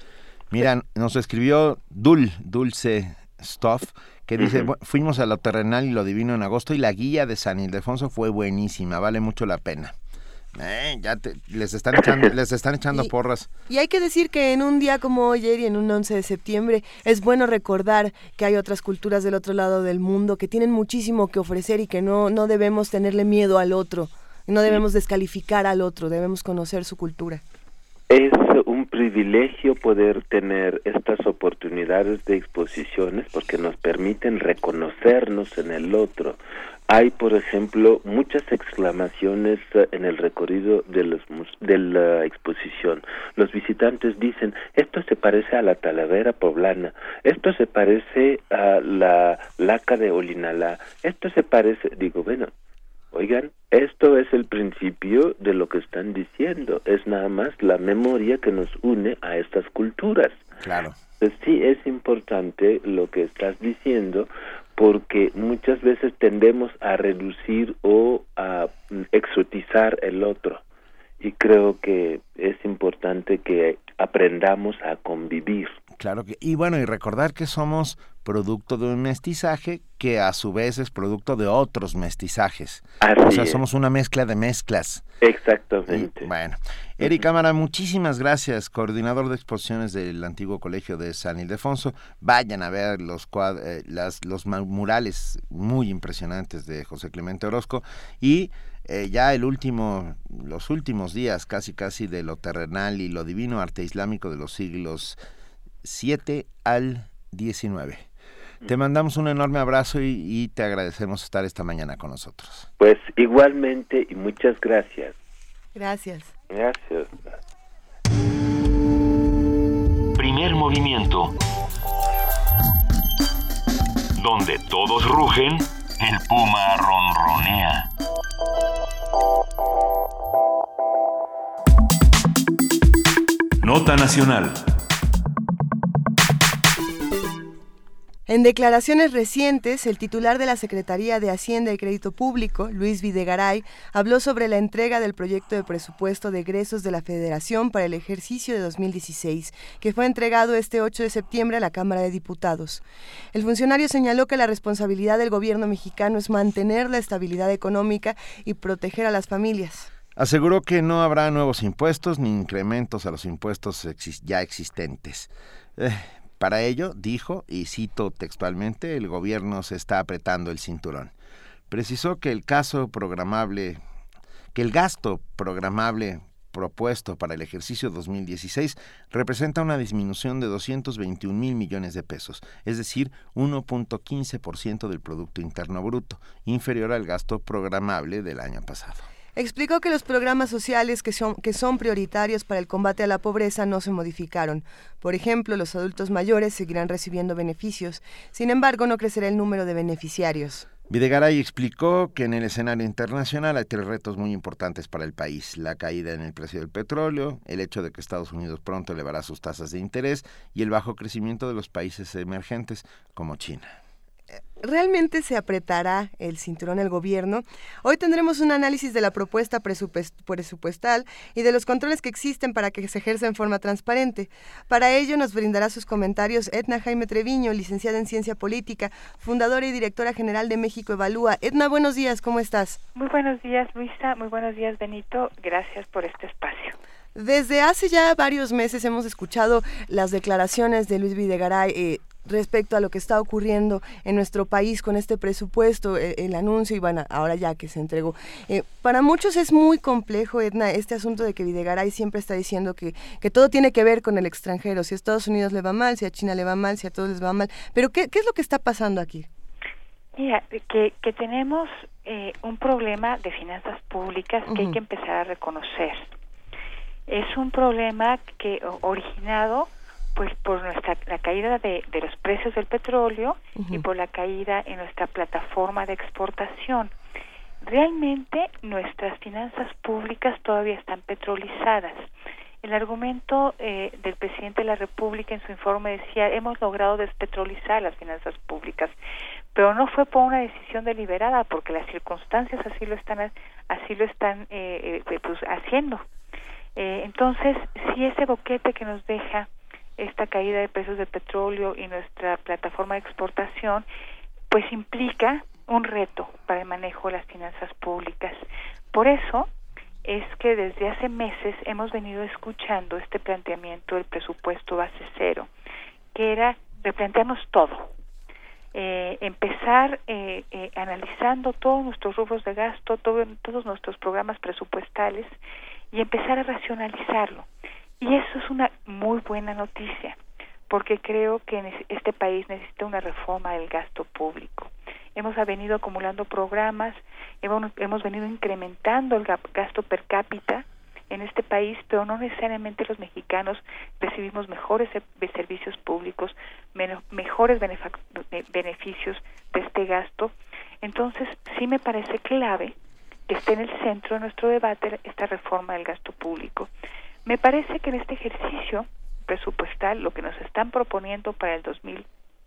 Mira, nos escribió Dul, Dulce Stoff, que dice, uh-huh. fuimos a lo terrenal y lo divino en agosto y la guía de San Ildefonso fue buenísima, vale mucho la pena. Eh, ya te, les están echando, les están echando y, porras. Y hay que decir que en un día como hoy y en un once de septiembre es bueno recordar que hay otras culturas del otro lado del mundo que tienen muchísimo que ofrecer y que no, no debemos tenerle miedo al otro, no debemos descalificar al otro, debemos conocer su cultura. Es un privilegio poder tener estas oportunidades de exposiciones porque nos permiten reconocernos en el otro. Hay, por ejemplo, muchas exclamaciones en el recorrido de, los, de la exposición. Los visitantes dicen, esto se parece a la Talavera poblana, esto se parece a la Laca de Olinalá, esto se parece, digo, bueno, oigan, esto es el principio de lo que están diciendo, es nada más la memoria que nos une a estas culturas. Claro. Pues sí, es importante lo que estás diciendo, porque muchas veces tendemos a reducir o a exotizar el otro, y creo que es importante que aprendamos a convivir. Claro que, y bueno, y recordar que somos producto de un mestizaje que a su vez es producto de otros mestizajes. Así o sea, es. somos una mezcla de mezclas. Exactamente. Y, bueno, Eri Cámara, muchísimas gracias, coordinador de exposiciones del antiguo colegio de San Ildefonso. Vayan a ver los cuad- eh, las, los murales muy impresionantes de José Clemente Orozco y eh, ya el último, los últimos días casi casi de lo terrenal y lo divino, arte islámico de los siglos siete al diecinueve. Te mandamos un enorme abrazo y, y te agradecemos estar esta mañana con nosotros. Pues igualmente y muchas gracias. Gracias. Gracias. Primer movimiento. Donde todos rugen, el puma ronronea. Nota nacional. En declaraciones recientes, el titular de la Secretaría de Hacienda y Crédito Público, Luis Videgaray, habló sobre la entrega del proyecto de presupuesto de egresos de la Federación para el ejercicio de dos mil dieciséis, que fue entregado este ocho de septiembre a la Cámara de Diputados. El funcionario señaló que la responsabilidad del gobierno mexicano es mantener la estabilidad económica y proteger a las familias. Aseguró que no habrá nuevos impuestos ni incrementos a los impuestos exis- ya existentes. Eh, Para ello, dijo, y cito textualmente, el gobierno se está apretando el cinturón. Precisó que el caso programable, que el gasto programable propuesto para el ejercicio dos mil dieciséis representa una disminución de doscientos veintiún mil millones de pesos, es decir, uno punto quince por ciento del Producto Interno Bruto, inferior al gasto programable del año pasado. Explicó que los programas sociales que son, que son prioritarios para el combate a la pobreza no se modificaron. Por ejemplo, los adultos mayores seguirán recibiendo beneficios. Sin embargo, no crecerá el número de beneficiarios. Videgaray explicó que en el escenario internacional hay tres retos muy importantes para el país: la caída en el precio del petróleo, el hecho de que Estados Unidos pronto elevará sus tasas de interés y el bajo crecimiento de los países emergentes como China. ¿Realmente se apretará el cinturón el gobierno? Hoy tendremos un análisis de la propuesta presupuestal y de los controles que existen para que se ejerza en forma transparente. Para ello nos brindará sus comentarios Edna Jaime Treviño, licenciada en Ciencia Política, fundadora y directora general de México Evalúa. Edna, buenos días, ¿cómo estás? Muy buenos días, Luisa. Muy buenos días, Benito. Gracias por este espacio. Desde hace ya varios meses hemos escuchado las declaraciones de Luis Videgaray eh, respecto a lo que está ocurriendo en nuestro país con este presupuesto, el, el anuncio, y bueno, ahora ya que se entregó. Eh, para muchos es muy complejo, Edna, este asunto de que Videgaray siempre está diciendo que, que todo tiene que ver con el extranjero, si a Estados Unidos le va mal, si a China le va mal, si a todos les va mal, pero ¿qué, qué es lo que está pasando aquí? Mira, que, que tenemos eh, un problema de finanzas públicas que uh-huh. hay que empezar a reconocer. Es un problema que originado pues por nuestra la caída de, de los precios del petróleo uh-huh. y por la caída en nuestra plataforma de exportación. Realmente nuestras finanzas públicas todavía están petrolizadas. El argumento eh, del presidente de la República en su informe decía: hemos logrado despetrolizar las finanzas públicas, pero no fue por una decisión deliberada, porque las circunstancias así lo están así lo están eh, eh, pues, haciendo. Eh, entonces, si ese boquete que nos deja esta caída de precios del petróleo y nuestra plataforma de exportación, pues implica un reto para el manejo de las finanzas públicas. Por eso es que desde hace meses hemos venido escuchando este planteamiento del presupuesto base cero, que era replantearnos todo, eh, empezar eh, eh, analizando todos nuestros rubros de gasto, todo, todos nuestros programas presupuestales y empezar a racionalizarlo. Y eso es una muy buena noticia, porque creo que este país necesita una reforma del gasto público. Hemos venido acumulando programas, hemos, hemos venido incrementando el gasto per cápita en este país, pero no necesariamente los mexicanos recibimos mejores servicios públicos, menos, mejores beneficios de este gasto. Entonces, sí me parece clave que esté en el centro de nuestro debate esta reforma del gasto público. Me parece que en este ejercicio presupuestal, lo que nos están proponiendo para el dos mil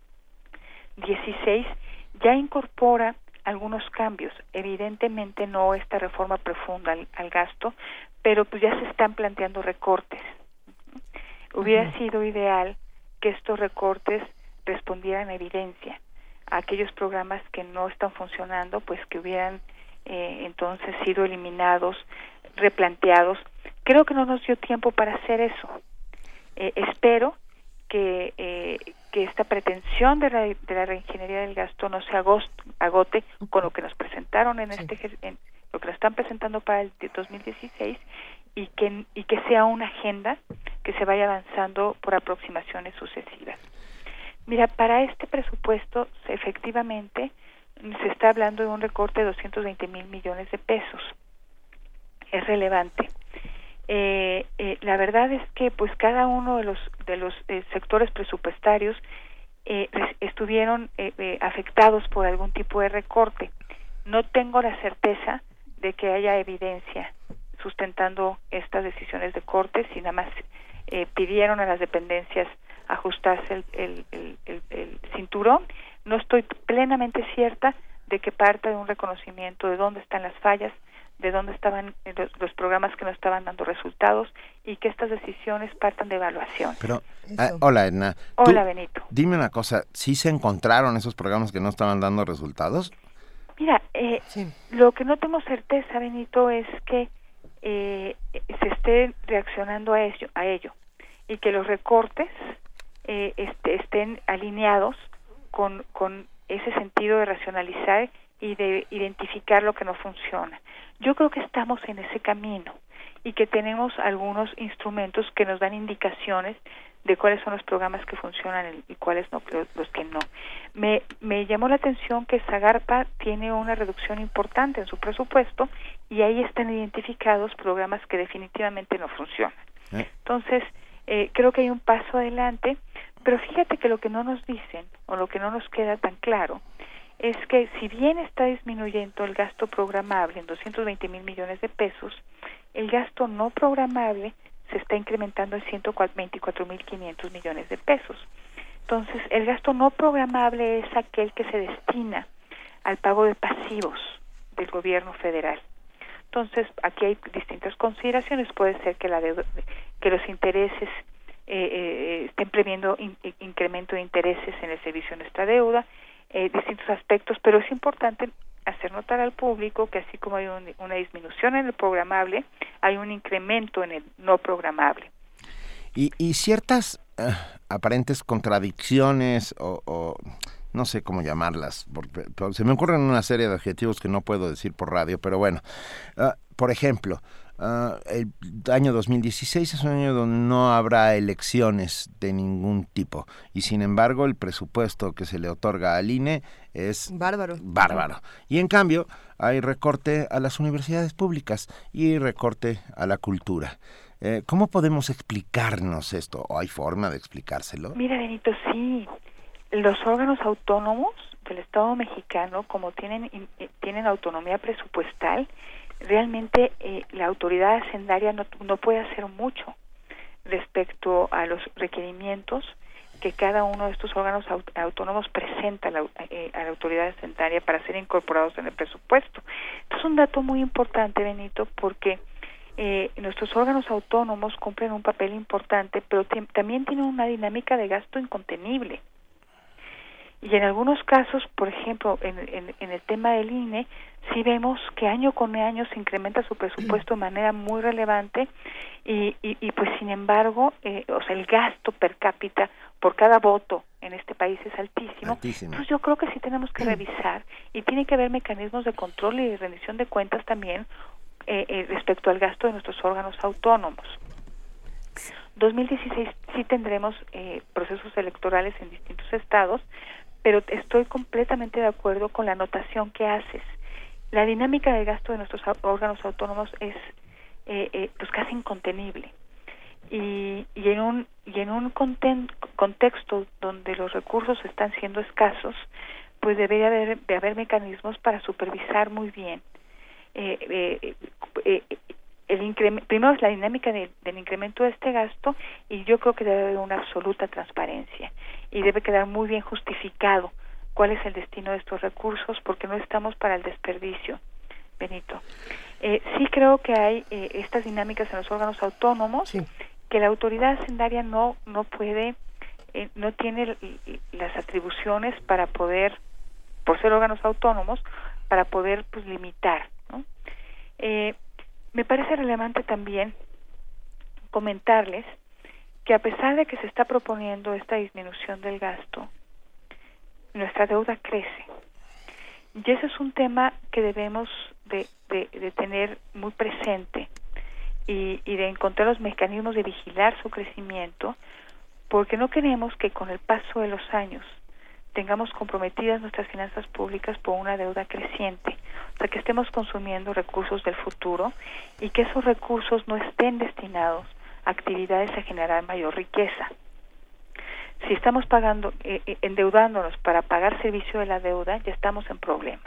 dieciséis ya incorpora algunos cambios. Evidentemente no esta reforma profunda al, al gasto, pero pues ya se están planteando recortes. Hubiera uh-huh. sido ideal que estos recortes respondieran a evidencia, a aquellos programas que no están funcionando, pues que hubieran eh, entonces sido eliminados, replanteados. Creo que no nos dio tiempo para hacer eso. Eh, espero que eh, que esta pretensión de la, de la reingeniería del gasto no se agost, agote con lo que nos presentaron en este en lo que nos están presentando para el dos mil dieciséis y que y que sea una agenda que se vaya avanzando por aproximaciones sucesivas. Mira, para este presupuesto efectivamente se está hablando de un recorte de doscientos veinte mil millones de pesos. Es relevante. Eh, eh, la verdad es que pues cada uno de los de los eh, sectores presupuestarios eh, estuvieron eh, eh, afectados por algún tipo de recorte. No tengo la certeza de que haya evidencia sustentando estas decisiones de corte, si nada más eh, pidieron a las dependencias ajustarse el, el, el, el, el cinturón. No estoy plenamente cierta de que parta de un reconocimiento de dónde están las fallas, de dónde estaban los, los programas que no estaban dando resultados y que estas decisiones partan de evaluación. Pero, ah, hola Edna. Hola Benito. Dime una cosa, ¿sí se encontraron esos programas que no estaban dando resultados? Mira, eh, sí. Lo que no tengo certeza, Benito, es que eh, se esté reaccionando a ello, a ello y que los recortes eh, este, estén alineados con, con ese sentido de racionalizar y de identificar lo que no funciona. Yo creo que estamos en ese camino y que tenemos algunos instrumentos que nos dan indicaciones de cuáles son los programas que funcionan y cuáles no, los que no. Me, me llamó la atención que Zagarpa tiene una reducción importante en su presupuesto y ahí están identificados programas que definitivamente no funcionan. ¿Eh? Entonces, eh, creo que hay un paso adelante, pero fíjate que lo que no nos dicen o lo que no nos queda tan claro es que si bien está disminuyendo el gasto programable en doscientos veinte mil millones de pesos, el gasto no programable se está incrementando en ciento veinticuatro mil quinientos millones de pesos. Entonces, el gasto no programable es aquel que se destina al pago de pasivos del gobierno federal. Entonces, aquí hay distintas consideraciones. Puede ser que la deuda, que los intereses eh, eh, estén previendo in, incremento de intereses en el servicio de nuestra deuda, eh, distintos aspectos, pero es importante hacer notar al público que así como hay un, una disminución en el programable, hay un incremento en el no programable. Y, y ciertas uh, aparentes contradicciones o, o no sé cómo llamarlas, porque, porque se me ocurren una serie de adjetivos que no puedo decir por radio, pero bueno, uh, por ejemplo, uh, el año dos mil dieciséis es un año donde no habrá elecciones de ningún tipo y sin embargo el presupuesto que se le otorga al I N E es bárbaro. Bárbaro. Y en cambio hay recorte a las universidades públicas y recorte a la cultura. Eh, ¿Cómo podemos explicarnos esto? ¿O hay forma de explicárselo? Mira, Benito, sí. Los órganos autónomos del Estado mexicano, como tienen eh, tienen autonomía presupuestal, realmente eh, la autoridad hacendaria no, no puede hacer mucho respecto a los requerimientos que cada uno de estos órganos aut- autónomos presenta a la, eh, a la autoridad hacendaria para ser incorporados en el presupuesto. Esto es un dato muy importante, Benito, porque eh, nuestros órganos autónomos cumplen un papel importante, pero t- también tienen una dinámica de gasto incontenible. Y en algunos casos, por ejemplo, en, en, en el tema del I N E, sí vemos que año con año se incrementa su presupuesto de manera muy relevante y, y, y pues sin embargo, eh, o sea, el gasto per cápita por cada voto en este país es altísimo. altísimo. Entonces yo creo que sí tenemos que revisar y tiene que haber mecanismos de control y de rendición de cuentas también eh, eh, respecto al gasto de nuestros órganos autónomos. dos mil dieciséis sí tendremos eh, procesos electorales en distintos estados, pero estoy completamente de acuerdo con la anotación que haces. La dinámica de gasto de nuestros órganos autónomos es eh, eh, pues casi incontenible. Y, y en un y en un conten, contexto donde los recursos están siendo escasos, pues debería haber, de haber mecanismos para supervisar muy bien eh, eh, eh, el incremento. Primero es la dinámica de, del incremento de este gasto y yo creo que debe haber una absoluta transparencia y debe quedar muy bien justificado cuál es el destino de estos recursos, porque no estamos para el desperdicio, Benito. Eh, sí creo que hay eh, estas dinámicas en los órganos autónomos, sí, que la autoridad hacendaria no no puede, eh, no tiene las atribuciones para poder, por ser órganos autónomos, para poder pues limitar, ¿no? Eh, me parece relevante también comentarles que a pesar de que se está proponiendo esta disminución del gasto, nuestra deuda crece. Y eso es un tema que debemos de, de, de tener muy presente y, y de encontrar los mecanismos de vigilar su crecimiento, porque no queremos que con el paso de los años tengamos comprometidas nuestras finanzas públicas por una deuda creciente, o sea, que estemos consumiendo recursos del futuro y que esos recursos no estén destinados a actividades a generar mayor riqueza. Si estamos pagando, eh, endeudándonos para pagar servicio de la deuda, ya estamos en problemas.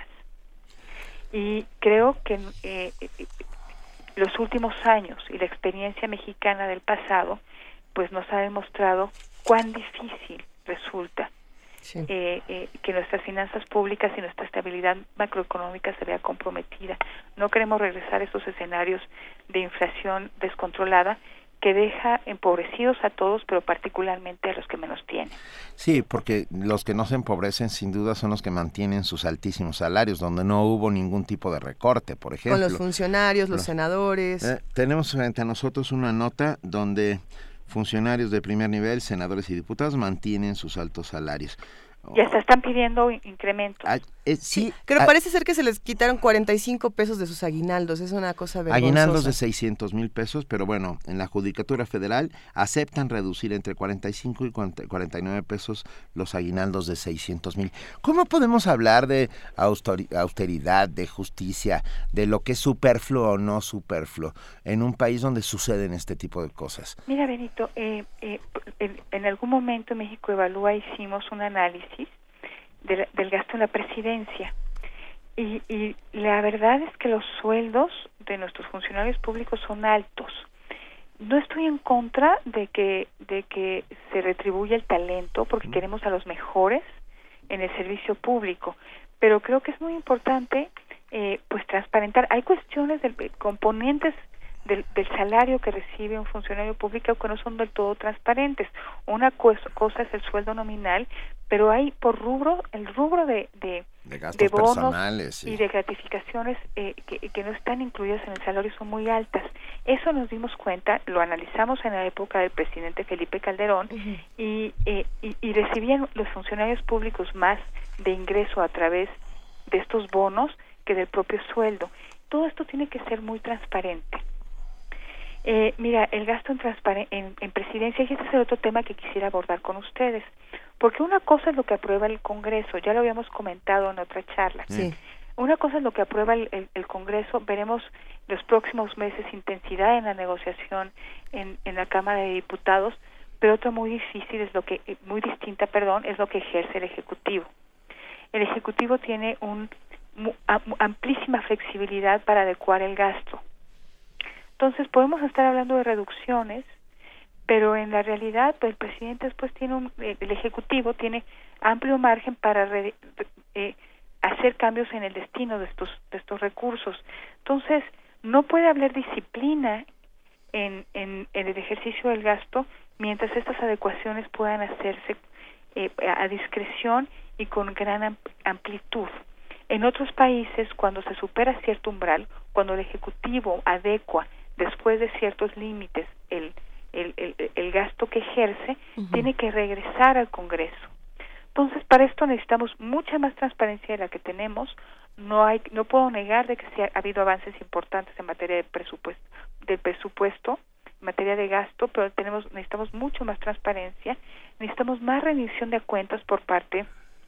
Y creo que eh, los últimos años y la experiencia mexicana del pasado, pues nos ha demostrado cuán difícil resulta sí. eh, eh, que nuestras finanzas públicas y nuestra estabilidad macroeconómica se vea comprometida. No queremos regresar a estos escenarios de inflación descontrolada que deja empobrecidos a todos, pero particularmente a los que menos tienen. Sí, porque los que no se empobrecen sin duda son los que mantienen sus altísimos salarios, donde no hubo ningún tipo de recorte, por ejemplo. Con los funcionarios, los, los senadores. Eh, tenemos frente a nosotros una nota donde funcionarios de primer nivel, senadores y diputados mantienen sus altos salarios. Y hasta están pidiendo incrementos. Ah, Eh, sí, pero a, parece ser que se les quitaron cuarenta y cinco pesos de sus aguinaldos, es una cosa vergonzosa. Aguinaldos de seiscientos mil pesos, pero bueno, en la Judicatura Federal aceptan reducir entre cuarenta y cinco y cuarenta y nueve pesos los aguinaldos de seiscientos mil. ¿Cómo podemos hablar de austeridad, de justicia, de lo que es superfluo o no superfluo en un país donde suceden este tipo de cosas? Mira, Benito, eh, eh, en, en algún momento México Evalúa hicimos un análisis De la, del gasto en la presidencia y, y la verdad es que los sueldos de nuestros funcionarios públicos son altos. No estoy en contra de que de que se retribuya el talento porque queremos a los mejores en el servicio público, pero creo que es muy importante eh, pues transparentar. Hay cuestiones de componentes del, del salario que recibe un funcionario público que no son del todo transparentes. Una cosa es el sueldo nominal, pero hay por rubro, el rubro de, de, de, gastos de bonos personales, sí. y de gratificaciones eh, que, que no están incluidas en el salario son muy altas. Eso nos dimos cuenta, lo analizamos en la época del presidente Felipe Calderón, uh-huh. y, eh, y, y recibían los funcionarios públicos más de ingreso a través de estos bonos que del propio sueldo. Todo esto tiene que ser muy transparente. Eh, mira, el gasto en, transparen- en, en presidencia, y este es el otro tema que quisiera abordar con ustedes, porque una cosa es lo que aprueba el Congreso, ya lo habíamos comentado en otra charla. Sí. Una cosa es lo que aprueba el, el, el Congreso, veremos los próximos meses intensidad en la negociación en, en la Cámara de Diputados, pero otra muy difícil es lo que, muy distinta, perdón, es lo que ejerce el Ejecutivo. El Ejecutivo tiene un mu, amplísima flexibilidad para adecuar el gasto. Entonces podemos estar hablando de reducciones, pero en la realidad pues, el presidente después tiene un, el ejecutivo tiene amplio margen para re, eh, hacer cambios en el destino de estos de estos recursos. Entonces no puede haber disciplina en, en, en el ejercicio del gasto mientras estas adecuaciones puedan hacerse eh, a discreción y con gran amplitud. En otros países, cuando se supera cierto umbral, cuando el ejecutivo adecua después de ciertos límites el El, el, el gasto que ejerce, uh-huh. tiene que regresar al Congreso. Entonces, para esto necesitamos mucha más transparencia de la que tenemos. No hay, no puedo negar de que sí ha habido avances importantes en materia de presupuesto, de presupuesto, en materia de gasto, pero tenemos, necesitamos mucho más transparencia, necesitamos más rendición de cuentas por parte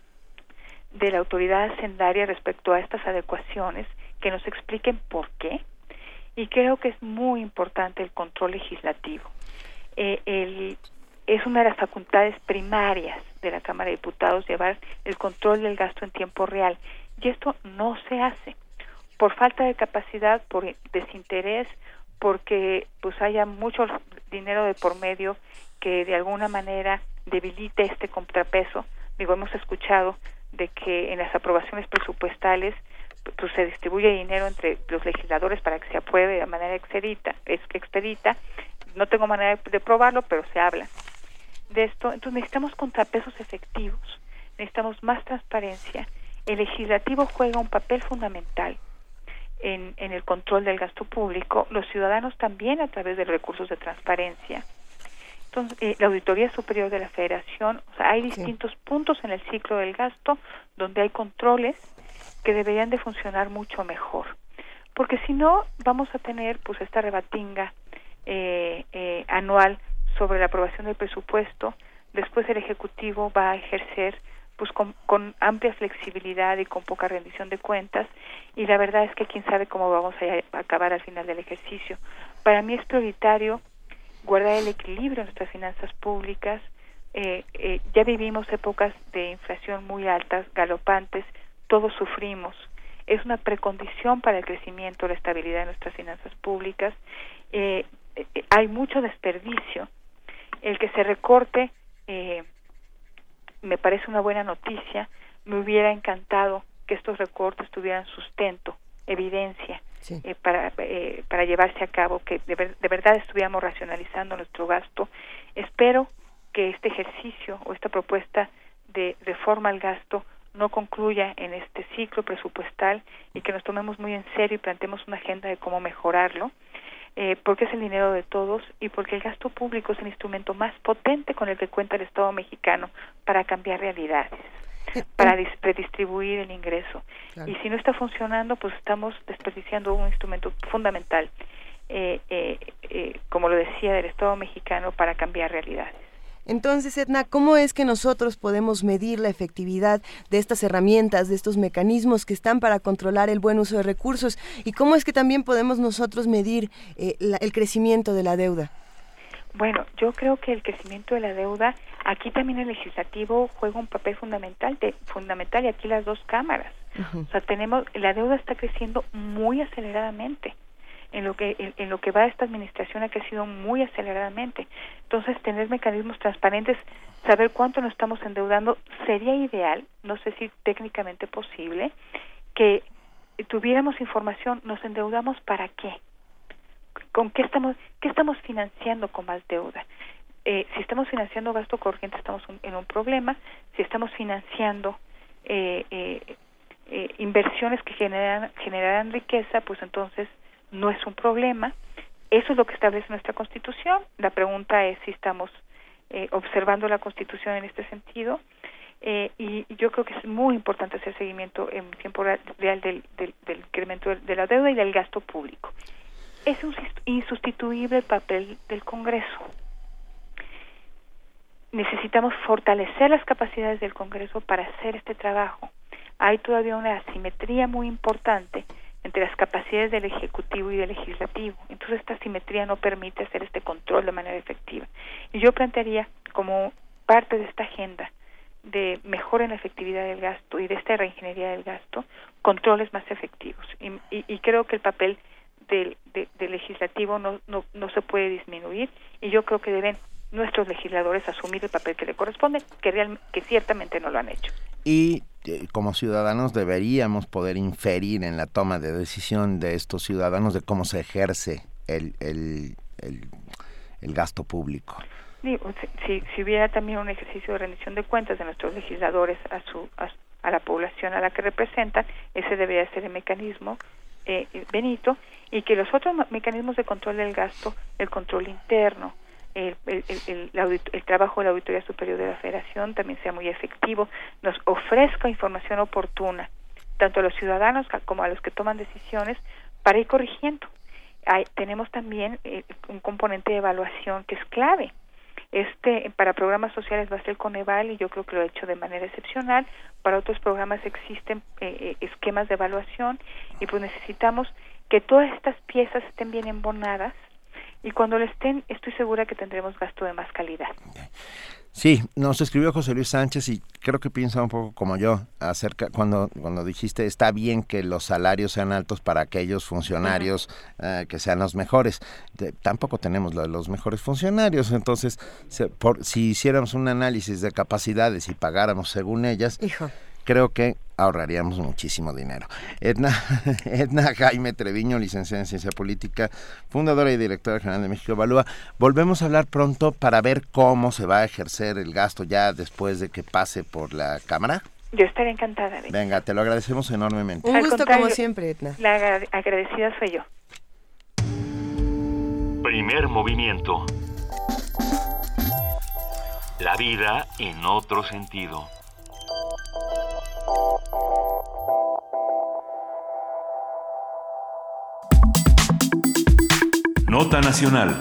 de la autoridad hacendaria respecto a estas adecuaciones, que nos expliquen por qué, y creo que es muy importante el control legislativo. Eh, el, es una de las facultades primarias de la Cámara de Diputados llevar el control del gasto en tiempo real, y esto no se hace por falta de capacidad, por desinterés, porque pues haya mucho dinero de por medio que de alguna manera debilite este contrapeso. Digo, hemos escuchado de que en las aprobaciones presupuestales pues se distribuye dinero entre los legisladores para que se apruebe de manera expedita, expedita. No tengo manera de probarlo, pero se habla de esto. Entonces necesitamos contrapesos efectivos, necesitamos más transparencia. El legislativo juega un papel fundamental en, en el control del gasto público, los ciudadanos también a través de los recursos de transparencia. Entonces, eh, la Auditoría Superior de la Federación, o sea, hay distintos sí. puntos en el ciclo del gasto donde hay controles que deberían de funcionar mucho mejor, porque si no vamos a tener pues esta rebatinga eh, eh, anual sobre la aprobación del presupuesto. Después el Ejecutivo va a ejercer pues con, con amplia flexibilidad y con poca rendición de cuentas, y la verdad es que quién sabe cómo vamos a acabar al final del ejercicio. Para mí es prioritario guardar el equilibrio en nuestras finanzas públicas. Eh, eh, ya vivimos épocas de inflación muy altas, galopantes, todos sufrimos. Es una precondición para el crecimiento, la estabilidad de nuestras finanzas públicas. Eh, eh, hay mucho desperdicio. El que se recorte eh, me parece una buena noticia. Me hubiera encantado que estos recortes tuvieran sustento, evidencia, sí. eh, para eh, para llevarse a cabo, que de, ver, de verdad estuviéramos racionalizando nuestro gasto. Espero que este ejercicio o esta propuesta de reforma al gasto no concluya en este ciclo presupuestal y que nos tomemos muy en serio y planteemos una agenda de cómo mejorarlo, eh, porque es el dinero de todos y porque el gasto público es el instrumento más potente con el que cuenta el Estado mexicano para cambiar realidades. para redistribuir el ingreso. Claro. Y si no está funcionando, pues estamos desperdiciando un instrumento fundamental, eh, eh, eh, como lo decía, del Estado mexicano para cambiar realidades. Entonces, Edna, ¿cómo es que nosotros podemos medir la efectividad de estas herramientas, de estos mecanismos que están para controlar el buen uso de recursos? ¿Y cómo es que también podemos nosotros medir eh, la, el crecimiento de la deuda? Bueno, yo creo que el crecimiento de la deuda, aquí también el legislativo juega un papel fundamental, de, fundamental y aquí las dos cámaras. Uh-huh. O sea, tenemos, la deuda está creciendo muy aceleradamente. En lo que en, en lo que va esta administración ha crecido muy aceleradamente. Entonces, tener mecanismos transparentes, saber cuánto nos estamos endeudando, sería ideal, no sé si técnicamente posible, que tuviéramos información, nos endeudamos para qué, con qué estamos, qué estamos financiando con más deuda. Eh, si estamos financiando gasto corriente, estamos un, en un problema. Si estamos financiando eh, eh, eh, inversiones que generan generarán riqueza, pues entonces no es un problema. Eso es lo que establece nuestra Constitución. La pregunta es si estamos eh, observando la Constitución en este sentido. Eh, y yo creo que es muy importante hacer seguimiento en tiempo real del, del, del incremento de la deuda y del gasto público. Es un insustituible el papel del Congreso. Necesitamos fortalecer las capacidades del Congreso para hacer este trabajo. Hay todavía una asimetría muy importante entre las capacidades del Ejecutivo y del Legislativo. Entonces esta asimetría no permite hacer este control de manera efectiva. Y yo plantearía como parte de esta agenda de mejora en la efectividad del gasto y de esta reingeniería del gasto, controles más efectivos. Y, y, y creo que el papel del, de, del Legislativo no, no, no se puede disminuir, y yo creo que deben nuestros legisladores asumir el papel que le corresponde, que, real, que ciertamente no lo han hecho. Y eh, como ciudadanos deberíamos poder inferir en la toma de decisión de estos ciudadanos de cómo se ejerce el, el, el, el gasto público. Digo, si, si hubiera también un ejercicio de rendición de cuentas de nuestros legisladores a su a, a la población a la que representan, ese debería ser el mecanismo, eh, Benito, y que los otros mecanismos de control del gasto, el control interno, El, el, el, el, audit- el trabajo de la Auditoría Superior de la Federación también sea muy efectivo, nos ofrezca información oportuna, tanto a los ciudadanos como a los que toman decisiones, para ir corrigiendo. Hay, tenemos también eh, un componente de evaluación que es clave. Este para programas sociales va a ser el Coneval, y yo creo que lo ha hecho de manera excepcional. Para otros programas existen eh, esquemas de evaluación, y pues necesitamos que todas estas piezas estén bien embonadas, y cuando lo estén, estoy segura que tendremos gasto de más calidad. Sí, nos escribió José Luis Sánchez, y creo que piensa un poco como yo acerca cuando cuando dijiste está bien que los salarios sean altos para aquellos funcionarios uh-huh. uh, que sean los mejores. De, tampoco tenemos lo, los mejores funcionarios, entonces se, por, si hiciéramos un análisis de capacidades y pagáramos según ellas, Hijo. creo que ahorraríamos muchísimo dinero. Edna, Edna Jaime Treviño, licenciada en Ciencia Política, fundadora y directora general de México Evalúa. Volvemos a hablar pronto para ver cómo se va a ejercer el gasto ya después de que pase por la Cámara. Yo estaré encantada. De Venga, te lo agradecemos enormemente. Un gusto como siempre, Edna. La agra- agradecida soy yo. Primer movimiento. La vida en otro sentido. Nota nacional.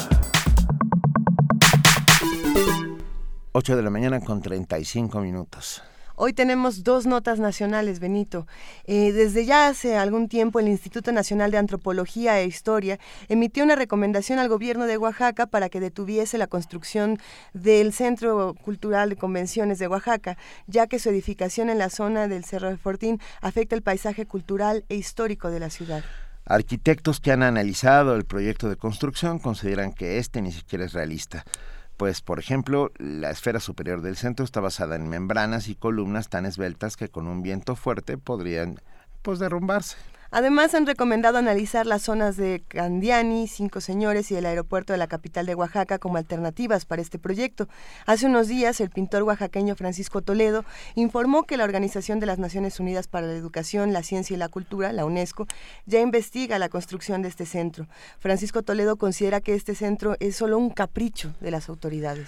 ocho de la mañana con treinta y cinco minutos. Hoy tenemos dos notas nacionales, Benito. Eh, desde ya hace algún tiempo el Instituto Nacional de Antropología e Historia emitió una recomendación al gobierno de Oaxaca para que detuviese la construcción del Centro Cultural de Convenciones de Oaxaca, ya que su edificación en la zona del Cerro de Fortín afecta el paisaje cultural e histórico de la ciudad. Arquitectos que han analizado el proyecto de construcción consideran que este ni siquiera es realista. Pues, por ejemplo, la esfera superior del centro está basada en membranas y columnas tan esbeltas que con un viento fuerte podrían, pues, derrumbarse. Además, han recomendado analizar las zonas de Candiani, Cinco Señores y el aeropuerto de la capital de Oaxaca como alternativas para este proyecto. Hace unos días, el pintor oaxaqueño Francisco Toledo informó que la Organización de las Naciones Unidas para la Educación, la Ciencia y la Cultura, la UNESCO, ya investiga la construcción de este centro. Francisco Toledo considera que este centro es solo un capricho de las autoridades.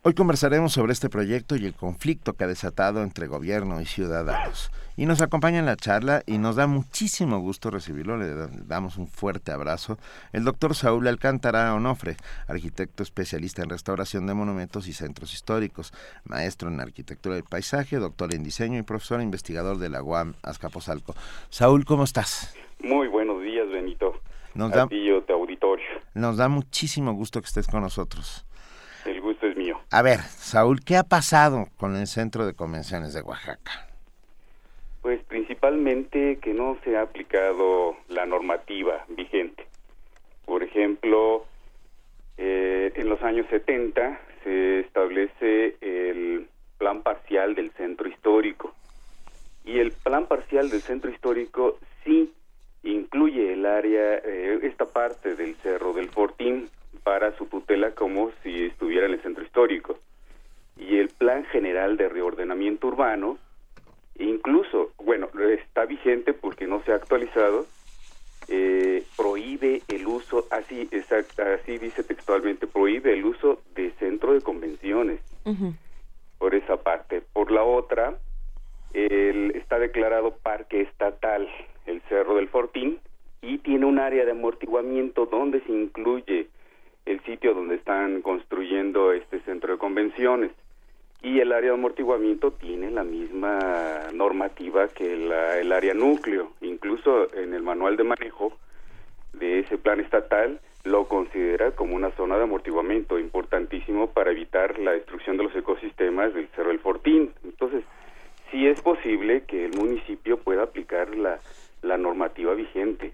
Hoy conversaremos sobre este proyecto y el conflicto que ha desatado entre gobierno y ciudadanos. Y nos acompaña en la charla y nos da muchísimo gusto recibirlo, le damos un fuerte abrazo, el doctor Saúl Alcántara Onofre, arquitecto especialista en restauración de monumentos y centros históricos, maestro en arquitectura del paisaje, doctor en diseño y profesor investigador de la U A M Azcapotzalco. Saúl, ¿cómo estás? Muy buenos días, Benito. Nos da, a ti y a tu auditorio. Nos da muchísimo gusto que estés con nosotros. El gusto es mío. A ver, Saúl, ¿qué ha pasado con el Centro de Convenciones de Oaxaca? Pues principalmente que no se ha aplicado la normativa vigente. Por ejemplo, eh, en los años setenta se establece el plan parcial del centro histórico. Y el plan parcial del centro histórico sí incluye el área, eh, esta parte del Cerro del Fortín, para su tutela como si estuviera en el centro histórico. Y el plan general de reordenamiento urbano, incluso, bueno, está vigente porque no se ha actualizado, eh, prohíbe el uso, así, exact, así dice textualmente, prohíbe el uso de centro de convenciones. Uh-huh. Por esa parte. Por la otra, el, está declarado parque estatal el Cerro del Fortín y tiene un área de amortiguamiento donde se incluye el sitio donde están construyendo este centro de convenciones, y el área de amortiguamiento tiene la misma normativa que la, el área núcleo. Incluso en el manual de manejo de ese plan estatal lo considera como una zona de amortiguamiento importantísimo para evitar la destrucción de los ecosistemas del Cerro del Fortín. Entonces, sí es posible que el municipio pueda aplicar la, la normativa vigente.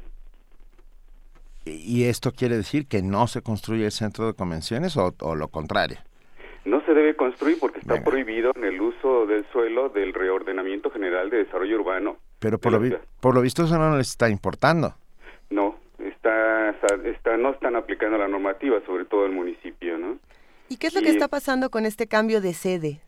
¿Y esto quiere decir que no se construye el centro de convenciones o, o lo contrario? No se debe construir porque está Venga. prohibido en el uso del suelo del reordenamiento general de desarrollo urbano. Pero por lo, vi- por lo visto eso no les está importando. No, está, está, no están aplicando la normativa, sobre todo el municipio, ¿no? ¿Y qué es lo y que está pasando con este cambio de sede?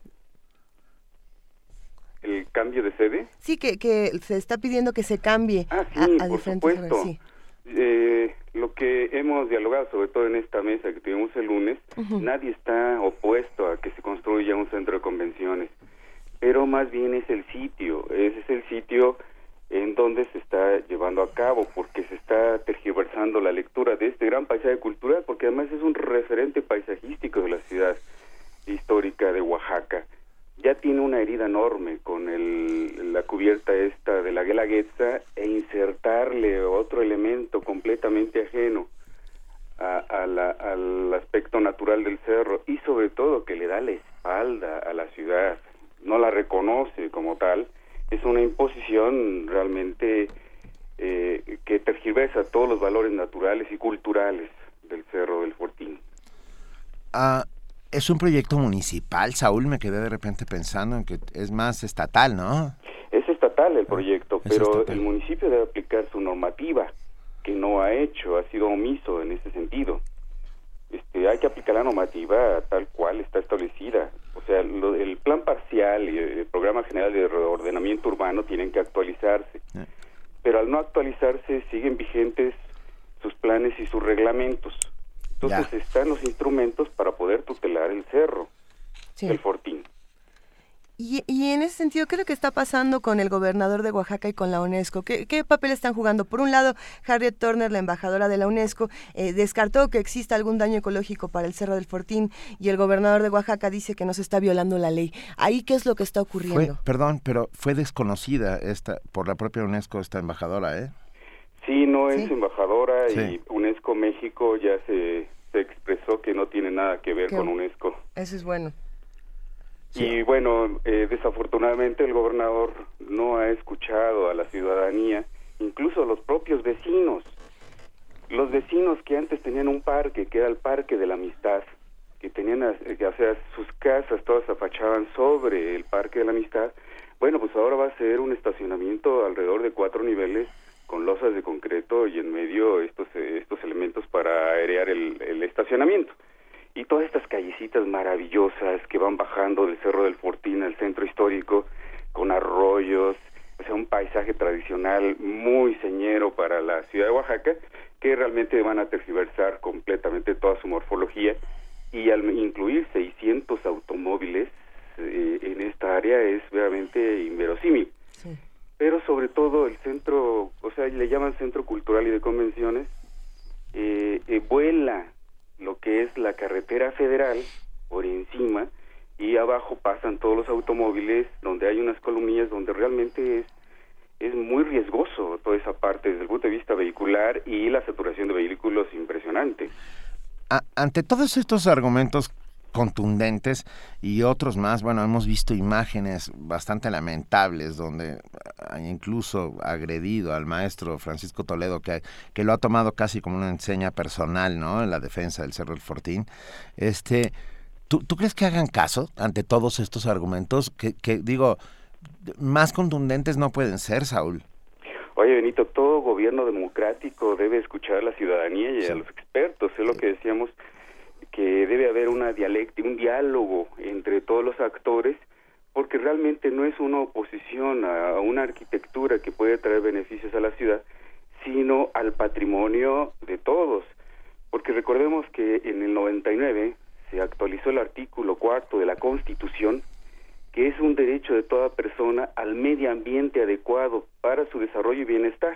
¿El cambio de sede? Sí, que, que se está pidiendo que se cambie ah, sí, a, a por diferentes supuesto. sí. Eh, lo que hemos dialogado, sobre todo en esta mesa que tuvimos el lunes, uh-huh. nadie está opuesto a que se construya un centro de convenciones, pero más bien es el sitio, ese es el sitio en donde se está llevando a cabo, porque se está tergiversando la lectura de este gran paisaje cultural, porque además es un referente paisajístico de la ciudad histórica de Oaxaca. Ya tiene una herida enorme con el, la cubierta esta de la Guelaguetza, e insertarle otro elemento completamente ajeno a, a la, al aspecto natural del cerro, y sobre todo que le da la espalda a la ciudad, no la reconoce como tal, es una imposición realmente eh, que tergiversa todos los valores naturales y culturales del Cerro del Fortín. Ah... Es un proyecto municipal, Saúl, me quedé de repente pensando en que es más estatal, ¿no? Es estatal el proyecto, es pero estatal. El municipio debe aplicar su normativa, que no ha hecho, ha sido omiso en ese sentido. Este, hay que aplicar la normativa tal cual está establecida. O sea, lo, el plan parcial y el programa general de reordenamiento urbano tienen que actualizarse. Eh. Pero al no actualizarse siguen vigentes sus planes y sus reglamentos. Entonces ya. están los instrumentos para poder tutelar el cerro, sí. el Fortín. Y, y en ese sentido, ¿qué es lo que está pasando con el gobernador de Oaxaca y con la UNESCO? ¿Qué, qué papel están jugando? Por un lado, Harriet Turner, la embajadora de la UNESCO, eh, descartó que exista algún daño ecológico para el Cerro del Fortín, y el gobernador de Oaxaca dice que no se está violando la ley. ¿Ahí qué es lo que está ocurriendo? Fue, perdón, pero fue desconocida esta por la propia UNESCO esta embajadora, ¿eh? Sí, no es ¿Sí? embajadora sí. y UNESCO México ya se, se expresó que no tiene nada que ver ¿Qué? con UNESCO. Eso es bueno. Sí. Y bueno, eh, desafortunadamente el gobernador no ha escuchado a la ciudadanía, incluso a los propios vecinos. Los vecinos que antes tenían un parque, que era el Parque de la Amistad, que tenían, o sea, sus casas todas afachaban sobre el Parque de la Amistad, bueno, pues ahora va a ser un estacionamiento alrededor de cuatro niveles, con losas de concreto y en medio estos estos elementos para airear el, el estacionamiento. Y todas estas callecitas maravillosas que van bajando del Cerro del Fortín al centro histórico, con arroyos, o sea, un paisaje tradicional muy señero para la ciudad de Oaxaca, que realmente van a tergiversar completamente toda su morfología y al incluir seiscientos automóviles eh, en esta área es realmente inverosímil. Sí. Pero sobre todo el centro, o sea, le llaman Centro Cultural y de Convenciones, eh, eh, vuela lo que es la carretera federal por encima y abajo pasan todos los automóviles, donde hay unas columnillas donde realmente es es muy riesgoso toda esa parte desde el punto de vista vehicular y la saturación de vehículos impresionante. A, ante todos estos argumentos contundentes y otros más, bueno, hemos visto imágenes bastante lamentables donde hay incluso agredido al maestro Francisco Toledo, que, que lo ha tomado casi como una enseña personal, ¿no?, en la defensa del Cerro del Fortín. Este, ¿tú, ¿Tú crees que hagan caso ante todos estos argumentos? Que, que digo, más contundentes no pueden ser, Saúl. Oye, Benito, todo gobierno democrático debe escuchar a la ciudadanía y sí. a los expertos. Es sí. lo que decíamos, que debe haber una dialéctica, un diálogo entre todos los actores, porque realmente no es una oposición a una arquitectura que puede traer beneficios a la ciudad, sino al patrimonio de todos. Porque recordemos que en el noventa y nueve se actualizó el artículo cuarto de la Constitución, que es un derecho de toda persona al medio ambiente adecuado para su desarrollo y bienestar.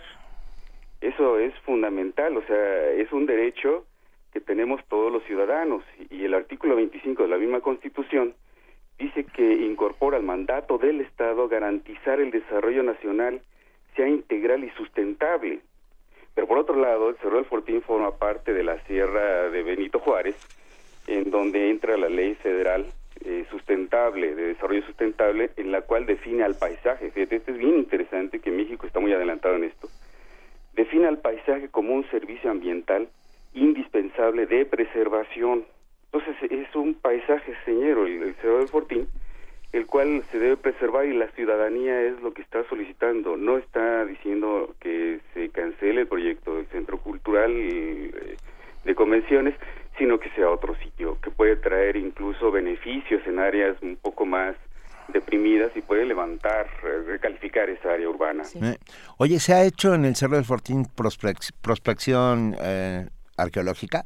Eso es fundamental, o sea, es un derecho que tenemos todos los ciudadanos, y el artículo veinticinco de la misma Constitución dice que incorpora el mandato del Estado garantizar el desarrollo nacional sea integral y sustentable. Pero por otro lado, el Cerro del Fortín forma parte de la Sierra de Benito Juárez, en donde entra la ley federal eh, sustentable, de desarrollo sustentable, en la cual define al paisaje. Fíjate, esto es bien interesante, que México está muy adelantado en esto. Define al paisaje como un servicio ambiental indispensable de preservación. Entonces es un paisaje señero, el, el Cerro del Fortín, el cual se debe preservar, y la ciudadanía es lo que está solicitando. No está diciendo que se cancele el proyecto del Centro Cultural eh, de Convenciones, sino que sea otro sitio, que puede traer incluso beneficios en áreas un poco más deprimidas y puede levantar, recalificar esa área urbana. Sí. Eh, oye, ¿se ha hecho en el Cerro del Fortín prospec- prospección eh, arqueológica?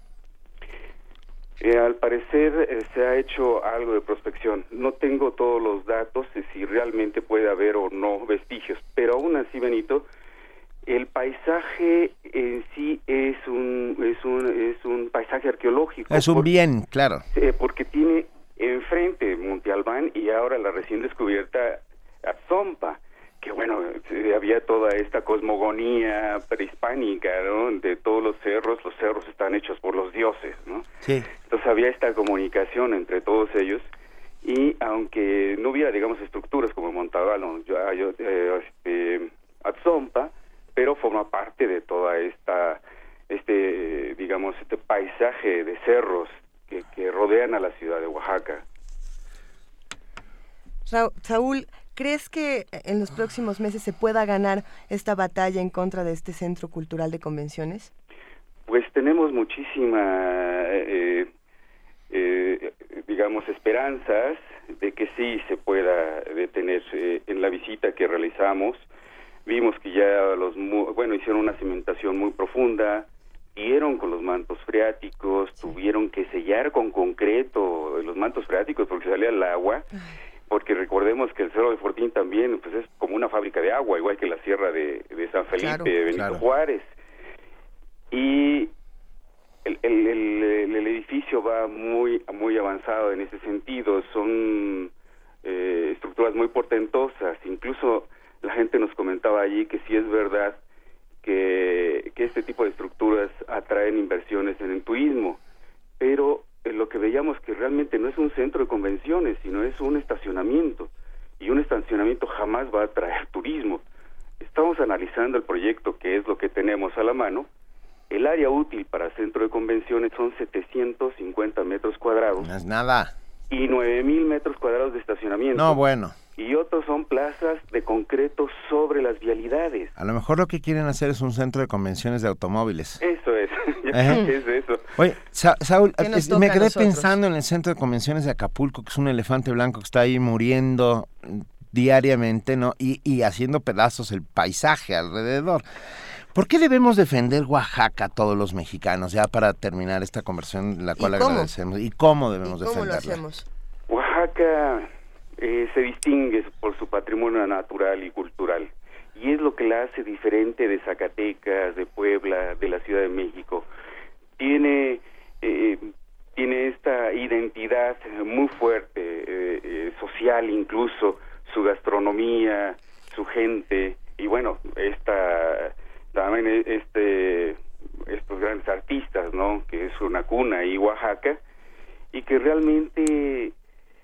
Eh, al parecer eh, se ha hecho algo de prospección. No tengo todos los datos de si realmente puede haber o no vestigios, pero aún así, Benito, el paisaje en sí es un es un es un paisaje arqueológico. Es un por, bien, claro. Eh, porque tiene enfrente Monte Albán y ahora la recién descubierta Atzompa, que bueno, había toda esta cosmogonía prehispánica, ¿no?, de todos los cerros. Los cerros están hechos por los dioses, ¿no? Sí. Entonces había esta comunicación entre todos ellos, y aunque no hubiera, digamos, estructuras como Montalbán, yo, yo, eh, este, Atzompa, pero forma parte de toda esta, este, digamos, este paisaje de cerros que, que rodean a la ciudad de Oaxaca. Ra- Saúl, ¿crees que en los próximos meses se pueda ganar esta batalla en contra de este Centro Cultural de Convenciones? Pues tenemos muchísima, eh, eh, digamos, esperanzas de que sí se pueda detener. Eh, en la visita que realizamos, vimos que ya los, bueno, hicieron una cimentación muy profunda, dieron con los mantos freáticos, tuvieron que sellar con concreto los mantos freáticos porque salía el agua, porque recordemos que el Cerro de Fortín también pues es como una fábrica de agua, igual que la Sierra de, de San Felipe, claro, Benito claro. Juárez. Y el, el, el, el edificio va muy, muy avanzado en ese sentido, son eh, estructuras muy portentosas, incluso la gente nos comentaba allí que sí es verdad que, que este tipo de estructuras atraen inversiones en el turismo, pero eh, lo que veíamos que realmente no es un centro de convenciones, sino es un estacionamiento, y un estacionamiento jamás va a atraer turismo. Estamos analizando el proyecto, que es lo que tenemos a la mano. El área útil para centro de convenciones son setecientos cincuenta metros cuadrados. No es nada. Y nueve mil metros cuadrados de estacionamiento. No, bueno. Y otros son plazas de concreto sobre las vialidades. A lo mejor lo que quieren hacer es un centro de convenciones de automóviles. Eso es, es eso. Oye, Sa- Saúl, es, me quedé pensando en el centro de convenciones de Acapulco, que es un elefante blanco que está ahí muriendo diariamente, ¿no? Y, y haciendo pedazos el paisaje alrededor. ¿Por qué debemos defender Oaxaca todos los mexicanos? Ya para terminar esta conversación, la cual agradecemos. ¿Y cómo debemos ¿Y cómo defenderla? lo hacemos? Oaxaca eh, se distingue por su patrimonio natural y cultural, y es lo que la hace diferente de Zacatecas, de Puebla, de la Ciudad de México. Tiene eh, tiene esta identidad muy fuerte, eh, eh, social incluso, su gastronomía, su gente, y bueno, esta también este estos grandes artistas, ¿no? Que es una cuna y Oaxaca, y que realmente eh,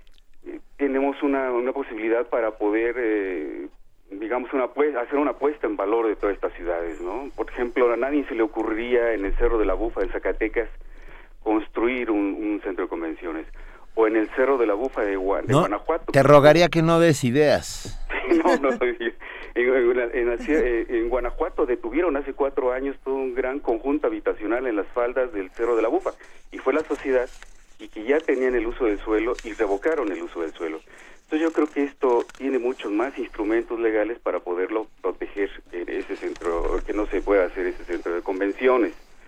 tenemos una, una posibilidad para poder eh, digamos una hacer una puesta en valor de todas estas ciudades, ¿no? Por ejemplo, a nadie se le ocurriría en el Cerro de la Bufa en Zacatecas construir un, un centro de convenciones, o en el Cerro de la Bufa de, Gua- de ¿No? Guanajuato. Te rogaría que no des ideas. no, no, en, en, en, en, en Guanajuato detuvieron hace cuatro años todo un gran conjunto habitacional en las faldas del Cerro de la Bufa, y fue la sociedad y que ya tenían el uso del suelo y revocaron el uso del suelo. Entonces yo creo que esto tiene muchos más instrumentos legales para poderlo proteger, eh, ese centro, que no se pueda hacer ese centro de convenciones.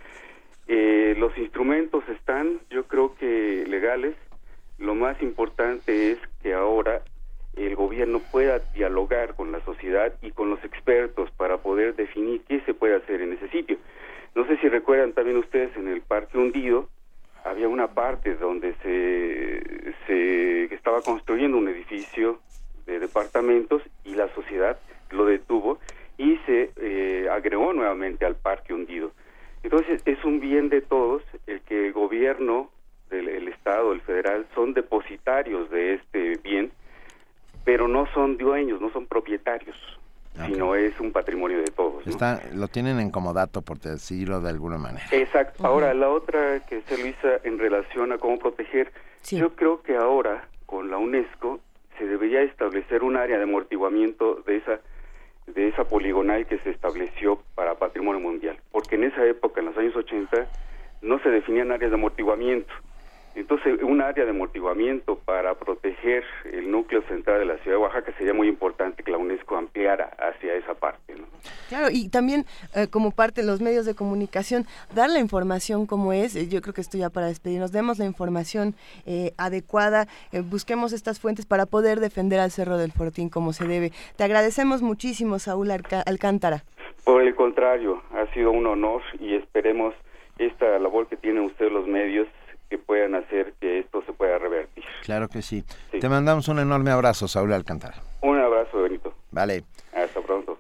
Eh, los instrumentos están, yo creo que legales. Lo más importante es que ahora el gobierno pueda dialogar con la sociedad y con los expertos para poder definir qué se puede hacer en ese sitio. No sé si recuerdan también ustedes, en el Parque Hundido había una parte donde se, se estaba construyendo un edificio de departamentos y la sociedad lo detuvo y se eh, agregó nuevamente al Parque Hundido. Entonces es un bien de todos el que el gobierno del el Estado, el federal, son depositarios de este bien, pero no son dueños, no son propietarios, okay, sino es un patrimonio de todos, ¿no? Está, lo tienen en comodato, por decirlo de alguna manera. Exacto. Uh-huh. Ahora, la otra que se Luisa, en relación a cómo proteger, sí. Yo creo que ahora, con la UNESCO, se debería establecer un área de amortiguamiento de esa de esa poligonal que se estableció para patrimonio mundial, porque en esa época, en los años ochenta, no se definían áreas de amortiguamiento. Entonces, un área de amortiguamiento para proteger el núcleo central de la ciudad de Oaxaca sería muy importante que la UNESCO ampliara hacia esa parte, ¿no? Claro, y también eh, como parte de los medios de comunicación, dar la información como es. Eh, yo creo que esto ya para despedirnos, demos la información eh, adecuada, eh, busquemos estas fuentes para poder defender al Cerro del Fortín como se debe. Te agradecemos muchísimo, Saúl Arca- Alcántara. Por el contrario, ha sido un honor y esperemos esta labor que tienen ustedes los medios que puedan hacer que esto se pueda revertir. Claro que sí. sí. Te mandamos un enorme abrazo, Saúl Alcántara. Un abrazo, Benito. Vale. Hasta pronto.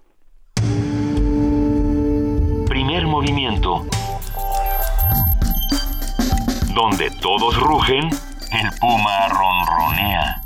Primer movimiento. Donde todos rugen, el puma ronronea.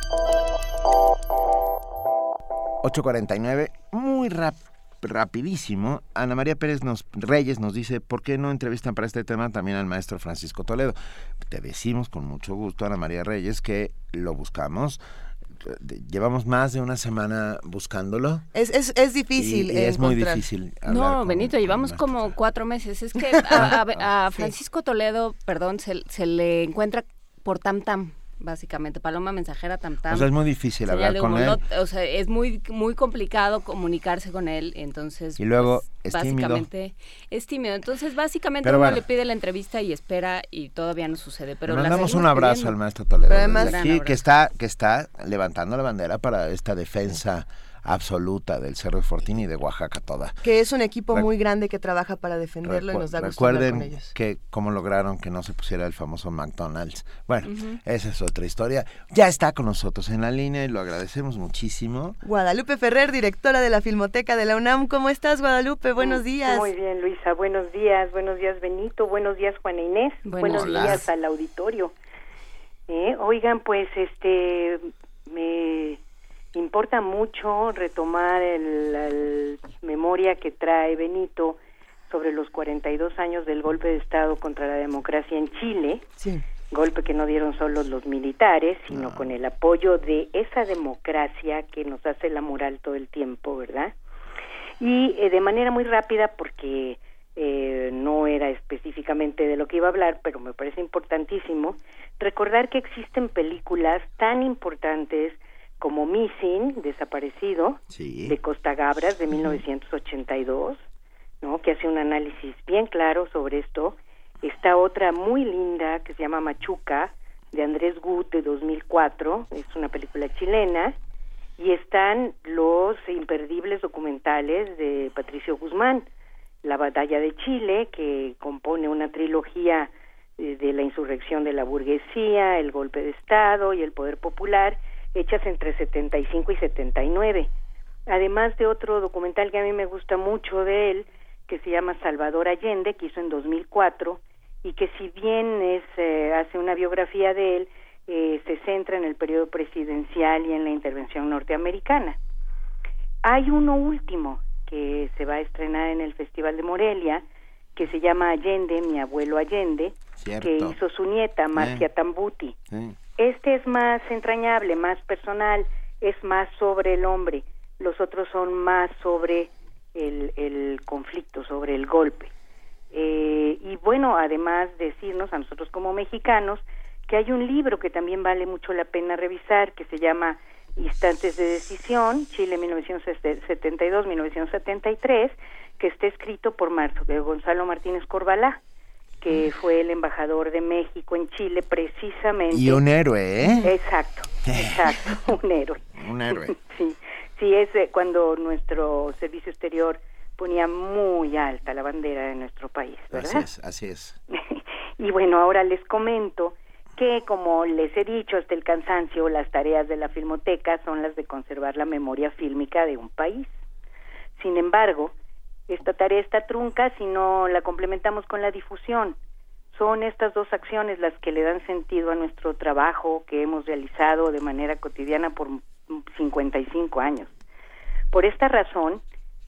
ocho cuarenta y nueve, muy rápido. Rapidísimo, Ana María Pérez nos, Reyes nos dice, ¿por qué no entrevistan para este tema también al maestro Francisco Toledo? Te decimos con mucho gusto, Ana María Reyes, que lo buscamos. Llevamos más de una semana buscándolo. Es es, es difícil. Y, y es muy difícil. No, con, Benito, llevamos como cuatro meses. Es que a, a, a Francisco Toledo, perdón, se, se le encuentra por Tam Tam. Básicamente, paloma mensajera, tam tam. O sea, es muy difícil hablar con él. No, o sea, es muy muy complicado comunicarse con él, entonces. Y luego pues, es básicamente tímido. es tímido. Entonces, básicamente pero uno bueno, le pide la entrevista y espera y todavía no sucede. Pero le mandamos la un abrazo pidiendo. al maestro Toledo. Pero además, aquí, que está que está levantando la bandera para esta defensa absoluta del Cerro de Fortín y de Oaxaca toda. Que es un equipo Re- muy grande que trabaja para defenderlo Recu- y nos da gusto hablar con ellos. Que cómo lograron que no se pusiera el famoso McDonald's. Bueno, uh-huh. Esa es otra historia. Ya está con nosotros en la línea y lo agradecemos muchísimo. Guadalupe Ferrer, directora de la Filmoteca de la UNAM. ¿Cómo estás, Guadalupe? Buenos días. Muy bien, Luisa. Buenos días. Buenos días, Benito. Buenos días, Juana Inés. Buenos, Buenos Hola. días al auditorio. Eh, oigan, pues, este, me importa mucho retomar el, el memoria que trae Benito sobre los cuarenta y dos años del golpe de Estado contra la democracia en Chile. Sí. Golpe que no dieron solo los militares, sino no. con el apoyo de esa democracia que nos hace la moral todo el tiempo, ¿verdad? Y eh, de manera muy rápida, porque eh, no era específicamente de lo que iba a hablar, pero me parece importantísimo, recordar que existen películas tan importantes como Missing, Desaparecido, sí. de Costa Gabras, de mil novecientos ochenta y dos, ¿no?, que hace un análisis bien claro sobre esto. Está otra muy linda que se llama Machuca, de Andrés Gut, de dos mil cuatro, es una película chilena, y están los imperdibles documentales de Patricio Guzmán, La Batalla de Chile, que compone una trilogía de, de la insurrección de la burguesía, el golpe de Estado y el poder popular, hechas entre setenta y cinco y setenta y nueve. Además de otro documental que a mí me gusta mucho de él, que se llama Salvador Allende, que hizo en dos mil cuatro, y que si bien es eh, hace una biografía de él, eh, se centra en el periodo presidencial y en la intervención norteamericana. Hay uno último que se va a estrenar en el Festival de Morelia, que se llama Allende, mi abuelo Allende, Cierto. que hizo su nieta, Marcia Eh. Tambuti. Sí. Este es más entrañable, más personal, es más sobre el hombre. Los otros son más sobre el, el conflicto, sobre el golpe. Eh, y bueno, además decirnos a nosotros como mexicanos que hay un libro que también vale mucho la pena revisar, que se llama Instantes de Decisión, Chile mil novecientos setenta y dos a mil novecientos setenta y tres, que está escrito por Mar- Gonzalo Martínez Corbalá, que fue el embajador de México en Chile precisamente. Y un héroe, ¿eh? Exacto, exacto, un héroe. Un héroe. Sí, sí, es eh, cuando nuestro servicio exterior ponía muy alta la bandera de nuestro país, ¿verdad? Así es, así es. Y bueno, ahora les comento que, como les he dicho hasta el cansancio, las tareas de la Filmoteca son las de conservar la memoria fílmica de un país. Sin embargo, esta tarea está trunca si no la complementamos con la difusión. Son estas dos acciones las que le dan sentido a nuestro trabajo que hemos realizado de manera cotidiana por cincuenta y cinco años. Por esta razón,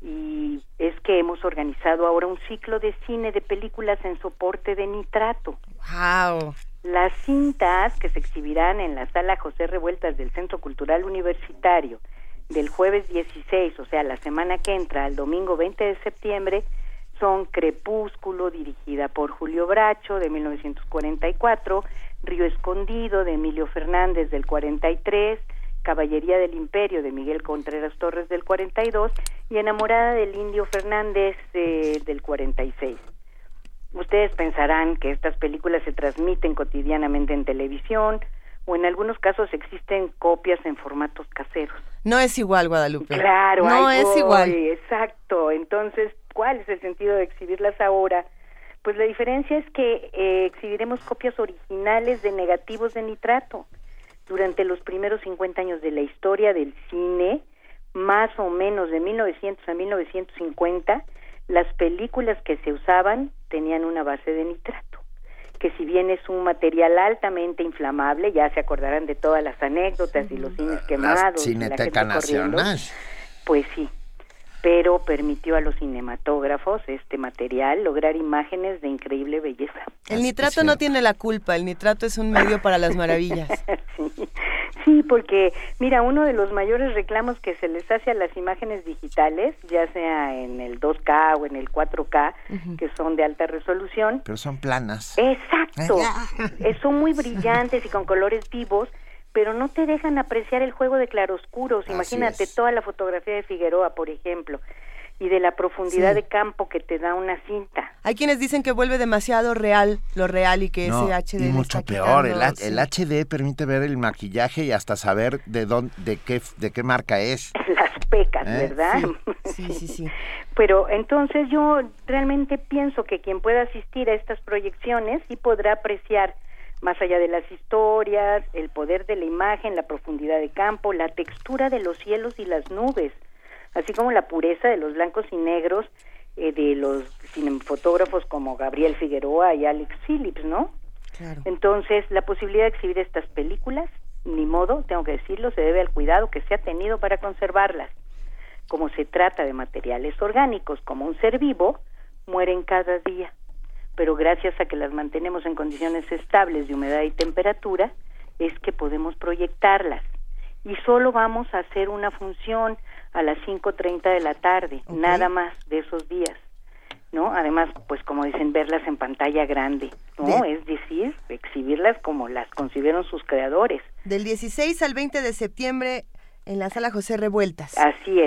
y es que hemos organizado ahora un ciclo de cine de películas en soporte de nitrato. ¡Wow! Las cintas que se exhibirán en la Sala José Revueltas del Centro Cultural Universitario del jueves dieciséis, o sea, la semana que entra, al domingo veinte de septiembre, son Crepúsculo, dirigida por Julio Bracho, de mil novecientos cuarenta y cuatro, Río Escondido, de Emilio Fernández, del cuarenta y tres, Caballería del Imperio, de Miguel Contreras Torres, del cuarenta y dos, y Enamorada del Indio Fernández, eh, del cuarenta y seis. Ustedes pensarán que estas películas se transmiten cotidianamente en televisión, o en algunos casos existen copias en formatos caseros. No es igual, Guadalupe. Claro, no ahí es voy, igual. Exacto. Entonces, ¿cuál es el sentido de exhibirlas ahora? Pues la diferencia es que eh, exhibiremos copias originales de negativos de nitrato. Durante los primeros cincuenta años de la historia del cine, más o menos de mil novecientos a mil novecientos cincuenta, las películas que se usaban tenían una base de nitrato, que si bien es un material altamente inflamable, ya se acordarán de todas las anécdotas y los cines quemados, La y la Cineteca gente corriendo, Nacional. pues sí, pero permitió a los cinematógrafos este material lograr imágenes de increíble belleza. El nitrato no tiene la culpa, el nitrato es un medio para las maravillas. sí. sí, porque mira, uno de los mayores reclamos que se les hace a las imágenes digitales, ya sea en el dos K o en el cuatro K, uh-huh. que son de alta resolución. Pero son planas. Exacto, eh, son muy brillantes y con colores vivos, pero no te dejan apreciar el juego de claroscuros. Así Imagínate es. Toda la fotografía de Figueroa, por ejemplo, y de la profundidad sí. de campo que te da una cinta. Hay quienes dicen que vuelve demasiado real lo real y que no, ese H D y le mucho está peor, quitando, el, sí. el H D permite ver el maquillaje y hasta saber de dónde, de qué, de qué marca es. Las pecas, ¿eh? ¿Verdad? Sí. sí, sí, sí. Pero entonces yo realmente pienso que quien pueda asistir a estas proyecciones sí podrá apreciar más allá de las historias, el poder de la imagen, la profundidad de campo, la textura de los cielos y las nubes, así como la pureza de los blancos y negros eh, de los cinefotógrafos como Gabriel Figueroa y Alex Phillips, ¿no? Claro. Entonces, la posibilidad de exhibir estas películas, ni modo, tengo que decirlo, se debe al cuidado que se ha tenido para conservarlas. Como se trata de materiales orgánicos, como un ser vivo, mueren cada día. Pero gracias a que las mantenemos en condiciones estables de humedad y temperatura, es que podemos proyectarlas. Y solo vamos a hacer una función a las cinco treinta de la tarde, okay. nada más de esos días, ¿no? Además, pues como dicen, verlas en pantalla grande, ¿no? De... Es decir, exhibirlas como las concibieron sus creadores. Del dieciséis al veinte de septiembre en la Sala José Revueltas. Así es.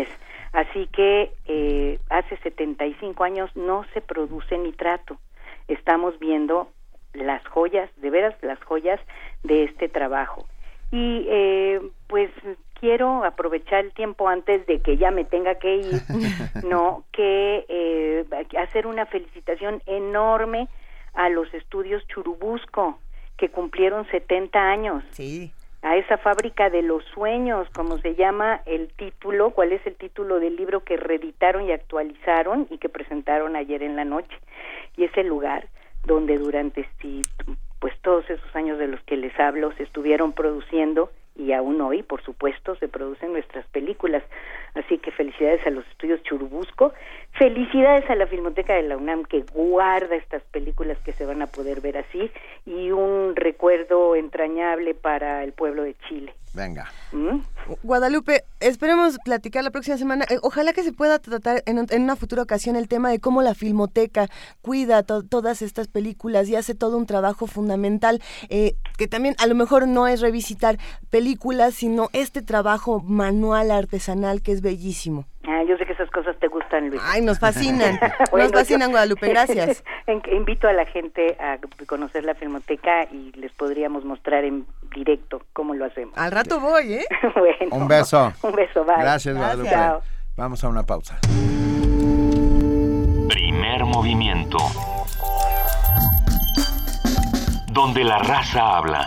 Así que eh, hace setenta y cinco años no se produce nitrato. Estamos viendo las joyas, de veras las joyas de este trabajo. Y eh, pues quiero aprovechar el tiempo antes de que ya me tenga que ir, no, que eh, hacer una felicitación enorme a los estudios Churubusco, que cumplieron setenta años. Sí. A esa fábrica de los sueños, como se llama el título, cuál es el título del libro que reeditaron y actualizaron y que presentaron ayer en la noche. Y es el lugar donde durante sí, pues todos esos años de los que les hablo se estuvieron produciendo, y aún hoy, por supuesto, se producen nuestras películas. Así que felicidades a los estudios Churubusco, felicidades a la Filmoteca de la UNAM, que guarda estas películas que se van a poder ver así, y un recuerdo entrañable para el pueblo de Chile. Venga. ¿Mm? Guadalupe, esperemos platicar la próxima semana. Eh, ojalá que se pueda tratar en, en una futura ocasión el tema de cómo la Filmoteca cuida to- todas estas películas y hace todo un trabajo fundamental, eh, que también a lo mejor no es revisitar películas, sino este trabajo manual artesanal que es bellísimo. Ah, yo sé que esas cosas te gustan, Luis. Ay, nos fascinan. Bueno, nos fascinan, yo- Guadalupe, gracias. En- Invito a la gente a conocer la Filmoteca y les podríamos mostrar en directo cómo lo hacemos. Al rato voy, ¿eh? Bueno. Un beso. Un beso, bye. Gracias, Guadalupe. Chao. Vamos a una pausa. Primer movimiento. Donde la raza habla.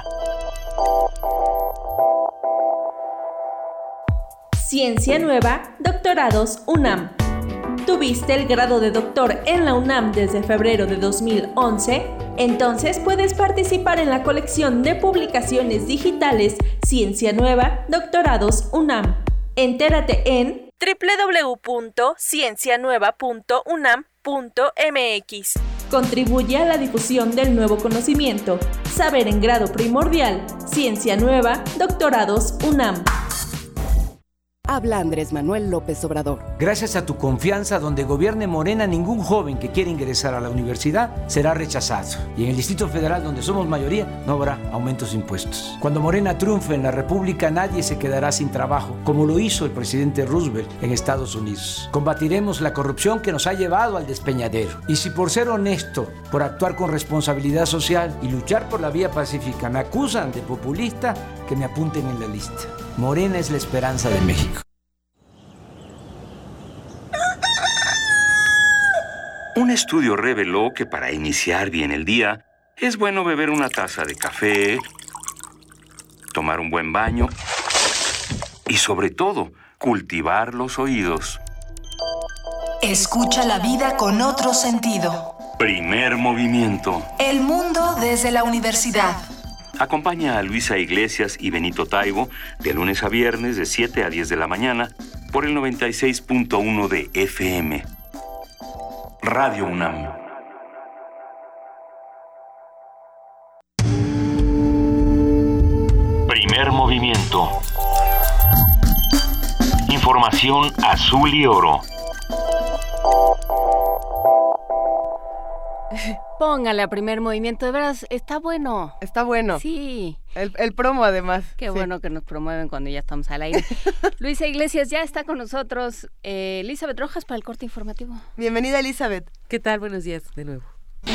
Ciencia Nueva, Doctorados UNAM. ¿Tuviste el grado de doctor en la UNAM desde febrero de dos mil once? Entonces puedes participar en la colección de publicaciones digitales Ciencia Nueva, Doctorados UNAM. Entérate en doble u doble u doble u punto ciencia nueva punto unam punto m x. Contribuye a la difusión del nuevo conocimiento. Saber en grado primordial. Ciencia Nueva, Doctorados UNAM. Habla Andrés Manuel López Obrador. Gracias a tu confianza, donde gobierne Morena, ningún joven que quiera ingresar a la universidad será rechazado. Y en el Distrito Federal, donde somos mayoría, no habrá aumentos de impuestos. Cuando Morena triunfe en la República, nadie se quedará sin trabajo, como lo hizo el presidente Roosevelt en Estados Unidos. Combatiremos la corrupción que nos ha llevado al despeñadero. Y si por ser honesto, por actuar con responsabilidad social y luchar por la vía pacífica me acusan de populista, que me apunten en la lista. Morena es la esperanza de México. Un estudio reveló que para iniciar bien el día es bueno beber una taza de café, tomar un buen baño y, sobre todo, cultivar los oídos. Escucha la vida con otro sentido. Primer movimiento. El mundo desde la universidad. Acompaña a Luisa Iglesias y Benito Taibo de lunes a viernes de siete a diez de la mañana por el noventa y seis punto uno de F M. Radio UNAM. Primer movimiento. Información azul y oro. Póngale a Primer Movimiento, de veras, está bueno. Está bueno. Sí. El, el promo, además. Qué sí. bueno que nos promueven cuando ya estamos al aire. Luisa Iglesias ya está con nosotros. Eh, Elizabeth Rojas para el corte informativo. Bienvenida, Elizabeth. ¿Qué tal? Buenos días de nuevo.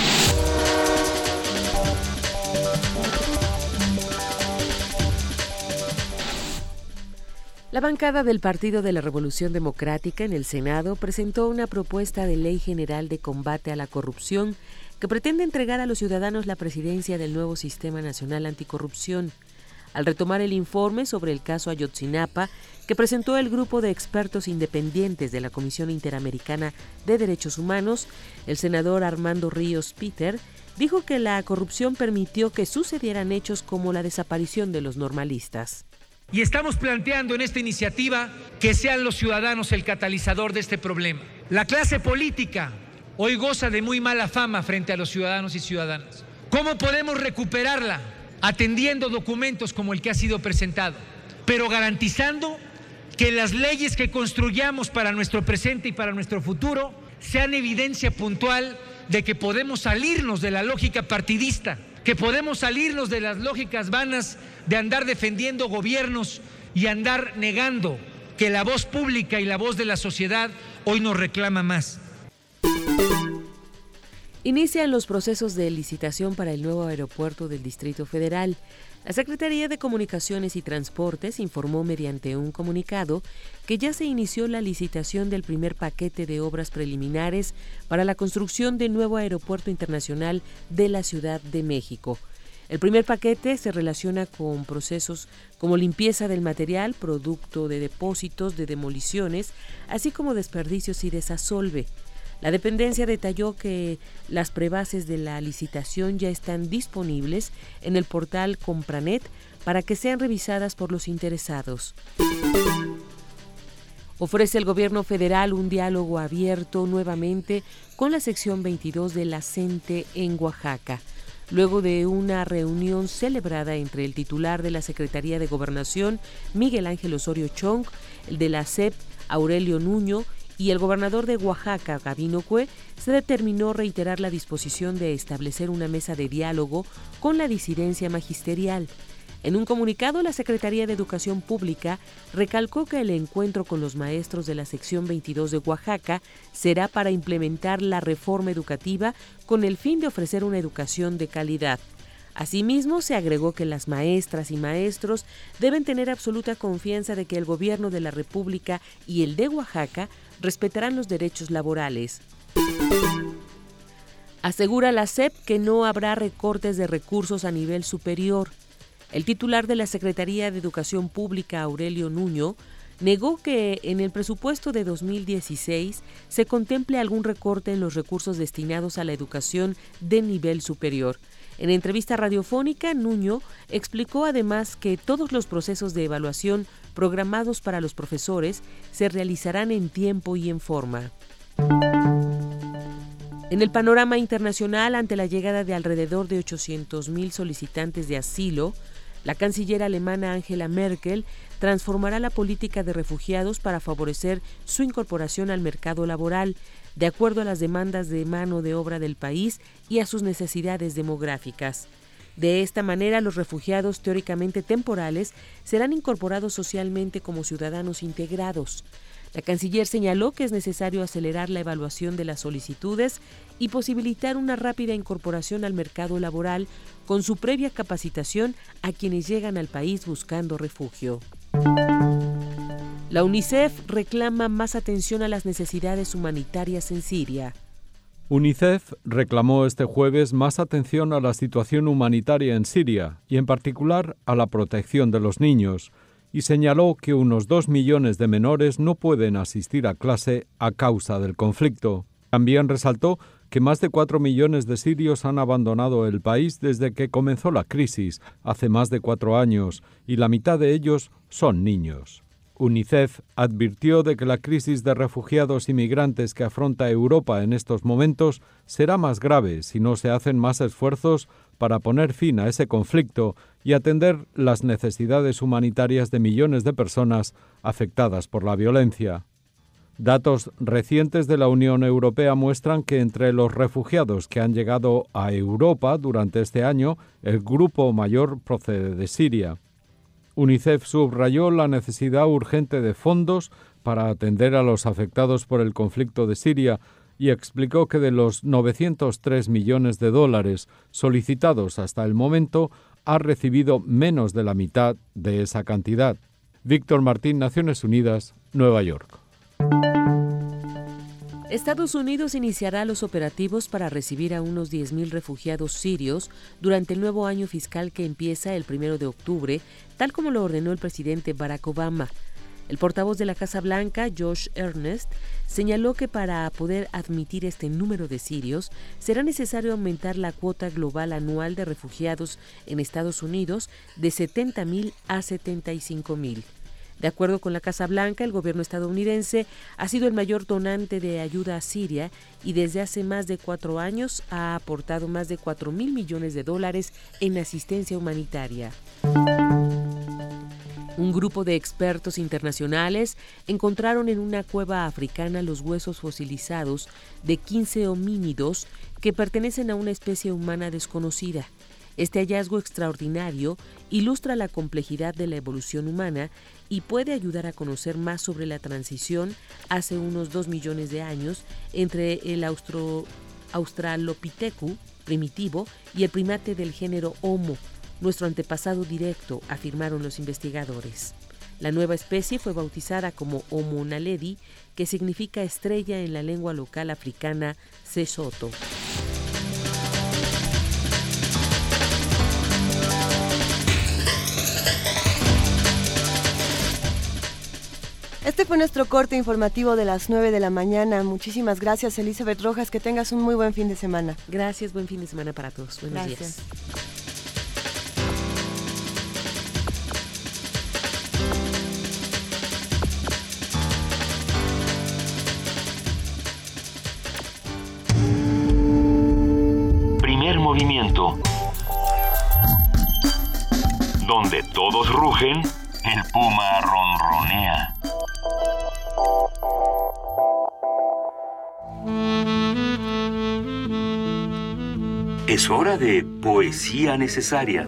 La bancada del Partido de la Revolución Democrática en el Senado presentó una propuesta de ley general de combate a la corrupción que pretende entregar a los ciudadanos la presidencia del nuevo Sistema Nacional Anticorrupción. Al retomar el informe sobre el caso Ayotzinapa que presentó el grupo de expertos independientes de la Comisión Interamericana de Derechos Humanos, el senador Armando Ríos Peter dijo que la corrupción permitió que sucedieran hechos como la desaparición de los normalistas. Y estamos planteando en esta iniciativa que sean los ciudadanos el catalizador de este problema. La clase política hoy goza de muy mala fama frente a los ciudadanos y ciudadanas. ¿Cómo podemos recuperarla? Atendiendo documentos como el que ha sido presentado, pero garantizando que las leyes que construyamos para nuestro presente y para nuestro futuro sean evidencia puntual de que podemos salirnos de la lógica partidista, que podemos salirnos de las lógicas vanas de andar defendiendo gobiernos y andar negando que la voz pública y la voz de la sociedad hoy nos reclama más. Inician los procesos de licitación para el nuevo aeropuerto del Distrito Federal. La Secretaría de Comunicaciones y Transportes informó mediante un comunicado que ya se inició la licitación del primer paquete de obras preliminares para la construcción del nuevo aeropuerto internacional de la Ciudad de México. El primer paquete se relaciona con procesos como limpieza del material, producto de depósitos de demoliciones, así como desperdicios y desasolve. La dependencia detalló que las prebases de la licitación ya están disponibles en el portal Compranet para que sean revisadas por los interesados. Ofrece el gobierno federal un diálogo abierto nuevamente con la sección veintidós de la CENTE en Oaxaca, luego de una reunión celebrada entre el titular de la Secretaría de Gobernación, Miguel Ángel Osorio Chong, el de la S E P, Aurelio Nuño, y el gobernador de Oaxaca, Gabino Cue, se determinó reiterar la disposición de establecer una mesa de diálogo con la disidencia magisterial. En un comunicado, la Secretaría de Educación Pública recalcó que el encuentro con los maestros de la sección veintidós de Oaxaca será para implementar la reforma educativa con el fin de ofrecer una educación de calidad. Asimismo, se agregó que las maestras y maestros deben tener absoluta confianza de que el gobierno de la República y el de Oaxaca respetarán los derechos laborales. Asegura la S E P que no habrá recortes de recursos a nivel superior. El titular de la Secretaría de Educación Pública, Aurelio Nuño, negó que en el presupuesto de dos mil dieciséis se contemple algún recorte en los recursos destinados a la educación de nivel superior. En entrevista radiofónica, Nuño explicó además que todos los procesos de evaluación programados para los profesores se realizarán en tiempo y en forma. En el panorama internacional, ante la llegada de alrededor de ochocientos mil solicitantes de asilo, la canciller alemana Angela Merkel transformará la política de refugiados para favorecer su incorporación al mercado laboral, de acuerdo a las demandas de mano de obra del país y a sus necesidades demográficas. De esta manera, los refugiados teóricamente temporales serán incorporados socialmente como ciudadanos integrados. La canciller señaló que es necesario acelerar la evaluación de las solicitudes y posibilitar una rápida incorporación al mercado laboral con su previa capacitación a quienes llegan al país buscando refugio. La UNICEF reclama más atención a las necesidades humanitarias en Siria. UNICEF reclamó este jueves más atención a la situación humanitaria en Siria y en particular a la protección de los niños, y señaló que unos dos millones de menores no pueden asistir a clase a causa del conflicto. También resaltó que más de cuatro millones de sirios han abandonado el país desde que comenzó la crisis, hace más de cuatro años, y la mitad de ellos son niños. UNICEF advirtió de que la crisis de refugiados y migrantes que afronta Europa en estos momentos será más grave si no se hacen más esfuerzos para poner fin a ese conflicto y atender las necesidades humanitarias de millones de personas afectadas por la violencia. Datos recientes de la Unión Europea muestran que entre los refugiados que han llegado a Europa durante este año, el grupo mayor procede de Siria. UNICEF subrayó la necesidad urgente de fondos para atender a los afectados por el conflicto de Siria y explicó que de los novecientos tres millones de dólares solicitados hasta el momento, ha recibido menos de la mitad de esa cantidad. Víctor Martín, Naciones Unidas, Nueva York. Estados Unidos iniciará los operativos para recibir a unos diez mil refugiados sirios durante el nuevo año fiscal que empieza el primero de octubre, tal como lo ordenó el presidente Barack Obama. El portavoz de la Casa Blanca, Josh Earnest, señaló que para poder admitir este número de sirios será necesario aumentar la cuota global anual de refugiados en Estados Unidos de setenta mil a setenta y cinco mil. De acuerdo con la Casa Blanca, el gobierno estadounidense ha sido el mayor donante de ayuda a Siria y desde hace más de cuatro años ha aportado más de cuatro mil millones de dólares en asistencia humanitaria. Un grupo de expertos internacionales encontraron en una cueva africana los huesos fosilizados de quince homínidos que pertenecen a una especie humana desconocida. Este hallazgo extraordinario ilustra la complejidad de la evolución humana y puede ayudar a conocer más sobre la transición hace unos dos millones de años entre el Austro, Australopithecus primitivo y el primate del género Homo, nuestro antepasado directo, afirmaron los investigadores. La nueva especie fue bautizada como Homo naledi, que significa estrella en la lengua local africana Sesotho. Este fue nuestro corte informativo de las nueve de la mañana. Muchísimas gracias, Elizabeth Rojas. Que tengas un muy buen fin de semana. Gracias, buen fin de semana para todos. Buenos gracias. días. Primer movimiento. Donde todos rugen, el puma ronronea. Es hora de poesía necesaria.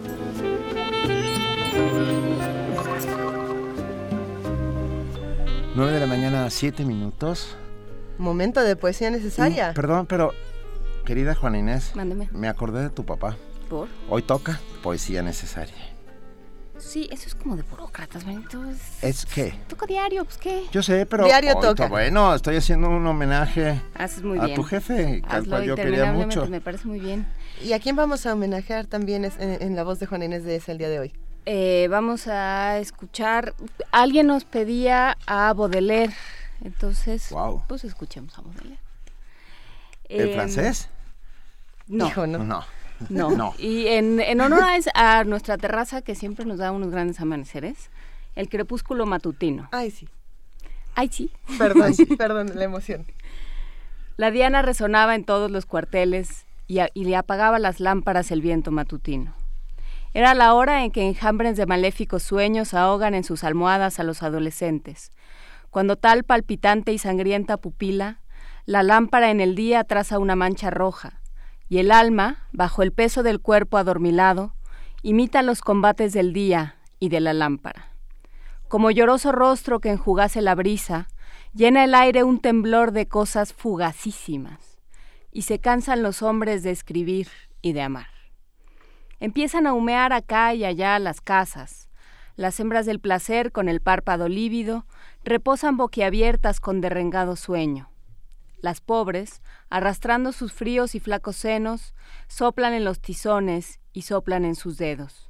nueve de la mañana, siete minutos. Momento de poesía necesaria. Y, perdón, pero, querida Juana Inés, Mándeme. Me acordé de tu papá. ¿Por? Hoy toca poesía necesaria. Sí, eso es como de burócratas, Benito. ¿Es qué? Toca diario, pues qué. Yo sé, pero diario hoy toca. To, bueno, estoy haciendo un homenaje Haces muy a bien. tu jefe, al Hazlo cual yo quería mucho. Me parece muy bien. ¿Y a quién vamos a homenajear también en, en la voz de Juana Inés de ese el día de hoy? Eh, vamos a escuchar. Alguien nos pedía a Baudelaire, entonces, wow. Pues escuchemos a Baudelaire. ¿El eh, francés? No. Hijo, no. No. No. no. Y en, en honor a, a nuestra terraza, que siempre nos da unos grandes amaneceres, el crepúsculo matutino. Ay, sí. Ay, sí. Perdón, perdón, la emoción. La diana resonaba en todos los cuarteles y, a, y le apagaba las lámparas el viento matutino. Era la hora en que enjambres de maléficos sueños ahogan en sus almohadas a los adolescentes, cuando tal palpitante y sangrienta pupila, la lámpara en el día traza una mancha roja, y el alma, bajo el peso del cuerpo adormilado, imita los combates del día y de la lámpara. Como lloroso rostro que enjugase la brisa, llena el aire un temblor de cosas fugacísimas, y se cansan los hombres de escribir y de amar. Empiezan a humear acá y allá las casas. Las hembras del placer, con el párpado lívido, reposan boquiabiertas con derrengado sueño. Las pobres, arrastrando sus fríos y flacos senos, soplan en los tizones y soplan en sus dedos.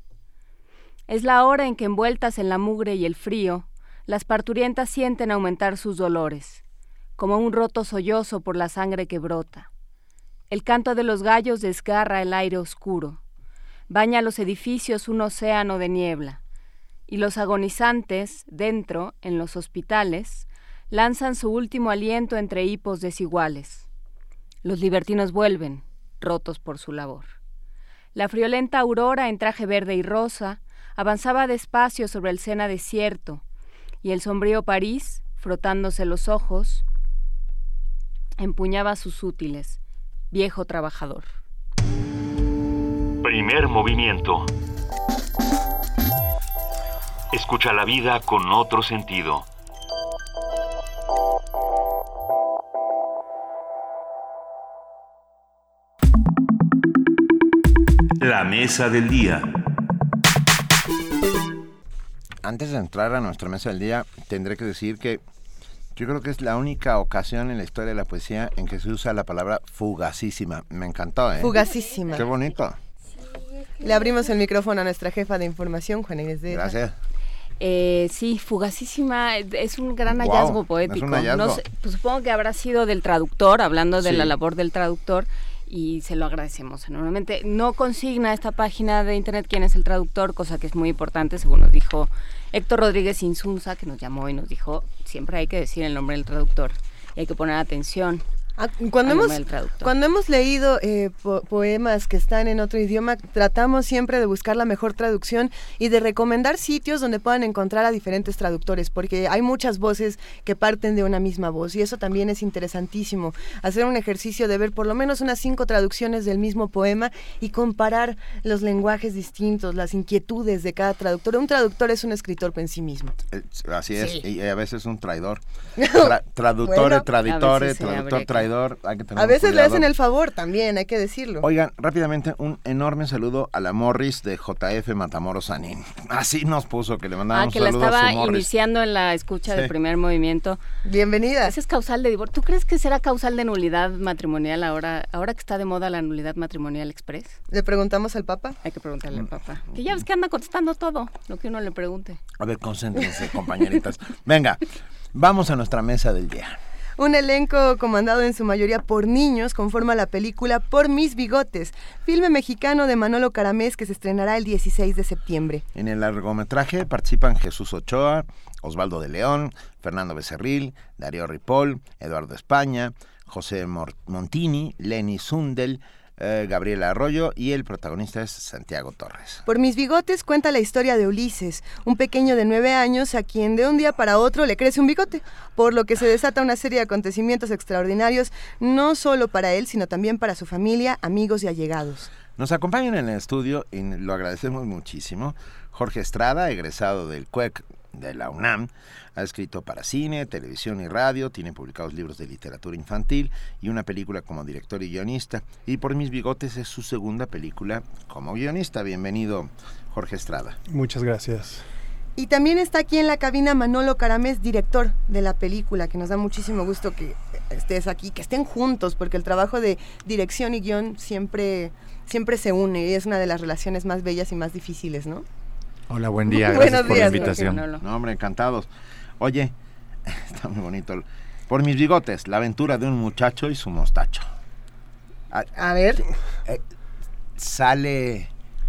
Es la hora en que, envueltas en la mugre y el frío, las parturientas sienten aumentar sus dolores, como un roto sollozo por la sangre que brota. El canto de los gallos desgarra el aire oscuro, baña los edificios un océano de niebla, y los agonizantes, dentro, en los hospitales, lanzan su último aliento entre hipos desiguales. Los libertinos vuelven, rotos por su labor. La friolenta aurora en traje verde y rosa avanzaba despacio sobre el Sena desierto, y el sombrío París, frotándose los ojos, empuñaba sus útiles, viejo trabajador. Primer movimiento. Escucha la vida con otro sentido. La mesa del día. Antes de entrar a nuestra mesa del día, tendré que decir que yo creo que es la única ocasión en la historia de la poesía en que se usa la palabra fugacísima. Me encantó, ¿eh? Fugacísima. Qué bonito. Le abrimos el micrófono a nuestra jefa de información, Juana Inés de Esa. Gracias. Eh, sí, fugacísima, es un gran Wow, hallazgo poético. es un hallazgo. No sé, pues supongo que habrá sido del traductor, hablando de Sí. la labor del traductor, y se lo agradecemos enormemente. No consigna esta página de internet quién es el traductor, cosa que es muy importante, según nos dijo Héctor Rodríguez Insunza, que nos llamó y nos dijo, siempre hay que decir el nombre del traductor, y hay que poner atención Ah, cuando, hemos, cuando hemos leído eh, po poemas que están en otro idioma, tratamos siempre de buscar la mejor traducción y de recomendar sitios donde puedan encontrar a diferentes traductores, porque hay muchas voces que parten de una misma voz y eso también es interesantísimo. Hacer un ejercicio de ver por lo menos unas cinco traducciones del mismo poema y comparar los lenguajes distintos, las inquietudes de cada traductor. Un traductor es un escritor en sí mismo. Así es, sí. Y a veces un traidor. Tra traductore, bueno, traditore, traductor, traidor. Hay que tener a veces cuidado. le hacen el favor también, hay que decirlo. Oigan, rápidamente, un enorme saludo a la Morris de J F Matamoros Sanín. Así nos puso, que le mandamos ah, un que saludo la estaba a su Morris. iniciando en la escucha sí. del primer movimiento. Bienvenida. Ese es causal de divorcio. ¿Tú crees que será causal de nulidad matrimonial ahora, ahora que está de moda la nulidad matrimonial express? ¿Le preguntamos al Papa? Hay que preguntarle al Papa. Que ya ves que anda contestando todo lo que uno le pregunte. A ver, concéntrense, compañeritas. Venga, vamos a nuestra mesa del día. Un elenco comandado en su mayoría por niños conforma la película Por mis bigotes, filme mexicano de Manolo Caramés que se estrenará el dieciséis de septiembre. En el largometraje participan Jesús Ochoa, Osvaldo de León, Fernando Becerril, Darío Ripoll, Eduardo España, José Montini, Lenny Sundel, eh, Gabriela Arroyo y el protagonista es Santiago Torres. Por mis bigotes cuenta la historia de Ulises, un pequeño de nueve años a quien de un día para otro le crece un bigote, por lo que se desata una serie de acontecimientos extraordinarios, no solo para él, sino también para su familia, amigos y allegados. Nos acompañan en el estudio, y lo agradecemos muchísimo, Jorge Estrada, egresado del C U E C de la UNAM, ha escrito para cine, televisión y radio, tiene publicados libros de literatura infantil y una película como director y guionista, y Por mis bigotes es su segunda película como guionista. Bienvenido, Jorge Estrada. Muchas gracias. Y también está aquí en la cabina Manolo Caramés, director de la película, que nos da muchísimo gusto que estés aquí, que estén juntos, porque el trabajo de dirección y guión siempre, siempre se une y es una de las relaciones más bellas y más difíciles, ¿no? Hola, buen día, gracias Buenos por días, la invitación. No, hombre, encantados. Oye, está muy bonito. Por mis bigotes, la aventura de un muchacho y su mostacho. A, a ver. Eh, sale,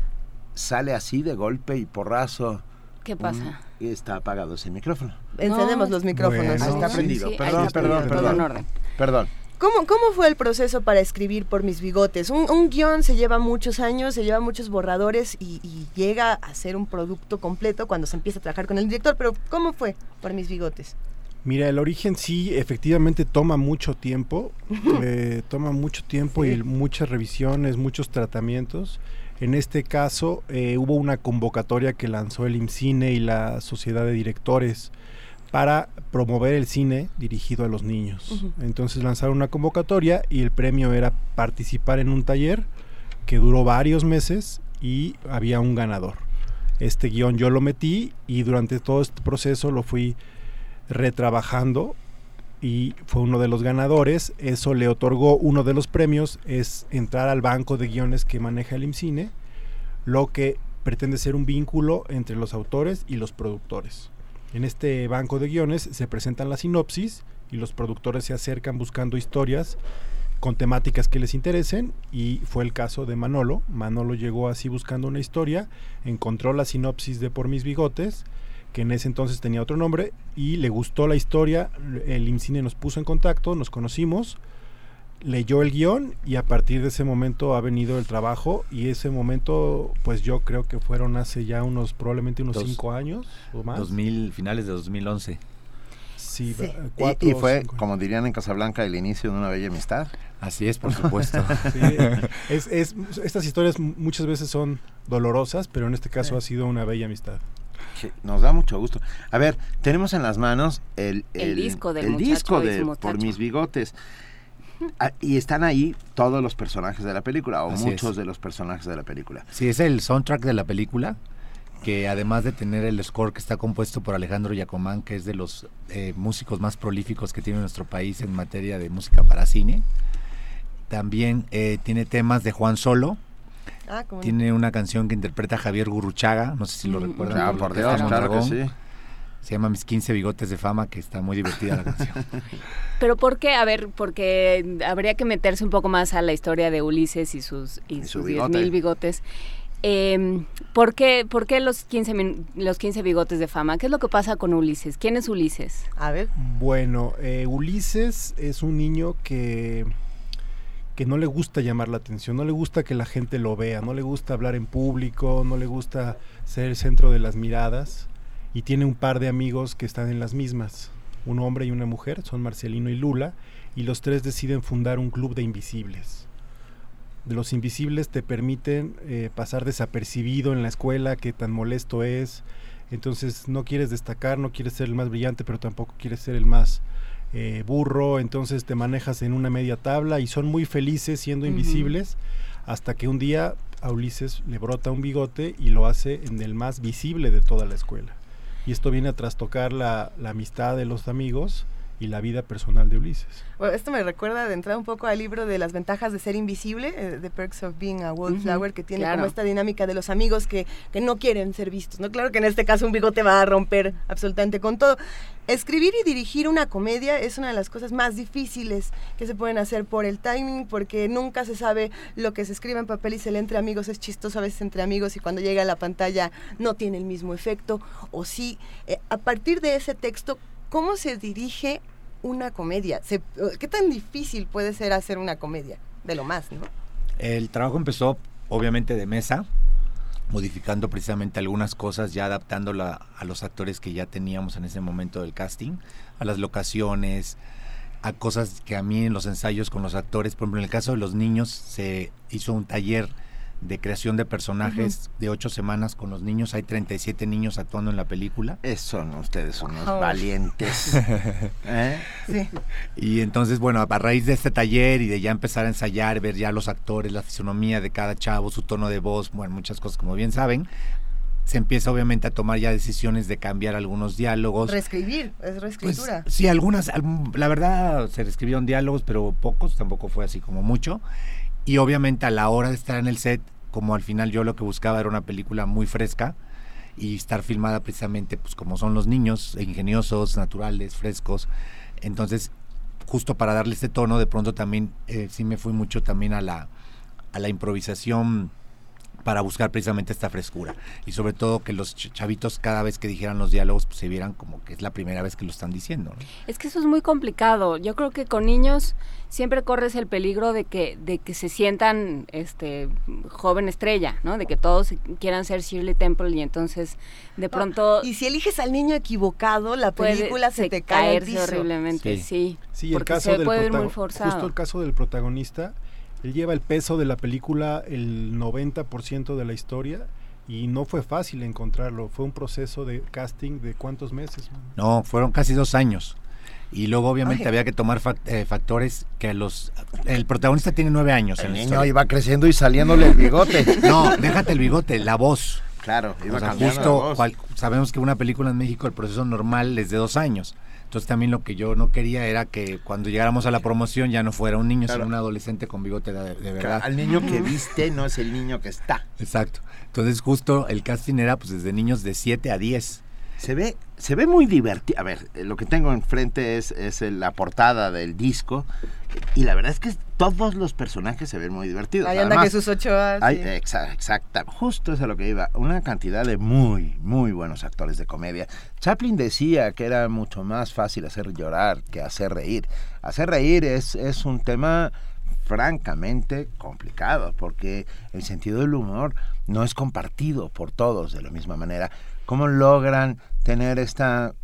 sale así de golpe y porrazo. ¿Qué pasa? Un, y está apagado ese micrófono. Encendemos no. los micrófonos. Bueno, ah, está prendido. Sí, perdón, está perdón, prendido, perdón, todo en orden. Perdón. ¿Cómo, ¿Cómo fue el proceso para escribir Por mis bigotes? Un, un guión se lleva muchos años, se lleva muchos borradores y, y llega a ser un producto completo cuando se empieza a trabajar con el director, pero ¿cómo fue Por mis bigotes? Mira, el origen sí, efectivamente toma mucho tiempo, eh, toma mucho tiempo sí. y muchas revisiones, muchos tratamientos. En este caso eh, hubo una convocatoria que lanzó el IMCINE y la Sociedad de Directores para promover el cine dirigido a los niños. Uh-huh. Entonces lanzaron una convocatoria y el premio era participar en un taller que duró varios meses y había un ganador. Este guión yo lo metí y durante todo este proceso lo fui retrabajando y fue uno de los ganadores. Eso le otorgó uno de los premios, es entrar al banco de guiones que maneja el IMCINE, lo que pretende ser un vínculo entre los autores y los productores. En este banco de guiones se presentan las sinopsis y los productores se acercan buscando historias con temáticas que les interesen y fue el caso de Manolo. Manolo llegó así buscando una historia, encontró la sinopsis de Por mis bigotes, que en ese entonces tenía otro nombre, y le gustó la historia, el IMCINE nos puso en contacto, nos conocimos, leyó el guión y a partir de ese momento ha venido el trabajo y ese momento pues yo creo que fueron hace ya unos probablemente unos Dos, cinco años o más. dos mil, finales de dos mil once. Sí, sí. Cuatro, y, y fue, cinco. Como dirían en Casablanca, el inicio de una bella amistad. Así es, por supuesto. Sí, es, es, estas historias muchas veces son dolorosas, pero en este caso sí. ha sido una bella amistad. Sí, nos da mucho gusto. A ver, tenemos en las manos el, el, el disco del el muchacho disco de y su Por mis bigotes. Ah, y están ahí todos los personajes de la película, o Así muchos es. de los personajes de la película. Sí, es el soundtrack de la película, que además de tener el score que está compuesto por Alejandro Giacomán, que es de los eh, músicos más prolíficos que tiene nuestro país en materia de música para cine, también eh, tiene temas de Juan Solo. Ah, tiene una canción que interpreta Javier Gurruchaga, no sé si lo mm, recuerdan. Ah, por Dios, claro que sí. Se llama Mis quince bigotes de fama, que está muy divertida la canción. ¿Pero por qué? A ver, porque habría que meterse un poco más a la historia de Ulises y sus y, y sus diez mil bigotes. Eh, ¿por qué, por qué los, quince min- los quince bigotes de fama? ¿Qué es lo que pasa con Ulises? ¿Quién es Ulises? A ver. Bueno, eh, Ulises es un niño que, que no le gusta llamar la atención, no le gusta que la gente lo vea, no le gusta hablar en público, no le gusta ser el centro de las miradas, y tiene un par de amigos que están en las mismas, un hombre y una mujer, son Marcelino y Lula, y los tres deciden fundar un club de invisibles. De los invisibles te permiten eh, pasar desapercibido en la escuela, que tan molesto es, entonces no quieres destacar, no quieres ser el más brillante, pero tampoco quieres ser el más eh, burro, entonces te manejas en una media tabla y son muy felices siendo uh-huh. invisibles, hasta que un día a Ulises le brota un bigote y lo hace en el más visible de toda la escuela. Y esto viene a trastocar la, la amistad de los amigos y la vida personal de Ulises. Bueno, esto me recuerda de entrada un poco al libro de las ventajas de ser invisible, eh, The Perks of Being a Wallflower, uh-huh, que tiene claro. como esta dinámica de los amigos que, que no quieren ser vistos, ¿no? Claro que en este caso un bigote va a romper absolutamente con todo. Escribir y dirigir una comedia es una de las cosas más difíciles que se pueden hacer por el timing, porque nunca se sabe lo que se escribe en papel y se lee entre amigos, es chistoso a veces entre amigos y cuando llega a la pantalla no tiene el mismo efecto, o sí. Eh, a partir de ese texto, ¿cómo se dirige una comedia? Se, ¿Qué tan difícil puede ser hacer una comedia? De lo más, ¿no? El trabajo empezó obviamente de mesa, modificando precisamente algunas cosas, ya adaptándola a los actores que ya teníamos en ese momento del casting, a las locaciones, a cosas que a mí en los ensayos con los actores, por ejemplo en el caso de los niños, se hizo un taller de creación de personajes uh-huh. de ocho semanas con los niños. Hay treinta y siete niños actuando en la película. Eso, no, ustedes son unos oh. valientes. ¿Eh? Sí. Y entonces, bueno, a raíz de este taller y de ya empezar a ensayar, ver ya los actores, la fisonomía de cada chavo, su tono de voz, bueno, muchas cosas como bien saben, se empieza obviamente a tomar ya decisiones de cambiar algunos diálogos. Reescribir, es reescritura. Pues, sí, algunas, la verdad se reescribieron diálogos, pero pocos, tampoco fue así como mucho. Y obviamente a la hora de estar en el set, como al final yo lo que buscaba era una película muy fresca y estar filmada precisamente pues como son los niños, ingeniosos, naturales, frescos. Entonces, justo para darle este tono, de pronto también eh, sí me fui mucho también a la, a la improvisación para buscar precisamente esta frescura. Y sobre todo que los chavitos cada vez que dijeran los diálogos pues se vieran como que es la primera vez que lo están diciendo, ¿no? Es que eso es muy complicado. Yo creo que con niños siempre corres el peligro de que de que se sientan este joven estrella, ¿no? De que todos quieran ser Shirley Temple y entonces de pronto... Y si eliges al niño equivocado, la película se te cae al piso. Horriblemente, sí. Sí, sí porque el caso se del puede ir protago- muy forzado. Justo el caso del protagonista, él lleva el peso de la película, el noventa por ciento de la historia, y no fue fácil encontrarlo. Fue un proceso de casting de ¿cuántos meses? No, fueron casi dos años. Y luego obviamente Ay. había que tomar fact- eh, factores que los... El protagonista tiene nueve años. El en la niño historia. iba creciendo y saliéndole el bigote. No, déjate el bigote, la voz. Claro, iba o sea, cambiando justo la voz. Cual, sabemos que una película en México el proceso normal es de dos años. Entonces también lo que yo no quería era que cuando llegáramos a la promoción ya no fuera un niño, claro. sino un adolescente con bigote de, de verdad. Al niño que viste no es el niño que está. Exacto. Entonces justo el casting era pues desde niños de siete a diez. Se ve, se ve muy divertido. A ver, lo que tengo enfrente es, es la portada del disco. Y la verdad es que todos los personajes se ven muy divertidos. Ahí anda Jesús Ochoa. Hay, sí. exa, exacta, justo es a lo que iba. Una cantidad de muy, muy buenos actores de comedia. Chaplin decía que era mucho más fácil hacer llorar que hacer reír. Hacer reír es, es un tema francamente complicado, porque el sentido del humor no es compartido por todos de la misma manera. ¿Cómo logran tener esta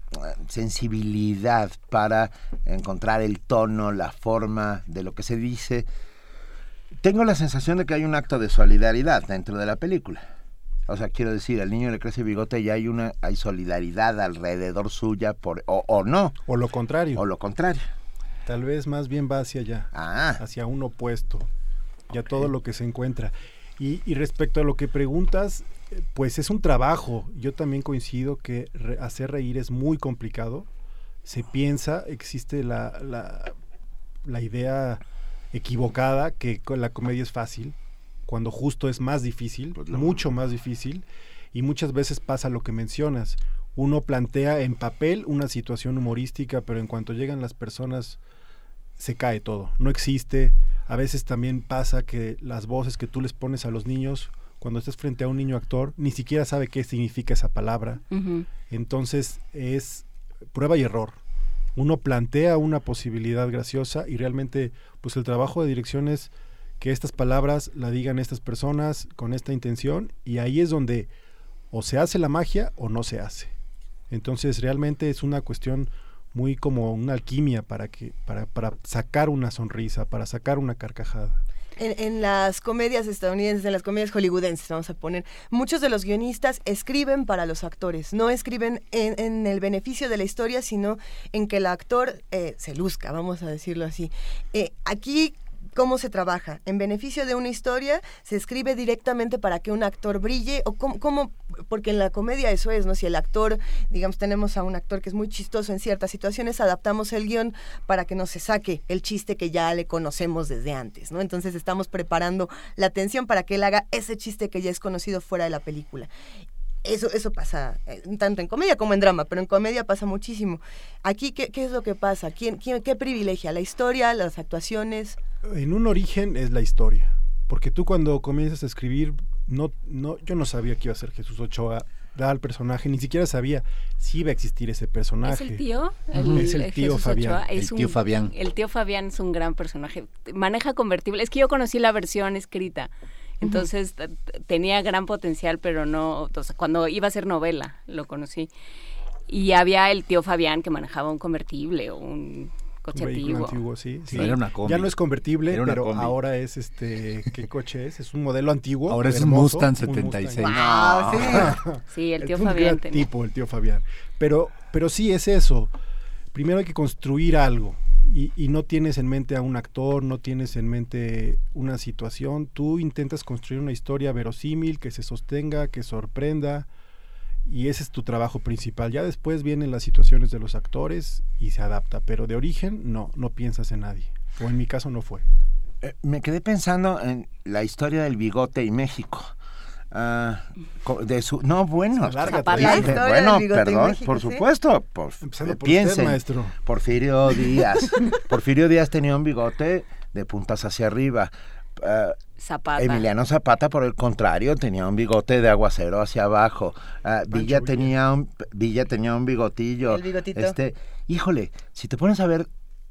sensibilidad para encontrar el tono, la forma de lo que se dice? Tengo la sensación de que hay un acto de solidaridad dentro de la película. O sea, quiero decir, al niño le crece bigote y hay una hay solidaridad alrededor suya, por o, o no. O lo contrario. O lo contrario. Tal vez más bien va hacia allá, ah. hacia un opuesto, ya okay. todo lo que se encuentra. Y, y respecto a lo que preguntas, pues es un trabajo. Yo también coincido que re, hacer reír es muy complicado. Se piensa, existe la, la, la idea equivocada que la comedia es fácil, cuando justo es más difícil, pues mucho más difícil, y muchas veces pasa lo que mencionas. Uno plantea en papel una situación humorística, pero en cuanto llegan las personas se cae todo, no existe. A veces también pasa que las voces que tú les pones a los niños cuando estás frente a un niño actor, ni siquiera sabe qué significa esa palabra. Uh-huh. Entonces es prueba y error. Uno plantea una posibilidad graciosa y realmente pues el trabajo de dirección es que estas palabras la digan estas personas con esta intención, y ahí es donde o se hace la magia o no se hace. Entonces realmente es una cuestión muy como una alquimia para que para, para sacar una sonrisa, para sacar una carcajada. En, en las comedias estadounidenses, en las comedias hollywoodenses, vamos a poner, muchos de los guionistas escriben para los actores, no escriben en, en el beneficio de la historia, sino en que el actor eh, se luzca, vamos a decirlo así. Eh, aquí, ¿cómo se trabaja? ¿En beneficio de una historia? ¿Se escribe directamente para que un actor brille? ¿O cómo, cómo? Porque en la comedia eso es, ¿no? Si el actor, digamos, tenemos a un actor que es muy chistoso en ciertas situaciones, adaptamos el guión para que no se saque el chiste que ya le conocemos desde antes, ¿no? Entonces estamos preparando la atención para que él haga ese chiste que ya es conocido fuera de la película. Eso, eso pasa eh, tanto en comedia como en drama, pero en comedia pasa muchísimo. Aquí, ¿qué, qué es lo que pasa? ¿Quién, quién, ¿Qué privilegia? ¿La historia? ¿Las actuaciones? En un origen es la historia, porque tú cuando comienzas a escribir, no, no, yo no sabía que iba a ser Jesús Ochoa, da al personaje, ni siquiera sabía si iba a existir ese personaje. ¿Es el tío? El, es el tío Jesús Fabián. Ochoa, es el tío un, Fabián. El tío Fabián es un gran personaje. Maneja convertible. Es que yo conocí la versión escrita. Entonces uh-huh. t- tenía gran potencial, pero no, o sea, cuando iba a ser novela lo conocí. Y había el tío Fabián que manejaba un convertible o un coche un antiguo. antiguo, sí, sí. Sí, era una combi. Ya no es convertible, pero combi. ahora es este, ¿qué coche es? Es un modelo antiguo. Ahora es hermoso, un Mustang setenta y seis. Un Mustang. Wow, sí. Sí, el tío es un Fabián. gran tipo, el tío Fabián. Pero, pero sí es eso. Primero hay que construir algo. Y, y no tienes en mente a un actor, no tienes en mente una situación, tú intentas construir una historia verosímil, que se sostenga, que sorprenda, y ese es tu trabajo principal. Ya después vienen las situaciones de los actores y se adapta, pero de origen no, no piensas en nadie, o en mi caso no fue. Eh, me quedé pensando en la historia del bigote y México. Uh, de su no bueno tradición. de, bueno perdón México, por ¿sí? supuesto por, empezando por piensen usted, maestro. Porfirio Díaz Porfirio Díaz tenía un bigote de puntas hacia arriba. uh, Zapata. Emiliano Zapata, por el contrario, tenía un bigote de aguacero hacia abajo. uh, Villa tenía un Villa tenía un bigotillo. El bigotito. Este, híjole, si te pones a ver,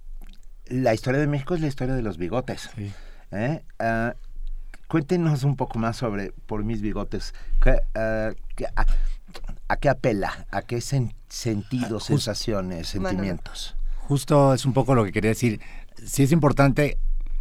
la historia de México es la historia de los bigotes. Sí. ¿Eh? Uh, Cuéntenos un poco más sobre Por mis bigotes. ¿Qué, uh, qué, a, ¿A qué apela? ¿A qué sen, sentidos, Just, sensaciones, sentimientos? Justo es un poco lo que quería decir. Sí es importante,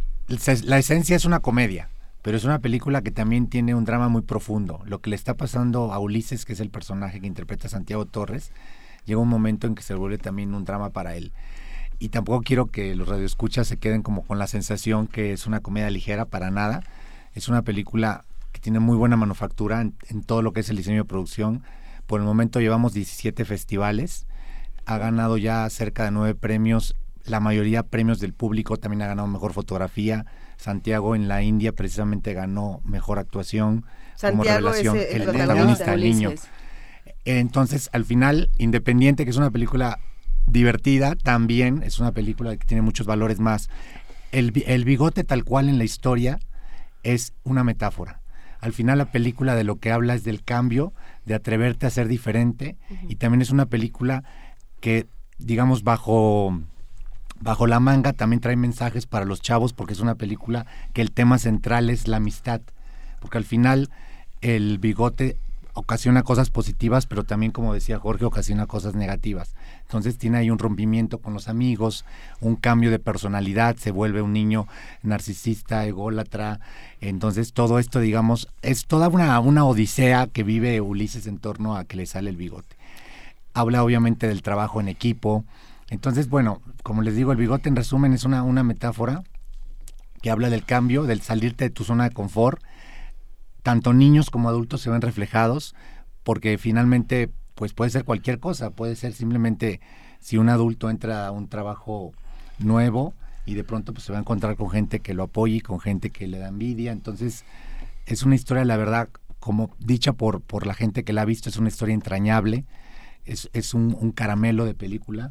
la esencia es una comedia, pero es una película que también tiene un drama muy profundo. Lo que le está pasando a Ulises, que es el personaje que interpreta Santiago Torres, llega un momento en que se vuelve también un drama para él. Y tampoco quiero que los radioescuchas se queden como con la sensación que es una comedia ligera, para nada. Es una película que tiene muy buena manufactura en, en todo lo que es el diseño de producción. Por el momento llevamos diecisiete festivales, ha ganado ya cerca de nueve premios, la mayoría premios del público, también ha ganado mejor fotografía. Santiago en la India precisamente ganó mejor actuación. Santiago como revelación, es el, el protagonista, el niño. Entonces, al final, Independiente, que es una película divertida, también es una película que tiene muchos valores más. El, el bigote tal cual en la historia es una metáfora. Al final la película de lo que habla es del cambio, de atreverte a ser diferente, uh-huh. y también es una película que, digamos, bajo, bajo la manga también trae mensajes para los chavos, porque es una película que el tema central es la amistad, porque al final el bigote ocasiona cosas positivas, pero también, como decía Jorge, ocasiona cosas negativas. Entonces tiene ahí un rompimiento con los amigos, un cambio de personalidad, se vuelve un niño narcisista, ególatra. Entonces todo esto, digamos, es toda una, una odisea que vive Ulises en torno a que le sale el bigote. Habla obviamente del trabajo en equipo. Entonces, bueno, como les digo, el bigote en resumen es una, una metáfora que habla del cambio, del salirte de tu zona de confort. Tanto niños como adultos se ven reflejados, porque finalmente pues puede ser cualquier cosa, puede ser simplemente si un adulto entra a un trabajo nuevo y de pronto pues se va a encontrar con gente que lo apoye, con gente que le da envidia. Entonces es una historia, la verdad, como dicha por, por la gente que la ha visto, es una historia entrañable, es, es un, un caramelo de película.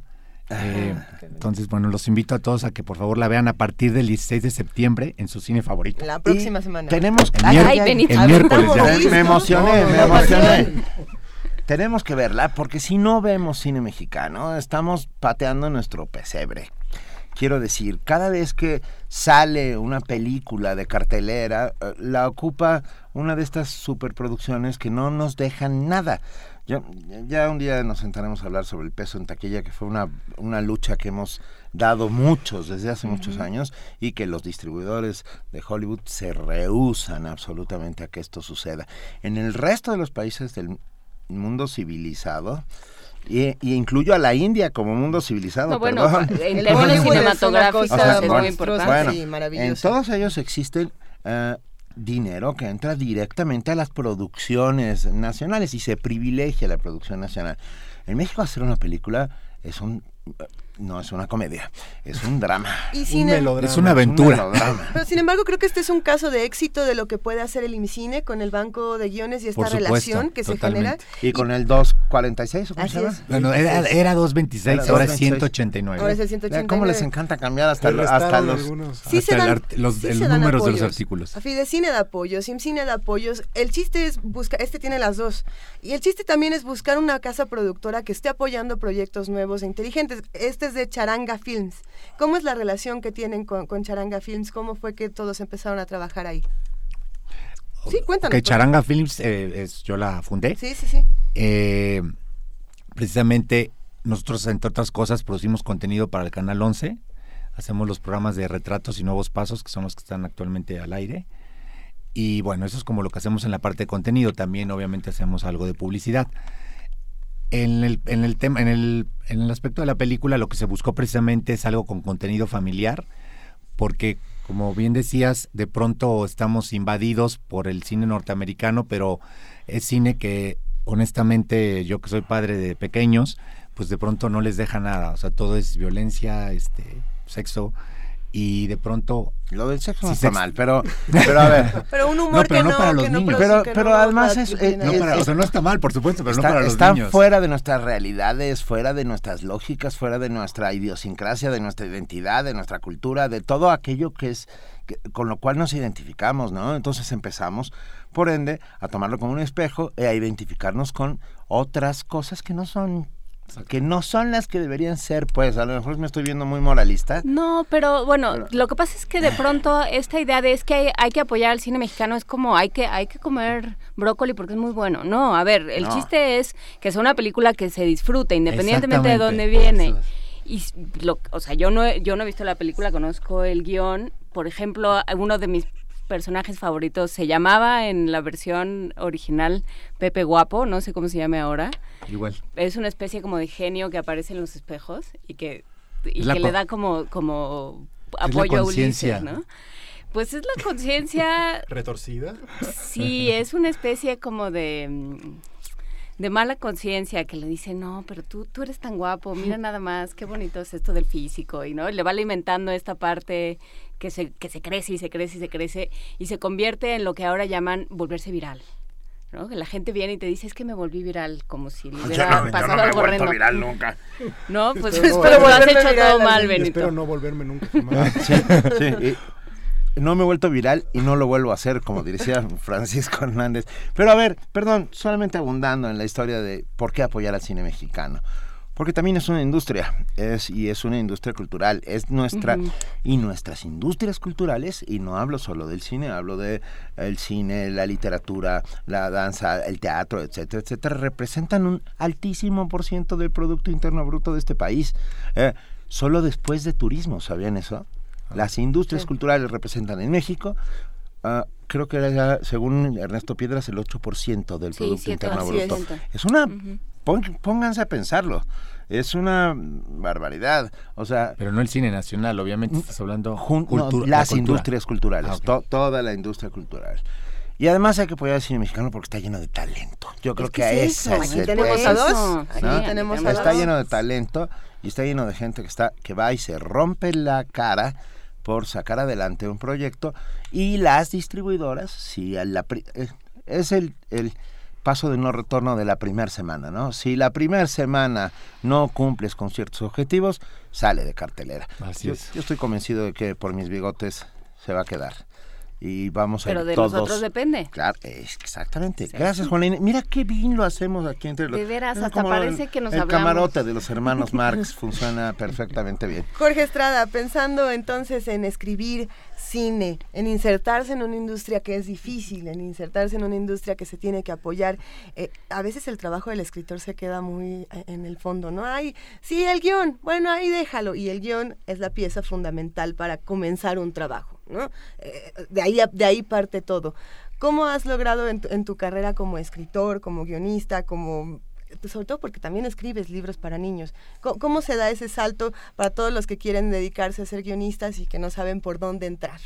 Eh, entonces, bueno, los invito a todos a que por favor la vean a partir del dieciséis de septiembre en su cine favorito. La próxima y semana. Tenemos el, mier Ay, el miércoles ya. Me, me emocioné, me emocioné. Tenemos que verla porque si no vemos cine mexicano, estamos pateando nuestro pesebre. Quiero decir, cada vez que sale una película de cartelera, la ocupa una de estas superproducciones que no nos dejan nada. Yo, ya un día nos sentaremos a hablar sobre el peso en taquilla, que fue una, una lucha que hemos dado muchos desde hace uh-huh. muchos años y que los distribuidores de Hollywood se rehúsan absolutamente a que esto suceda. En el resto de los países del mundo civilizado, Y, y incluyo a la India como mundo civilizado. No, bueno, perdón. en términos cinematográficos es, es muy importante. Bueno, sí, maravilloso. En todos ellos existen uh, dinero que entra directamente a las producciones nacionales y se privilegia la producción nacional. En México hacer una película es un... No es una comedia, es un drama. Y un melodrama. Es una aventura. Un Pero sin embargo creo que este es un caso de éxito de lo que puede hacer el IMCINE con el banco de guiones y esta Por supuesto, relación que totalmente. se genera. Y con el dos cuarenta y seis, ¿o cómo Así se llama? es. Bueno, era, era dos veintiséis, Era ahora dos es veintiséis. ciento ochenta y nueve. Ahora es el ciento ochenta y nueve. ¿Cómo les encanta cambiar hasta, Le hasta restaron los, algunos. Sí hasta se dan, el art- los sí el se dan números de los apoyos. artículos? A Fidecine da apoyos, IMCINE da apoyos. El chiste es buscar, este tiene las dos. Y el chiste también es buscar una casa productora que esté apoyando proyectos nuevos e inteligentes. Este es de Charanga Films. ¿Cómo es la relación que tienen con, con Charanga Films? ¿Cómo fue que todos empezaron a trabajar ahí? Sí, cuéntanos. Que Charanga Films, eh, es, yo la fundé. Sí, sí, sí. Eh, precisamente nosotros, entre otras cosas, producimos contenido para el Canal once. Hacemos los programas de Retratos y Nuevos Pasos, que son los que están actualmente al aire. Y bueno, eso es como lo que hacemos en la parte de contenido. También, obviamente, hacemos algo de publicidad. En el, en el tema, en el, en el aspecto de la película, lo que se buscó precisamente es algo con contenido familiar, porque, como bien decías, de pronto estamos invadidos por el cine norteamericano, pero es cine que, honestamente, yo que soy padre de pequeños, pues de pronto no les deja nada. O sea, todo es violencia, este, sexo, y de pronto... Lo del sexo sí no está sex... mal, pero, pero a ver... Pero un humor no, pero que no, no para los que no niños. Pero, que pero no además la es... triple eh, no es- para, es- o sea, no está mal, por supuesto, pero está, no para los está niños. fuera de nuestras realidades, fuera de nuestras lógicas, fuera de nuestra idiosincrasia, de nuestra identidad, de nuestra cultura, de todo aquello que es que, con lo cual nos identificamos, ¿no? Entonces empezamos, por ende, a tomarlo como un espejo y a identificarnos con otras cosas que no son... que no son las que deberían ser, pues, a lo mejor me estoy viendo muy moralista. No, pero bueno, Pero- lo que pasa es que de pronto esta idea de es que hay, hay que apoyar al cine mexicano es como hay que hay que comer brócoli porque es muy bueno. No, a ver, el No. chiste es que sea una película que se disfrute independientemente de Exactamente. dónde viene. Eso Y s- lo, o sea, yo no he, yo no he visto la película, conozco el guión. Por ejemplo, uno de mis personajes favoritos se llamaba en la versión original Pepe Guapo, no sé cómo se llame ahora. Igual. Es una especie como de genio que aparece en los espejos y que, y Es la que co- le da como, como la apoyo a conciencia. Ulises, ¿no? Pues es la conciencia, ¿Retorcida? sí, es una especie como de, mm, de mala conciencia que le dice, no, pero tú, tú eres tan guapo, mira nada más, qué bonito es esto del físico, y no, le va alimentando esta parte que se, que se crece y se crece y se crece y se convierte en lo que ahora llaman volverse viral. ¿No? Que la gente viene y te dice, es que me volví viral, como si le Yo hubiera no, yo pasado no me he algo vuelto horrendo. viral nunca. No, pues Espero no pero lo has volverme hecho viral, todo mal, así. Benito. Espero no volverme nunca jamás. Sí, sí. Y no me he vuelto viral y no lo vuelvo a hacer, como decía Francisco Hernández. Pero a ver, perdón, solamente abundando en la historia de por qué apoyar al cine mexicano. Porque también es una industria, es y es una industria cultural, es nuestra Ujú. y nuestras industrias culturales, y no hablo solo del cine, hablo de el cine, la literatura, la danza, el teatro, etcétera, etcétera, representan un altísimo por ciento del Producto Interno Bruto de este país. Eh, solo después de turismo, ¿sabían eso? Las industrias Sí. culturales representan en México, uh, creo que era, según Ernesto Piedras, el ocho por ciento del Sí, Producto siete, Interno así Bruto. es. Es una... Ujú. pon- pónganse a pensarlo, es una barbaridad. O sea, Pero no el cine nacional, obviamente estás hablando jun- no, cultura, la las cultura. industrias culturales, Ah, ok. to- toda la industria cultural. Y además hay que apoyar al cine mexicano porque está lleno de talento. Yo creo Es que, que es ese eso, es aquí el tenemos punto. a dos, ¿no? aquí ¿no? tenemos a Está dos. lleno de talento y está lleno de gente que está que va y se rompe la cara por sacar adelante un proyecto, y las distribuidoras, si a la pri- eh, es el, el paso de no retorno de la primera semana, ¿no? Si la primera semana no cumples con ciertos objetivos, sale de cartelera. Así yo, es. yo estoy convencido de que por mis bigotes se va a quedar. Y vamos a Pero ir de todos. nosotros depende. Claro, exactamente. Sí. Gracias, Juanina. Mira qué bien lo hacemos aquí entre los... De veras, Mira hasta parece el, que nos el hablamos. El camarote de los hermanos Marx funciona perfectamente bien. Jorge Estrada, pensando entonces en escribir cine, en insertarse en una industria que es difícil, en insertarse en una industria que se tiene que apoyar, eh, a veces el trabajo del escritor se queda muy en el fondo, ¿no? Hay, sí, el guión, bueno, ahí déjalo, y el guión es la pieza fundamental para comenzar un trabajo, ¿no? Eh, de ahí, de ahí parte todo. ¿Cómo has logrado en tu, en tu carrera como escritor, como guionista, como... sobre todo porque también escribes libros para niños? ¿Cómo, ¿Cómo se da ese salto para todos los que quieren dedicarse a ser guionistas y que no saben por dónde entrar?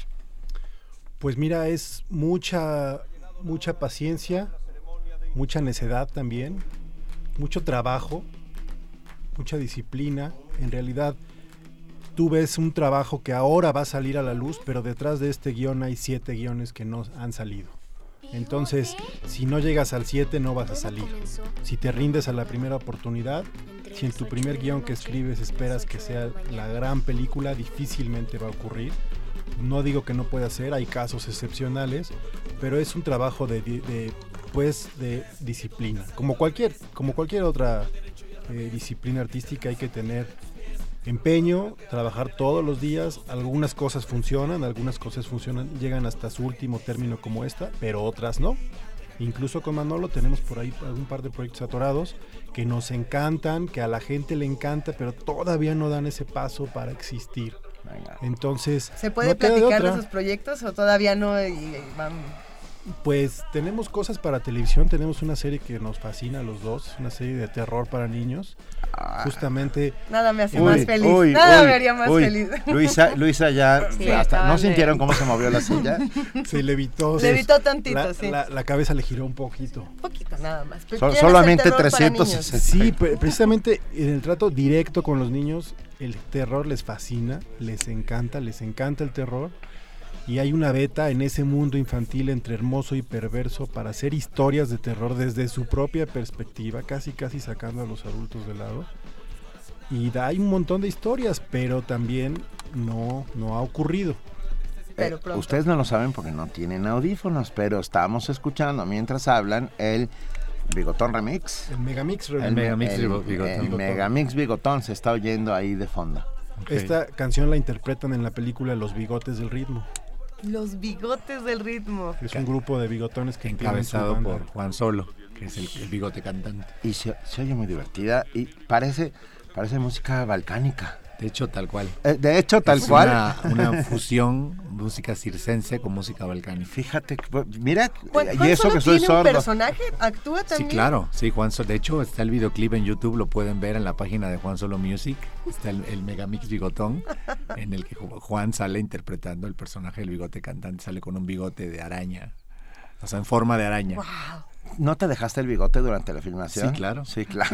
Pues mira, es mucha, mucha paciencia, mucha necedad también, mucho trabajo, mucha disciplina. En realidad, tú ves un trabajo que ahora va a salir a la luz, pero detrás de este guión hay siete guiones que no han salido. Entonces, si no llegas al siete, no vas a salir. Si te rindes a la primera oportunidad, si en tu primer guión que escribes esperas que sea la gran película, difícilmente va a ocurrir. No digo que no pueda ser, hay casos excepcionales, pero es un trabajo de, de, pues, de disciplina. Como cualquier, como cualquier otra eh, disciplina artística, hay que tener empeño, trabajar todos los días. Algunas cosas funcionan, algunas cosas funcionan, llegan hasta su último término como esta, pero otras no. Incluso con Manolo tenemos por ahí un par de proyectos atorados que nos encantan, que a la gente le encanta, pero todavía no dan ese paso para existir. Entonces, ¿se puede no platicar de, de sus proyectos o todavía no? Y, y van... Pues tenemos cosas para televisión, tenemos una serie que nos fascina a los dos, una serie de terror para niños. Ah. Justamente... Nada me hace uy, más feliz, uy, nada uy, me haría más uy. feliz. Luisa, Luisa ya, sí, hasta, ¿no de... sintieron cómo se movió la silla? Se levitó. Levitó tantito, la, sí. La, la cabeza le giró un poquito. Un poquito nada más. Sol, solamente trescientos sesenta. Sí, precisamente en el trato directo con los niños, el terror les fascina, les encanta, les encanta el terror. Y hay una beta en ese mundo infantil entre hermoso y perverso para hacer historias de terror desde su propia perspectiva, casi casi sacando a los adultos de lado. Y hay un montón de historias, pero también no, no ha ocurrido. Eh, ustedes no lo saben porque no tienen audífonos, pero estamos escuchando mientras hablan el Bigotón Remix. El Megamix El, el Megamix el, Bigotón. El Megamix Bigotón se está oyendo ahí de fondo. Okay. Esta canción la interpretan en la película Los Bigotes del Ritmo. Los Bigotes del Ritmo. Es un grupo de bigotones que encabezado por Juan Solo, que es el, el bigote cantante. Y se, se oye muy divertida y parece, parece música balcánica. De hecho, tal cual. Eh, de hecho, tal es cual. Una, una fusión, música circense con música balcánica. Fíjate, mira, Juan, y Juan eso Solo que soy tiene sordo. un personaje? ¿Actúa también? Sí, claro. Sí, Juan Solo. De hecho, está el videoclip en YouTube, lo pueden ver en la página de Juan Solo Music. Está el, el Megamix Bigotón, en el que Juan sale interpretando el personaje del bigote cantante. Sale con un bigote de araña, o sea, en forma de araña. Wow. ¿No te dejaste el bigote durante la filmación? Sí, claro. Sí, claro.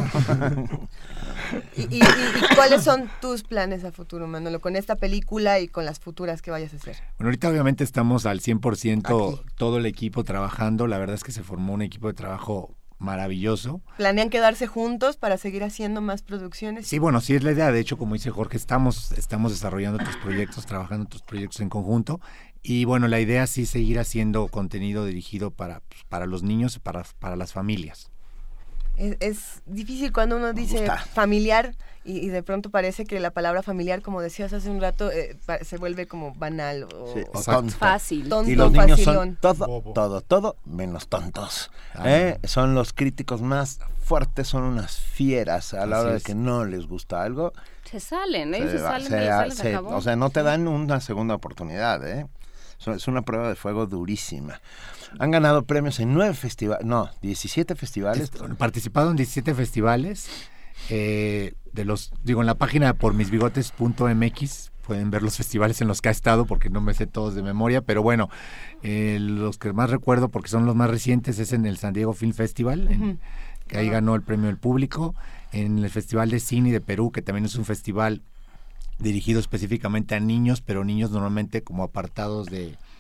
¿Y, y, y, ¿Y cuáles son tus planes a futuro, Manolo, con esta película y con las futuras que vayas a hacer? Bueno, ahorita obviamente estamos al cien por ciento Aquí. Todo el equipo trabajando. La verdad es que se formó un equipo de trabajo maravilloso. ¿Planean quedarse juntos para seguir haciendo más producciones? Sí, bueno, sí es la idea. De hecho, como dice Jorge, estamos, estamos desarrollando otros proyectos, trabajando otros proyectos en conjunto. Y bueno, la idea sí es seguir haciendo contenido dirigido para, pues, para los niños y para, para las familias. Es, es difícil cuando uno dice familiar y, y de pronto parece que la palabra familiar, como decías hace un rato, eh, pa- se vuelve como banal o, Sí, o tonto. fácil. Tonto, y los niños facilón. son todo, todo, todo menos tontos. Ah. ¿eh? Son los críticos más fuertes, son unas fieras a la Así hora de es. que no les gusta algo. Se salen, ellos se, va- salen, se- de la sala, se se- acabó. o sea, no te dan una segunda oportunidad, ¿eh? So- Es una prueba de fuego durísima. Han ganado premios en nueve festivales, no, diecisiete festivales. Han participado en diecisiete festivales. Eh, de los, digo, en la página por mis bigotes punto m x pueden ver los festivales en los que ha estado, porque no me sé todos de memoria, pero bueno, eh, los que más recuerdo, porque son los más recientes, es en el San Diego Film Festival, en, Ujú. que ahí ganó el premio del público, en el Festival de Cine de Perú, que también es un festival dirigido específicamente a niños, pero niños normalmente como apartados de,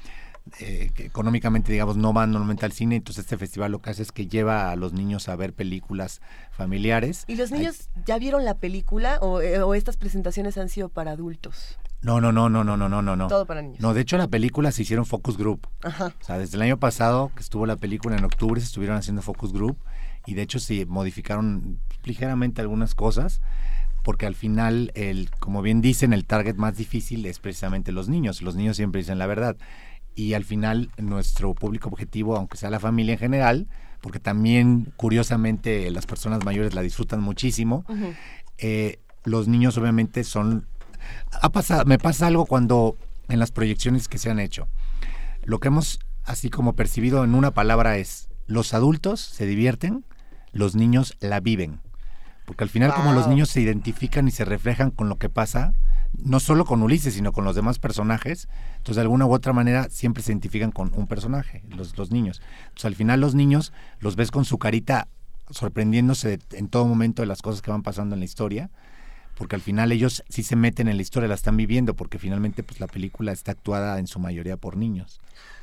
eh, que económicamente, digamos, no van normalmente al cine, entonces este festival lo que hace es que lleva a los niños a ver películas familiares. ¿Y los niños Hay... ya vieron la película o, eh, o estas presentaciones han sido para adultos? No, no, no, no, no, no, no, no. Todo para niños. No, de hecho la película se hicieron focus group. Ajá. O sea, desde el año pasado que estuvo la película en octubre se estuvieron haciendo focus group y de hecho se modificaron ligeramente algunas cosas porque al final, el, como bien dicen, el target más difícil es precisamente los niños. Los niños siempre dicen la verdad. Y al final nuestro público objetivo, aunque sea la familia en general, porque también curiosamente las personas mayores la disfrutan muchísimo, uh-huh. eh, los niños obviamente son... Ha pasado, me pasa algo cuando en las proyecciones que se han hecho, lo que hemos así como percibido en una palabra es, los adultos se divierten, los niños la viven. Porque al final wow. como los niños se identifican y se reflejan con lo que pasa, no solo con Ulises, sino con los demás personajes, entonces de alguna u otra manera siempre se identifican con un personaje, los, los niños. Entonces al final los niños los ves con su carita sorprendiéndose en todo momento de las cosas que van pasando en la historia, porque al final ellos sí se meten en la historia, la están viviendo, porque finalmente pues la película está actuada en su mayoría por niños.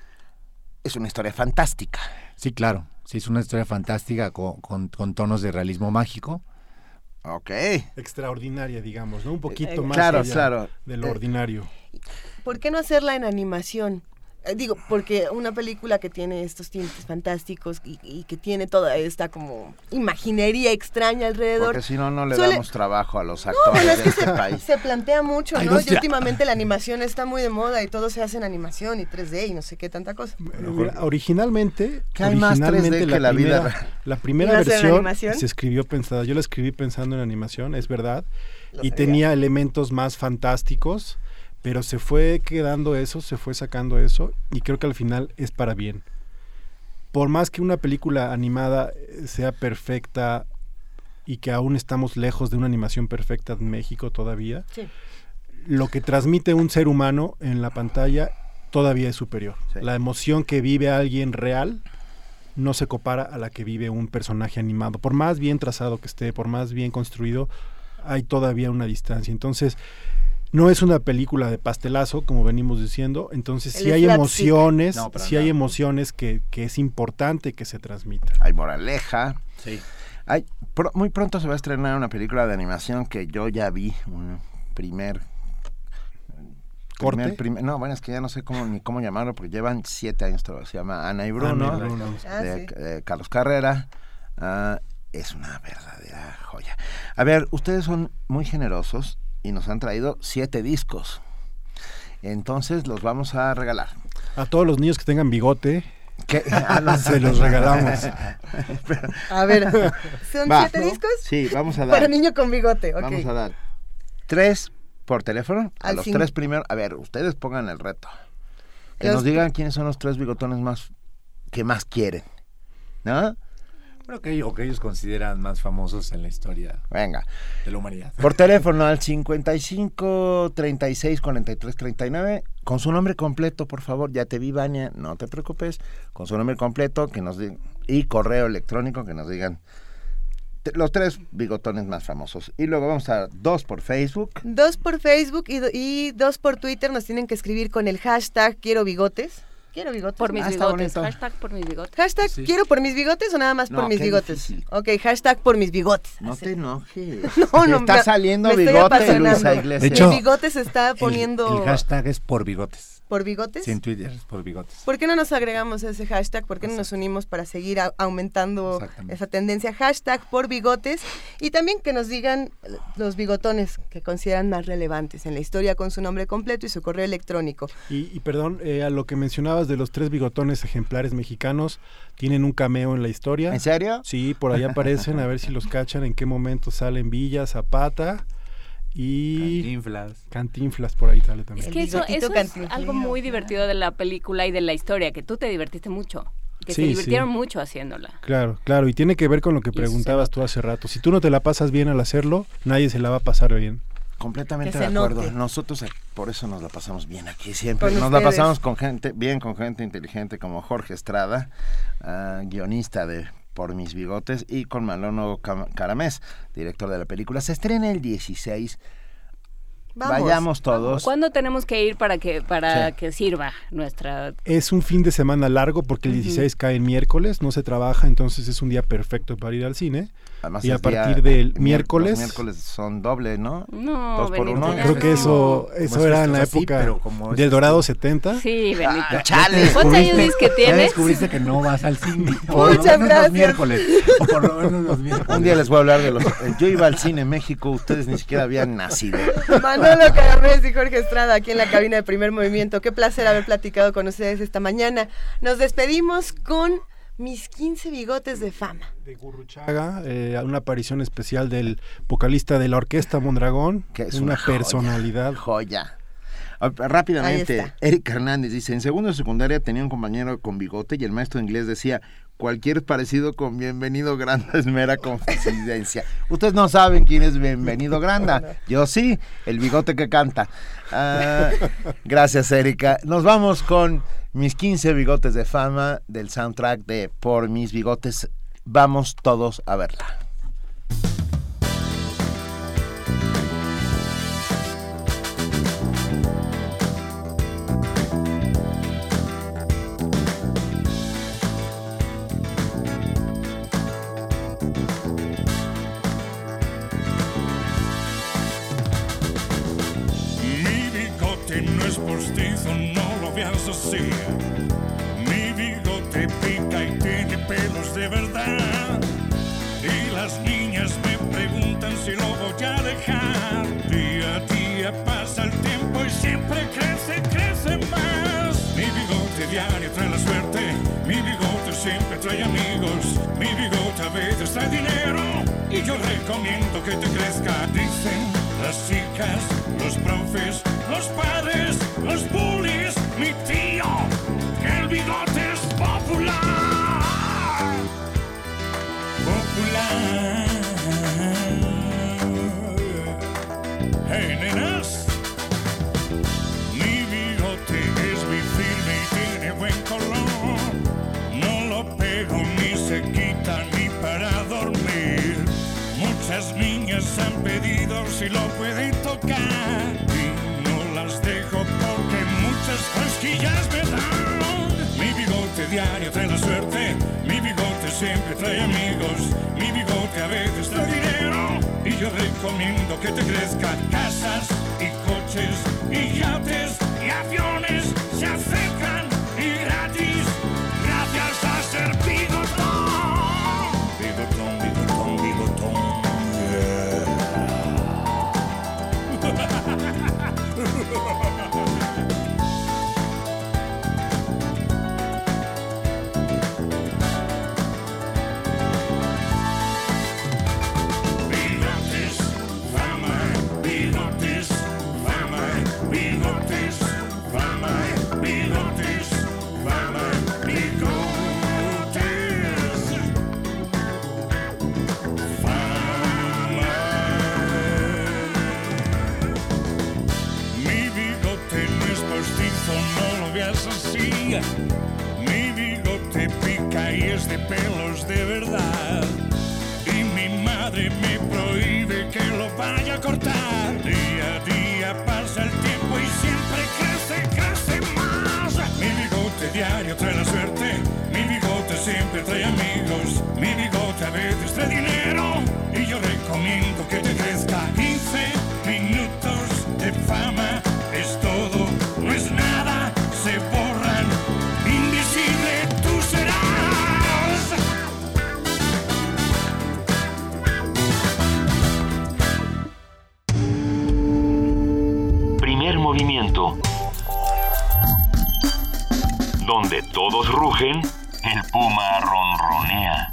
Es una historia fantástica. Sí, claro, sí es una historia fantástica con, con, con tonos de realismo mágico. Ok. Extraordinaria, digamos, ¿no? Un poquito eh, más claro, allá claro. de lo eh, ordinario. ¿Por qué no hacerla en animación? Eh, digo, porque una película que tiene estos tintes fantásticos y, y que tiene toda esta como imaginería extraña alrededor. Porque si no, no le suele... damos trabajo a los actores no, bueno, es de que este se, país. Se plantea mucho, Ay, ¿no? no Y últimamente la animación está muy de moda y todo se hace en animación y tres D y no sé qué tanta cosa. Mira, originalmente, ¿qué hay más originalmente tres D que la, la primera, vida? La primera versión se escribió pensada, yo la escribí pensando en animación, es verdad, Lo y sabía. tenía elementos más fantásticos, pero se fue quedando eso, se fue sacando eso, y creo que al final es para bien. Por más que una película animada sea perfecta y que aún estamos lejos de una animación perfecta en México todavía, sí. lo que transmite un ser humano en la pantalla todavía es superior. Sí. La emoción que vive alguien real no se compara a la que vive un personaje animado. Por más bien trazado que esté, por más bien construido, hay todavía una distancia. Entonces, no es una película de pastelazo, como venimos diciendo, entonces sí hay emociones, no, sí hay emociones que, que es importante que se transmitan. Hay moraleja. Sí. Hay, pro, muy pronto se va a estrenar una película de animación que yo ya vi, un primer... ¿Corte? Primer, primer, no, bueno, es que ya no sé cómo ni cómo llamarlo, porque llevan siete años, todo, se llama Ana y Bruno, Ana y Bruno. de, Ah, de, sí. de Carlos Carrera. Uh, es una verdadera joya. A ver, ustedes son muy generosos y nos han traído siete discos. Entonces los vamos a regalar. A todos los niños que tengan bigote, ¿Qué? Ah, no. se los regalamos. Pero, a ver, ¿son va, siete ¿no? discos? Sí, vamos a dar. Para niño con bigote, ok. Vamos a dar tres por teléfono. A Al los cinco. tres primeros. A ver, ustedes pongan el reto. Que Los- nos digan quiénes son los tres bigotones más que más quieren. ¿No? Bueno, que, o que ellos consideran más famosos en la historia Venga. de la humanidad. Por teléfono al cincuenta y cinco, treinta y seis, cuarenta y tres, treinta y nueve, con su nombre completo, por favor. Ya te vi, Vania, no te preocupes. Con su nombre completo que nos digan, y correo electrónico que nos digan te- los tres bigotones más famosos. Y luego vamos a dos por Facebook. Dos por Facebook y, do- y dos por Twitter. Nos tienen que escribir con el hashtag quiero bigotes. Quiero bigotes. Por mis Ah, está bigotes. bonito. Hashtag por mis bigotes. Hashtag Sí. quiero por mis bigotes o nada más No, por mis qué bigotes. difícil. Ok, hashtag por mis bigotes. No Así. te enojes. No, no, Está me- saliendo me estoy bigote, apasionando. Luisa Iglesias. De hecho, Mi bigote se está poniendo El, el hashtag es por bigotes. por bigotes. Sí, en Twitter es por bigotes. ¿Por qué no nos agregamos ese hashtag? ¿Por qué no nos unimos para seguir a- aumentando Exactamente. esa tendencia? Hashtag por bigotes. Y también que nos digan los bigotones que consideran más relevantes en la historia con su nombre completo y su correo electrónico. Y, y perdón, eh, a lo que mencionabas de los tres bigotones ejemplares mexicanos, tienen un cameo en la historia. ¿En serio? Sí, por ahí aparecen, a ver si los cachan, en qué momento salen Villa, Zapata y... Cantinflas. Cantinflas por ahí sale Es también. que eso, bigotito eso es cantinflero, algo muy divertido de la película y de la historia, que tú te divertiste mucho, que Sí, se divirtieron sí. mucho haciéndola. Claro, claro, y tiene que ver con lo que Y eso se preguntabas nota. tú hace rato. Si tú no te la pasas bien al hacerlo, nadie se la va a pasar bien. Completamente Que de se acuerdo. note. Nosotros eh, por eso nos la pasamos bien aquí siempre. Con nos la ustedes. pasamos con gente, bien con gente inteligente como Jorge Estrada, ah, guionista de Por mis bigotes, y con Malono Cam- Caramés, director de la película. Se estrena el dieciséis. Vamos. Vayamos todos. ¿Cuándo tenemos que ir para que para Sí. que sirva nuestra? Es un fin de semana largo porque el dieciséis cae en miércoles, no se trabaja, entonces es un día perfecto para ir al cine. Además, y a es día- partir del mier- miércoles... Los miércoles son doble, ¿no? No, Dos por Benito, uno. ya Creo que eso, Como eso es era en la festivo, sí, época pero como es del Dorado setenta. Sí, Benito. Ah, chale. ¿Cuántos años dices que Ya tienes? descubriste que no vas al cine. Por lo Muchas menos gracias. los miércoles. O por lo menos los miércoles. Un día les voy a hablar de los... Yo iba al cine en México, ustedes ni siquiera habían nacido. Manolo Caramés y Jorge Estrada aquí en la cabina de Primer Movimiento. Qué placer haber platicado con ustedes esta mañana. Nos despedimos con Mis quince bigotes de fama. De Gurruchaga, eh, una aparición especial del vocalista de la orquesta Mondragón, Que es una, una joya, personalidad. Joya. Ah, Ahí Rápidamente, está. Eric Hernández dice, en segundo de secundaria tenía un compañero con bigote y el maestro de inglés decía, cualquier parecido con Bienvenido Granda es mera coincidencia. Ustedes no saben quién es Bienvenido Granda. Yo sí, el bigote que canta. Ah, gracias, Erika. Nos vamos con Mis quince bigotes de fama del soundtrack de Por mis bigotes. Vamos todos a verla. Mi bigote no es postizo, no lo veas así. Mi bigote pica y tiene pelos de verdad. Y las niñas me preguntan si lo voy a dejar. Día a día pasa el tiempo y siempre crece, crece más. Mi bigote diario trae la suerte. Mi bigote siempre trae amigos. Mi bigote a veces trae dinero. Y yo recomiendo que te crezca. Dicen las chicas, los profes, los padres, los bullies, mi tío, que el bigote es popular. Popular. Hey, nenas. Mi bigote es muy firme y tiene buen color. No lo pego ni se quita ni para dormir. Muchas niñas han pedido si lo pueden tocar y no las dejo porque muchas cosquillas me dan. Mi bigote diario trae la suerte, mi bigote siempre trae amigos, mi bigote a veces trae dinero y yo recomiendo que te crezcan casas y coches y yates y aviones se acercan y gratis gracias a ser bigotón. Bigotón, bigotón, bigotón. Bigotes, fama, bigotes, fama, bigotes, fama, bigotes, fama, bigotes, fama. Mi bigote no es postizo, no lo veas así. Mi bigote pica y es de pelos de verdad. Y mi madre me prohíbe que lo vaya a cortar. Día a día pasa el tiempo y siempre crece, crece más. Mi bigote diario trae la suerte. Mi bigote siempre trae amigos. Mi bigote a veces trae dinero. Y yo recomiendo que te crezca. quince minutos de fama es todo, no es nada, se borran. Invisible tú serás. Primer movimiento. Donde todos rugen, el puma ronronea.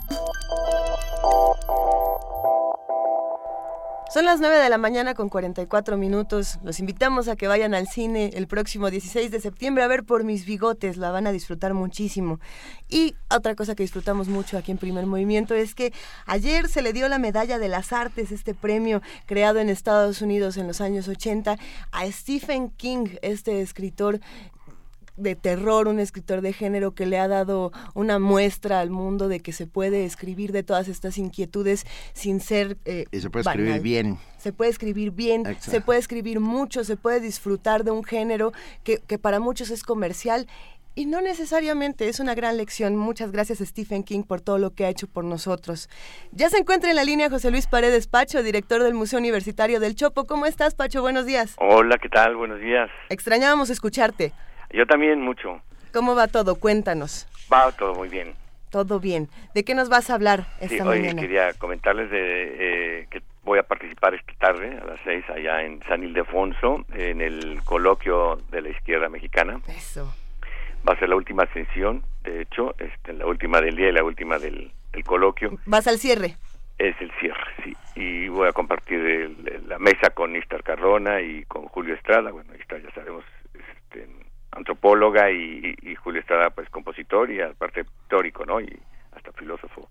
Son las nueve de la mañana con cuarenta y cuatro minutos. Los invitamos a que vayan al cine el próximo dieciséis de septiembre a ver Por mis bigotes. La van a disfrutar muchísimo. Y otra cosa que disfrutamos mucho aquí en Primer Movimiento es que ayer se le dio la Medalla de las Artes, este premio creado en Estados Unidos en los años ochenta, a Stephen King, este escritor de terror, un escritor de género que le ha dado una muestra al mundo de que se puede escribir de todas estas inquietudes sin ser eh, y se puede banal. escribir bien. Se puede escribir bien, Exacto. se puede escribir mucho, se puede disfrutar de un género que, que para muchos es comercial y no necesariamente. Es una gran lección. Muchas gracias, Stephen King, por todo lo que ha hecho por nosotros. Ya se encuentra en la línea José Luis Paredes Pacho, director del Museo Universitario del Chopo. ¿Cómo estás, Pacho? Buenos días. Hola, ¿qué tal? Buenos días. Extrañábamos escucharte. Yo también mucho. ¿Cómo va todo? Cuéntanos. Va todo muy bien. Todo bien. ¿De qué nos vas a hablar esta sí, hoy mañana? quería comentarles de, eh, que voy a participar esta tarde a las seis allá en San Ildefonso en el coloquio de la izquierda mexicana. Eso. Va a ser la última sesión, de hecho, este, la última del día y la última del, del coloquio. ¿Vas al cierre? Es el cierre, sí. Y voy a compartir el, la mesa con Ístar Cardona y con Julio Estrada. Bueno, Ístar ya sabemos, este, antropóloga y, y, y Julio Estrada, pues compositor y aparte teórico, ¿no? Y hasta filósofo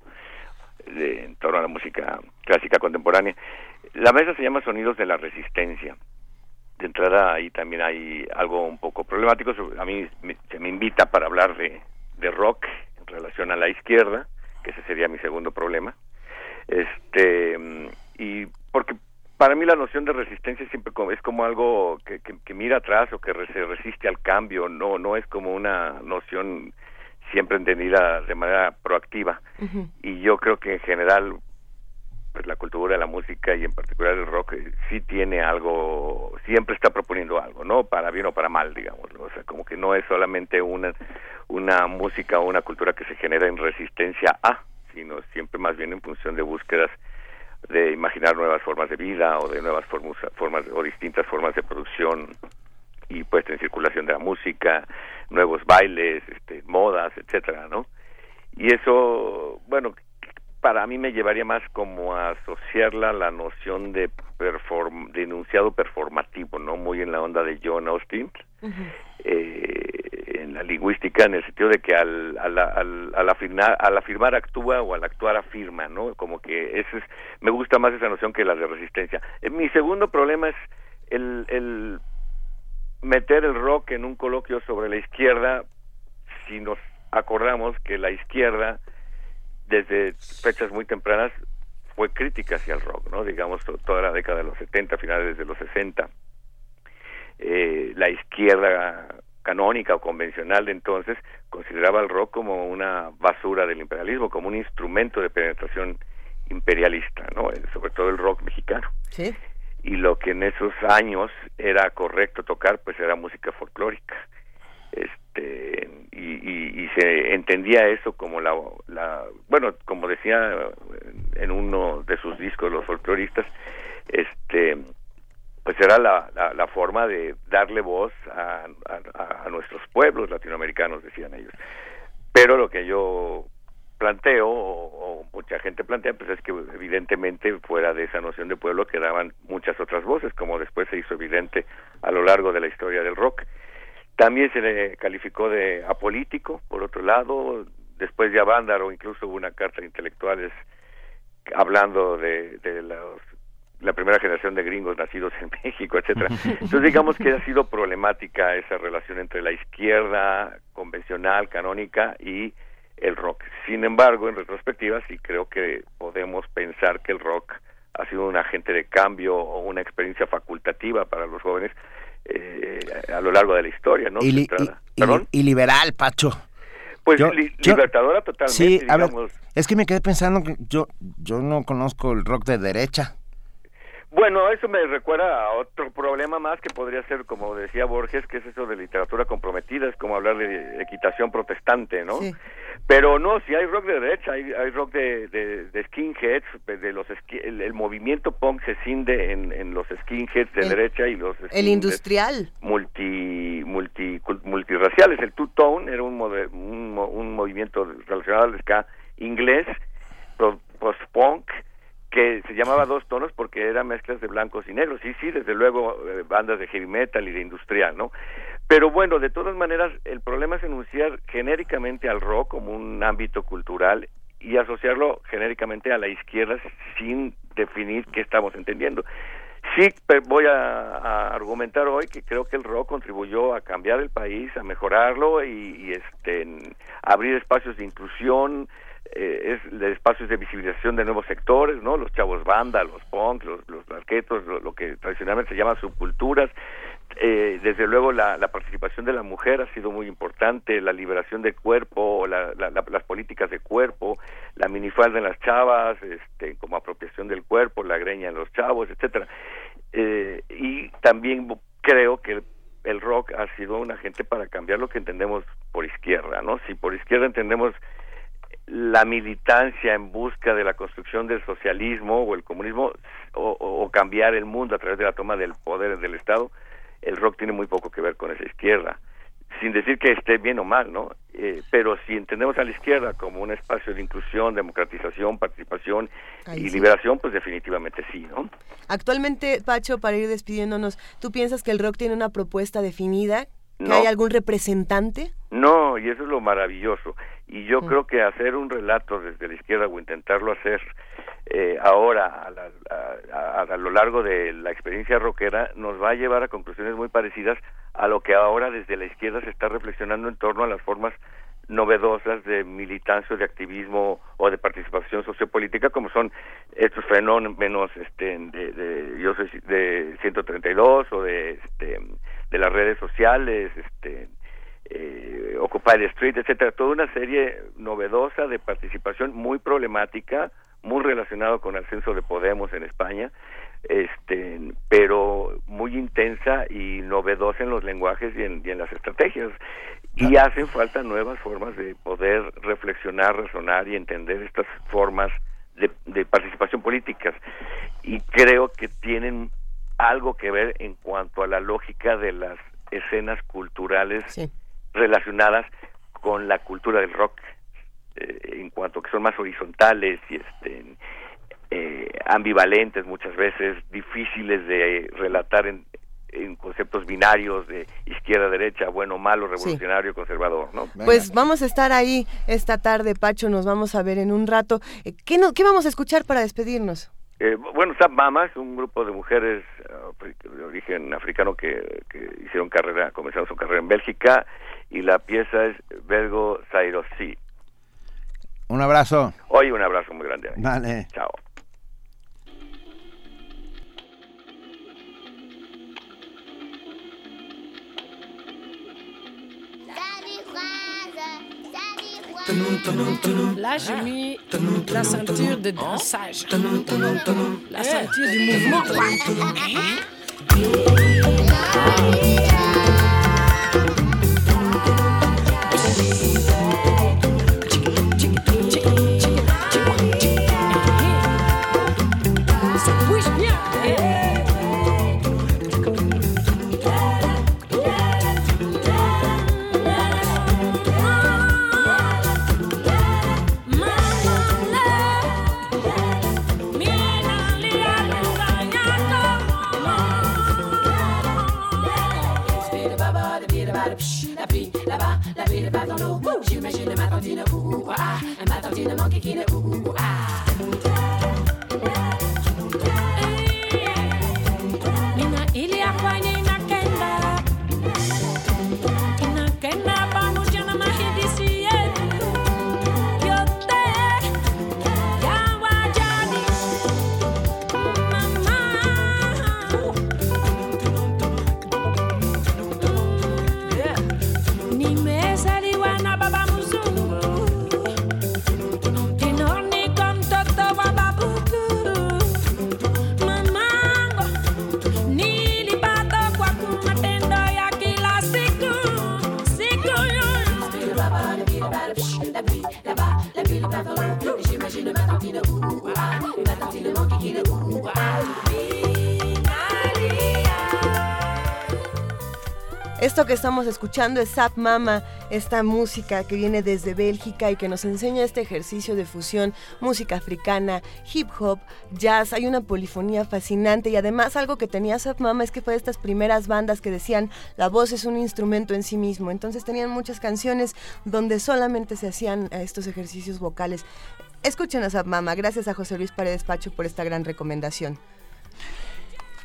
de, en torno a la música clásica contemporánea. La mesa se llama Sonidos de la Resistencia. De entrada ahí también hay algo un poco problemático. A mí me, se me invita para hablar de, de rock en relación a la izquierda, que ese sería mi segundo problema. Este y porque para mí la noción de resistencia siempre es como algo que, que, que mira atrás o que se resiste al cambio, no no es como una noción siempre entendida de manera proactiva. Uh-huh. Y yo creo que en general pues la cultura, la música y en particular el rock sí tiene algo, siempre está proponiendo algo, ¿no? Para bien o para mal, digamos, o sea, como que no es solamente una una música o una cultura que se genera en resistencia a, sino siempre más bien en función de búsquedas de imaginar nuevas formas de vida o de nuevas formas, formas o distintas formas de producción y puesta en circulación de la música, nuevos bailes, este, modas, etcétera, ¿no? Y eso, bueno, para mí me llevaría más como a asociarla a la noción de perform, de enunciado performativo, ¿no? Muy en la onda de John Austin, uh-huh. eh, en la lingüística, en el sentido de que al, al, al, al, afirmar, al afirmar actúa o al actuar afirma, ¿no? Como que ese es, me gusta más esa noción que la de resistencia. Eh, mi segundo problema es el, el meter el rock en un coloquio sobre la izquierda, si nos acordamos que la izquierda desde fechas muy tempranas fue crítica hacia el rock, ¿no? Digamos, toda la década de los setenta, finales de los sesenta. Eh, la izquierda canónica o convencional de entonces consideraba el rock como una basura del imperialismo, como un instrumento de penetración imperialista, ¿no? Sobre todo el rock mexicano. Sí. Y lo que en esos años era correcto tocar, pues era música folclórica. Este y, y, y se entendía eso como la, la bueno, como decía en uno de sus discos los folcloristas, este pues era la, la, la forma de darle voz a, a, a nuestros pueblos latinoamericanos, decían ellos. Pero lo que yo planteo, o, o mucha gente plantea, pues es que evidentemente fuera de esa noción de pueblo quedaban muchas otras voces, como después se hizo evidente a lo largo de la historia del rock. También se le calificó de apolítico, por otro lado, después de Avándaro incluso hubo una carta de intelectuales hablando de, de los, la primera generación de gringos nacidos en México, etcétera. Entonces digamos que ha sido problemática esa relación entre la izquierda convencional, canónica y el rock. Sin embargo, en retrospectiva sí creo que podemos pensar que el rock ha sido un agente de cambio o una experiencia facultativa para los jóvenes Eh, a lo largo de la historia, ¿no? Y, li, y, y, y liberal, Pacho. Pues yo, li, yo, libertadora totalmente, sí, digamos. A ver, es que me quedé pensando que yo, yo no conozco el rock de derecha. Bueno, eso me recuerda a otro problema más que podría ser, como decía Borges, que es eso de literatura comprometida, es como hablar de equitación protestante, ¿no? Sí. Pero no, si hay rock de derecha, hay, hay rock de, de, de skinheads, de los el, el movimiento punk se cinde en, en los skinheads de el, derecha y los el industrial multi multi multirraciales. El two-tone era un, un, un movimiento relacionado al ska inglés, post-punk, que se llamaba Dos Tonos porque eran mezclas de blancos y negros, sí, sí, desde luego eh, bandas de heavy metal y de industrial, ¿no? Pero bueno, de todas maneras, el problema es enunciar genéricamente al rock como un ámbito cultural y asociarlo genéricamente a la izquierda sin definir qué estamos entendiendo. Sí, pero voy a, a argumentar hoy que creo que el rock contribuyó a cambiar el país, a mejorarlo y, y este en abrir espacios de inclusión, eh, es de espacios de visibilización de nuevos sectores, ¿no? Los chavos banda, los punk, los, los arquetos, lo, lo que tradicionalmente se llama subculturas. Eh, desde luego la, la participación de la mujer ha sido muy importante, la liberación del cuerpo, la, la, la, las políticas de cuerpo, la minifalda en las chavas, este, como apropiación del cuerpo, la greña en los chavos, etcétera. Eh, y también creo que el, el rock ha sido un agente para cambiar lo que entendemos por izquierda, ¿no? Si por izquierda entendemos la militancia en busca de la construcción del socialismo o el comunismo o, o, o cambiar el mundo a través de la toma del poder del Estado, el rock tiene muy poco que ver con esa izquierda, sin decir que esté bien o mal, ¿no? Eh, pero si entendemos a la izquierda como un espacio de inclusión, democratización, participación Ahí y sí. liberación, pues definitivamente sí, ¿no? Actualmente, Pacho, para ir despidiéndonos, ¿tú piensas que el rock tiene una propuesta definida? ¿Que No. hay algún representante? No, y eso es lo maravilloso. Y yo Mm. creo que hacer un relato desde la izquierda o intentarlo hacer eh, ahora a, la, a, a, a lo largo de la experiencia rockera nos va a llevar a conclusiones muy parecidas a lo que ahora desde la izquierda se está reflexionando en torno a las formas novedosas de militancia, de activismo o de participación sociopolítica, como son estos fenómenos este, de, de yo soy de ciento treinta y dos o de este, de las redes sociales, este eh, Occupy the Street, etcétera, toda una serie novedosa de participación muy problemática, muy relacionado con el ascenso de Podemos en España, este, pero muy intensa y novedosa en los lenguajes y en, y en las estrategias. Y hacen falta nuevas formas de poder reflexionar, razonar y entender estas formas de, de participación políticas. Y creo que tienen algo que ver en cuanto a la lógica de las escenas culturales sí. relacionadas con la cultura del rock, eh, en cuanto que son más horizontales y este eh, ambivalentes muchas veces, difíciles de relatar en, en conceptos binarios de izquierda-derecha, bueno, malo, revolucionario, sí. conservador, ¿no? Pues vamos a estar ahí esta tarde, Pacho, nos vamos a ver en un rato. ¿Qué, no, qué vamos a escuchar para despedirnos? Eh, bueno, Sap Mamas, un grupo de mujeres uh, de origen africano que, que hicieron carrera, comenzaron su carrera en Bélgica, y la pieza es Belgo Sairosi. Un abrazo. Hoy un abrazo muy grande. Vale. Chao. Là, j'ai mis la ceinture de dansage, la ceinture du mouvement. Ça bouge bien. J'imagine ma tantine, ouh, ouh, ah, ma tantine manque qui ne ouh, ouh, ah. Nina ili afanye inakenda, inakenda pamoja na mahidisi yetu yote ya wajadi, mama. Nimezaliwa na baba mzungu, kinoni kwa mtoto wa babukuru. Mamangu nilipata kwa matendo ya kila siku siku. J'imagine ma tantine, ouh, ah, ma tantine manque qui ne ouh, ah. Esto que estamos escuchando es Sap Mama, esta música que viene desde Bélgica y que nos enseña este ejercicio de fusión, música africana, hip hop, jazz. Hay una polifonía fascinante y además algo que tenía Sap Mama es que fue de estas primeras bandas que decían la voz es un instrumento en sí mismo. Entonces tenían muchas canciones donde solamente se hacían estos ejercicios vocales. Escuchen a Sap Mama. Gracias a José Luis Paredes Pacho por esta gran recomendación.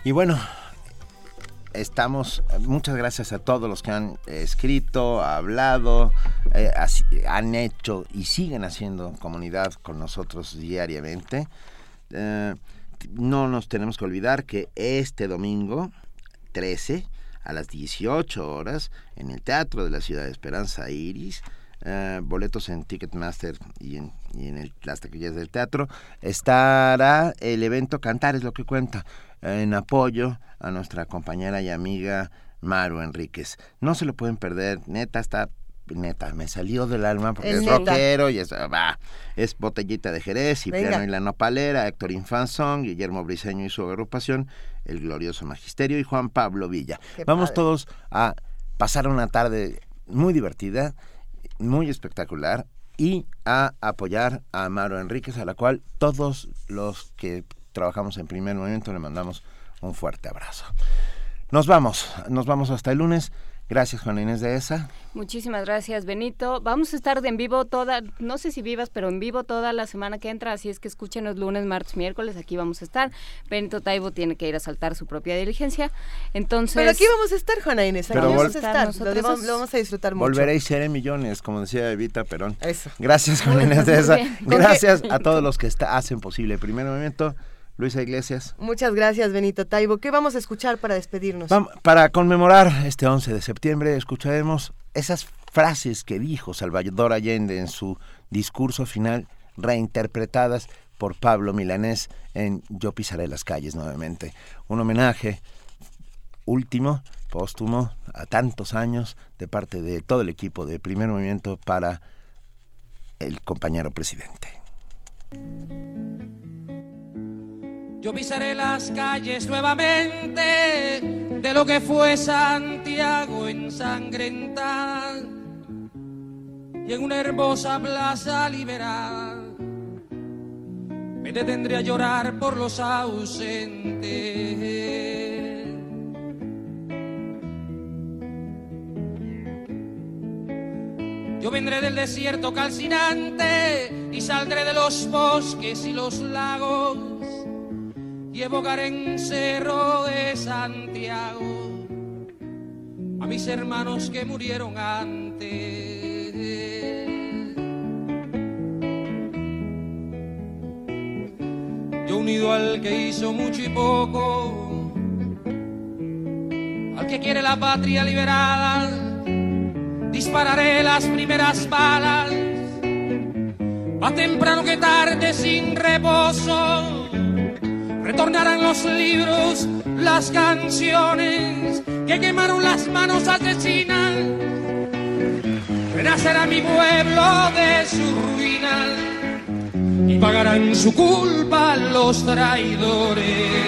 Y bueno, estamos, muchas gracias a todos los que han escrito, hablado, eh, así, han hecho y siguen haciendo comunidad con nosotros diariamente. Eh, no nos tenemos que olvidar que este domingo trece a las dieciocho horas en el Teatro de la Ciudad de Esperanza Iris, eh, boletos en Ticketmaster y en, y en el, las taquillas del teatro, estará el evento Cantar es lo que cuenta, en apoyo a nuestra compañera y amiga Maru Enríquez. No se lo pueden perder, neta, está, neta, me salió del alma porque es, es rockero y es, bah, es Botellita de Jerez, Cipriano y la Nopalera, Héctor Infanzón, Guillermo Briceño y su agrupación, El Glorioso Magisterio y Juan Pablo Villa. Qué Vamos padre. Todos a pasar una tarde muy divertida, muy espectacular y a apoyar a Maru Enríquez, a la cual todos los que trabajamos en Primer Movimiento le mandamos un fuerte abrazo. Nos vamos, nos vamos hasta el lunes. Gracias, Juana Inés de Esa. Muchísimas gracias, Benito. Vamos a estar en vivo toda, no sé si vivas, pero en vivo toda la semana que entra, así es que escúchenos lunes, martes, miércoles, aquí vamos a estar. Benito Taibo tiene que ir a saltar su propia diligencia, entonces... Pero aquí vamos a estar, Juana Inés, aquí vamos a estar, lo, lo, lo vamos a disfrutar mucho. Volveréis a ser en millones, como decía Evita Perón. Eso. Gracias, Juana Inés de Esa. Gracias a todos los que está, hacen posible Primer Movimiento. Luisa Iglesias. Muchas gracias, Benito Taibo. ¿Qué vamos a escuchar para despedirnos? Vamos, para conmemorar este once de septiembre, escucharemos esas frases que dijo Salvador Allende en su discurso final, reinterpretadas por Pablo Milanés en Yo pisaré las calles nuevamente. Un homenaje último, póstumo, a tantos años, de parte de todo el equipo de Primer Movimiento para el compañero presidente. Yo pisaré las calles nuevamente de lo que fue Santiago ensangrentada y en una hermosa plaza liberada me detendré a llorar por los ausentes. Yo vendré del desierto calcinante y saldré de los bosques y los lagos y evocaré en Cerro de Santiago a mis hermanos que murieron antes. Yo unido al que hizo mucho y poco, al que quiere la patria liberada, dispararé las primeras balas, más temprano que tarde sin reposo. Retornarán los libros, las canciones que quemaron las manos asesinas. Renacerá mi pueblo de su ruina y pagarán su culpa los traidores.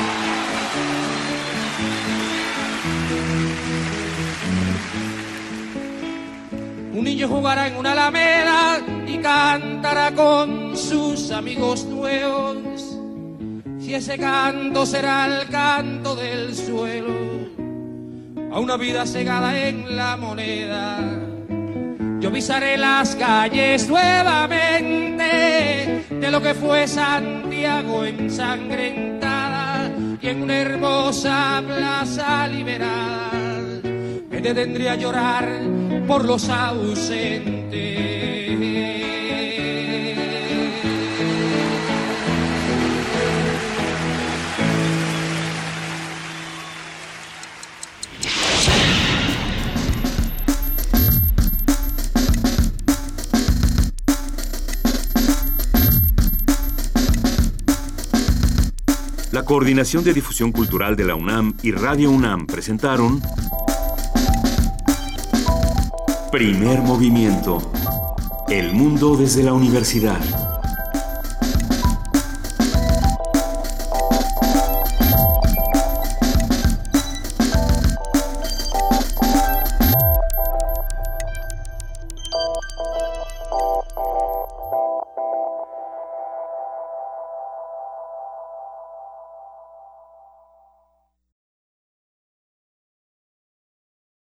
Un niño jugará en una alameda y cantará con sus amigos nuevos. Si ese canto será el canto del suelo, a una vida cegada en la moneda. Yo pisaré las calles nuevamente de lo que fue Santiago ensangrentada y en una hermosa plaza liberada me detendré a llorar por los ausentes. La Coordinación de Difusión Cultural de la UNAM y Radio UNAM presentaron Primer Movimiento. El mundo desde la universidad.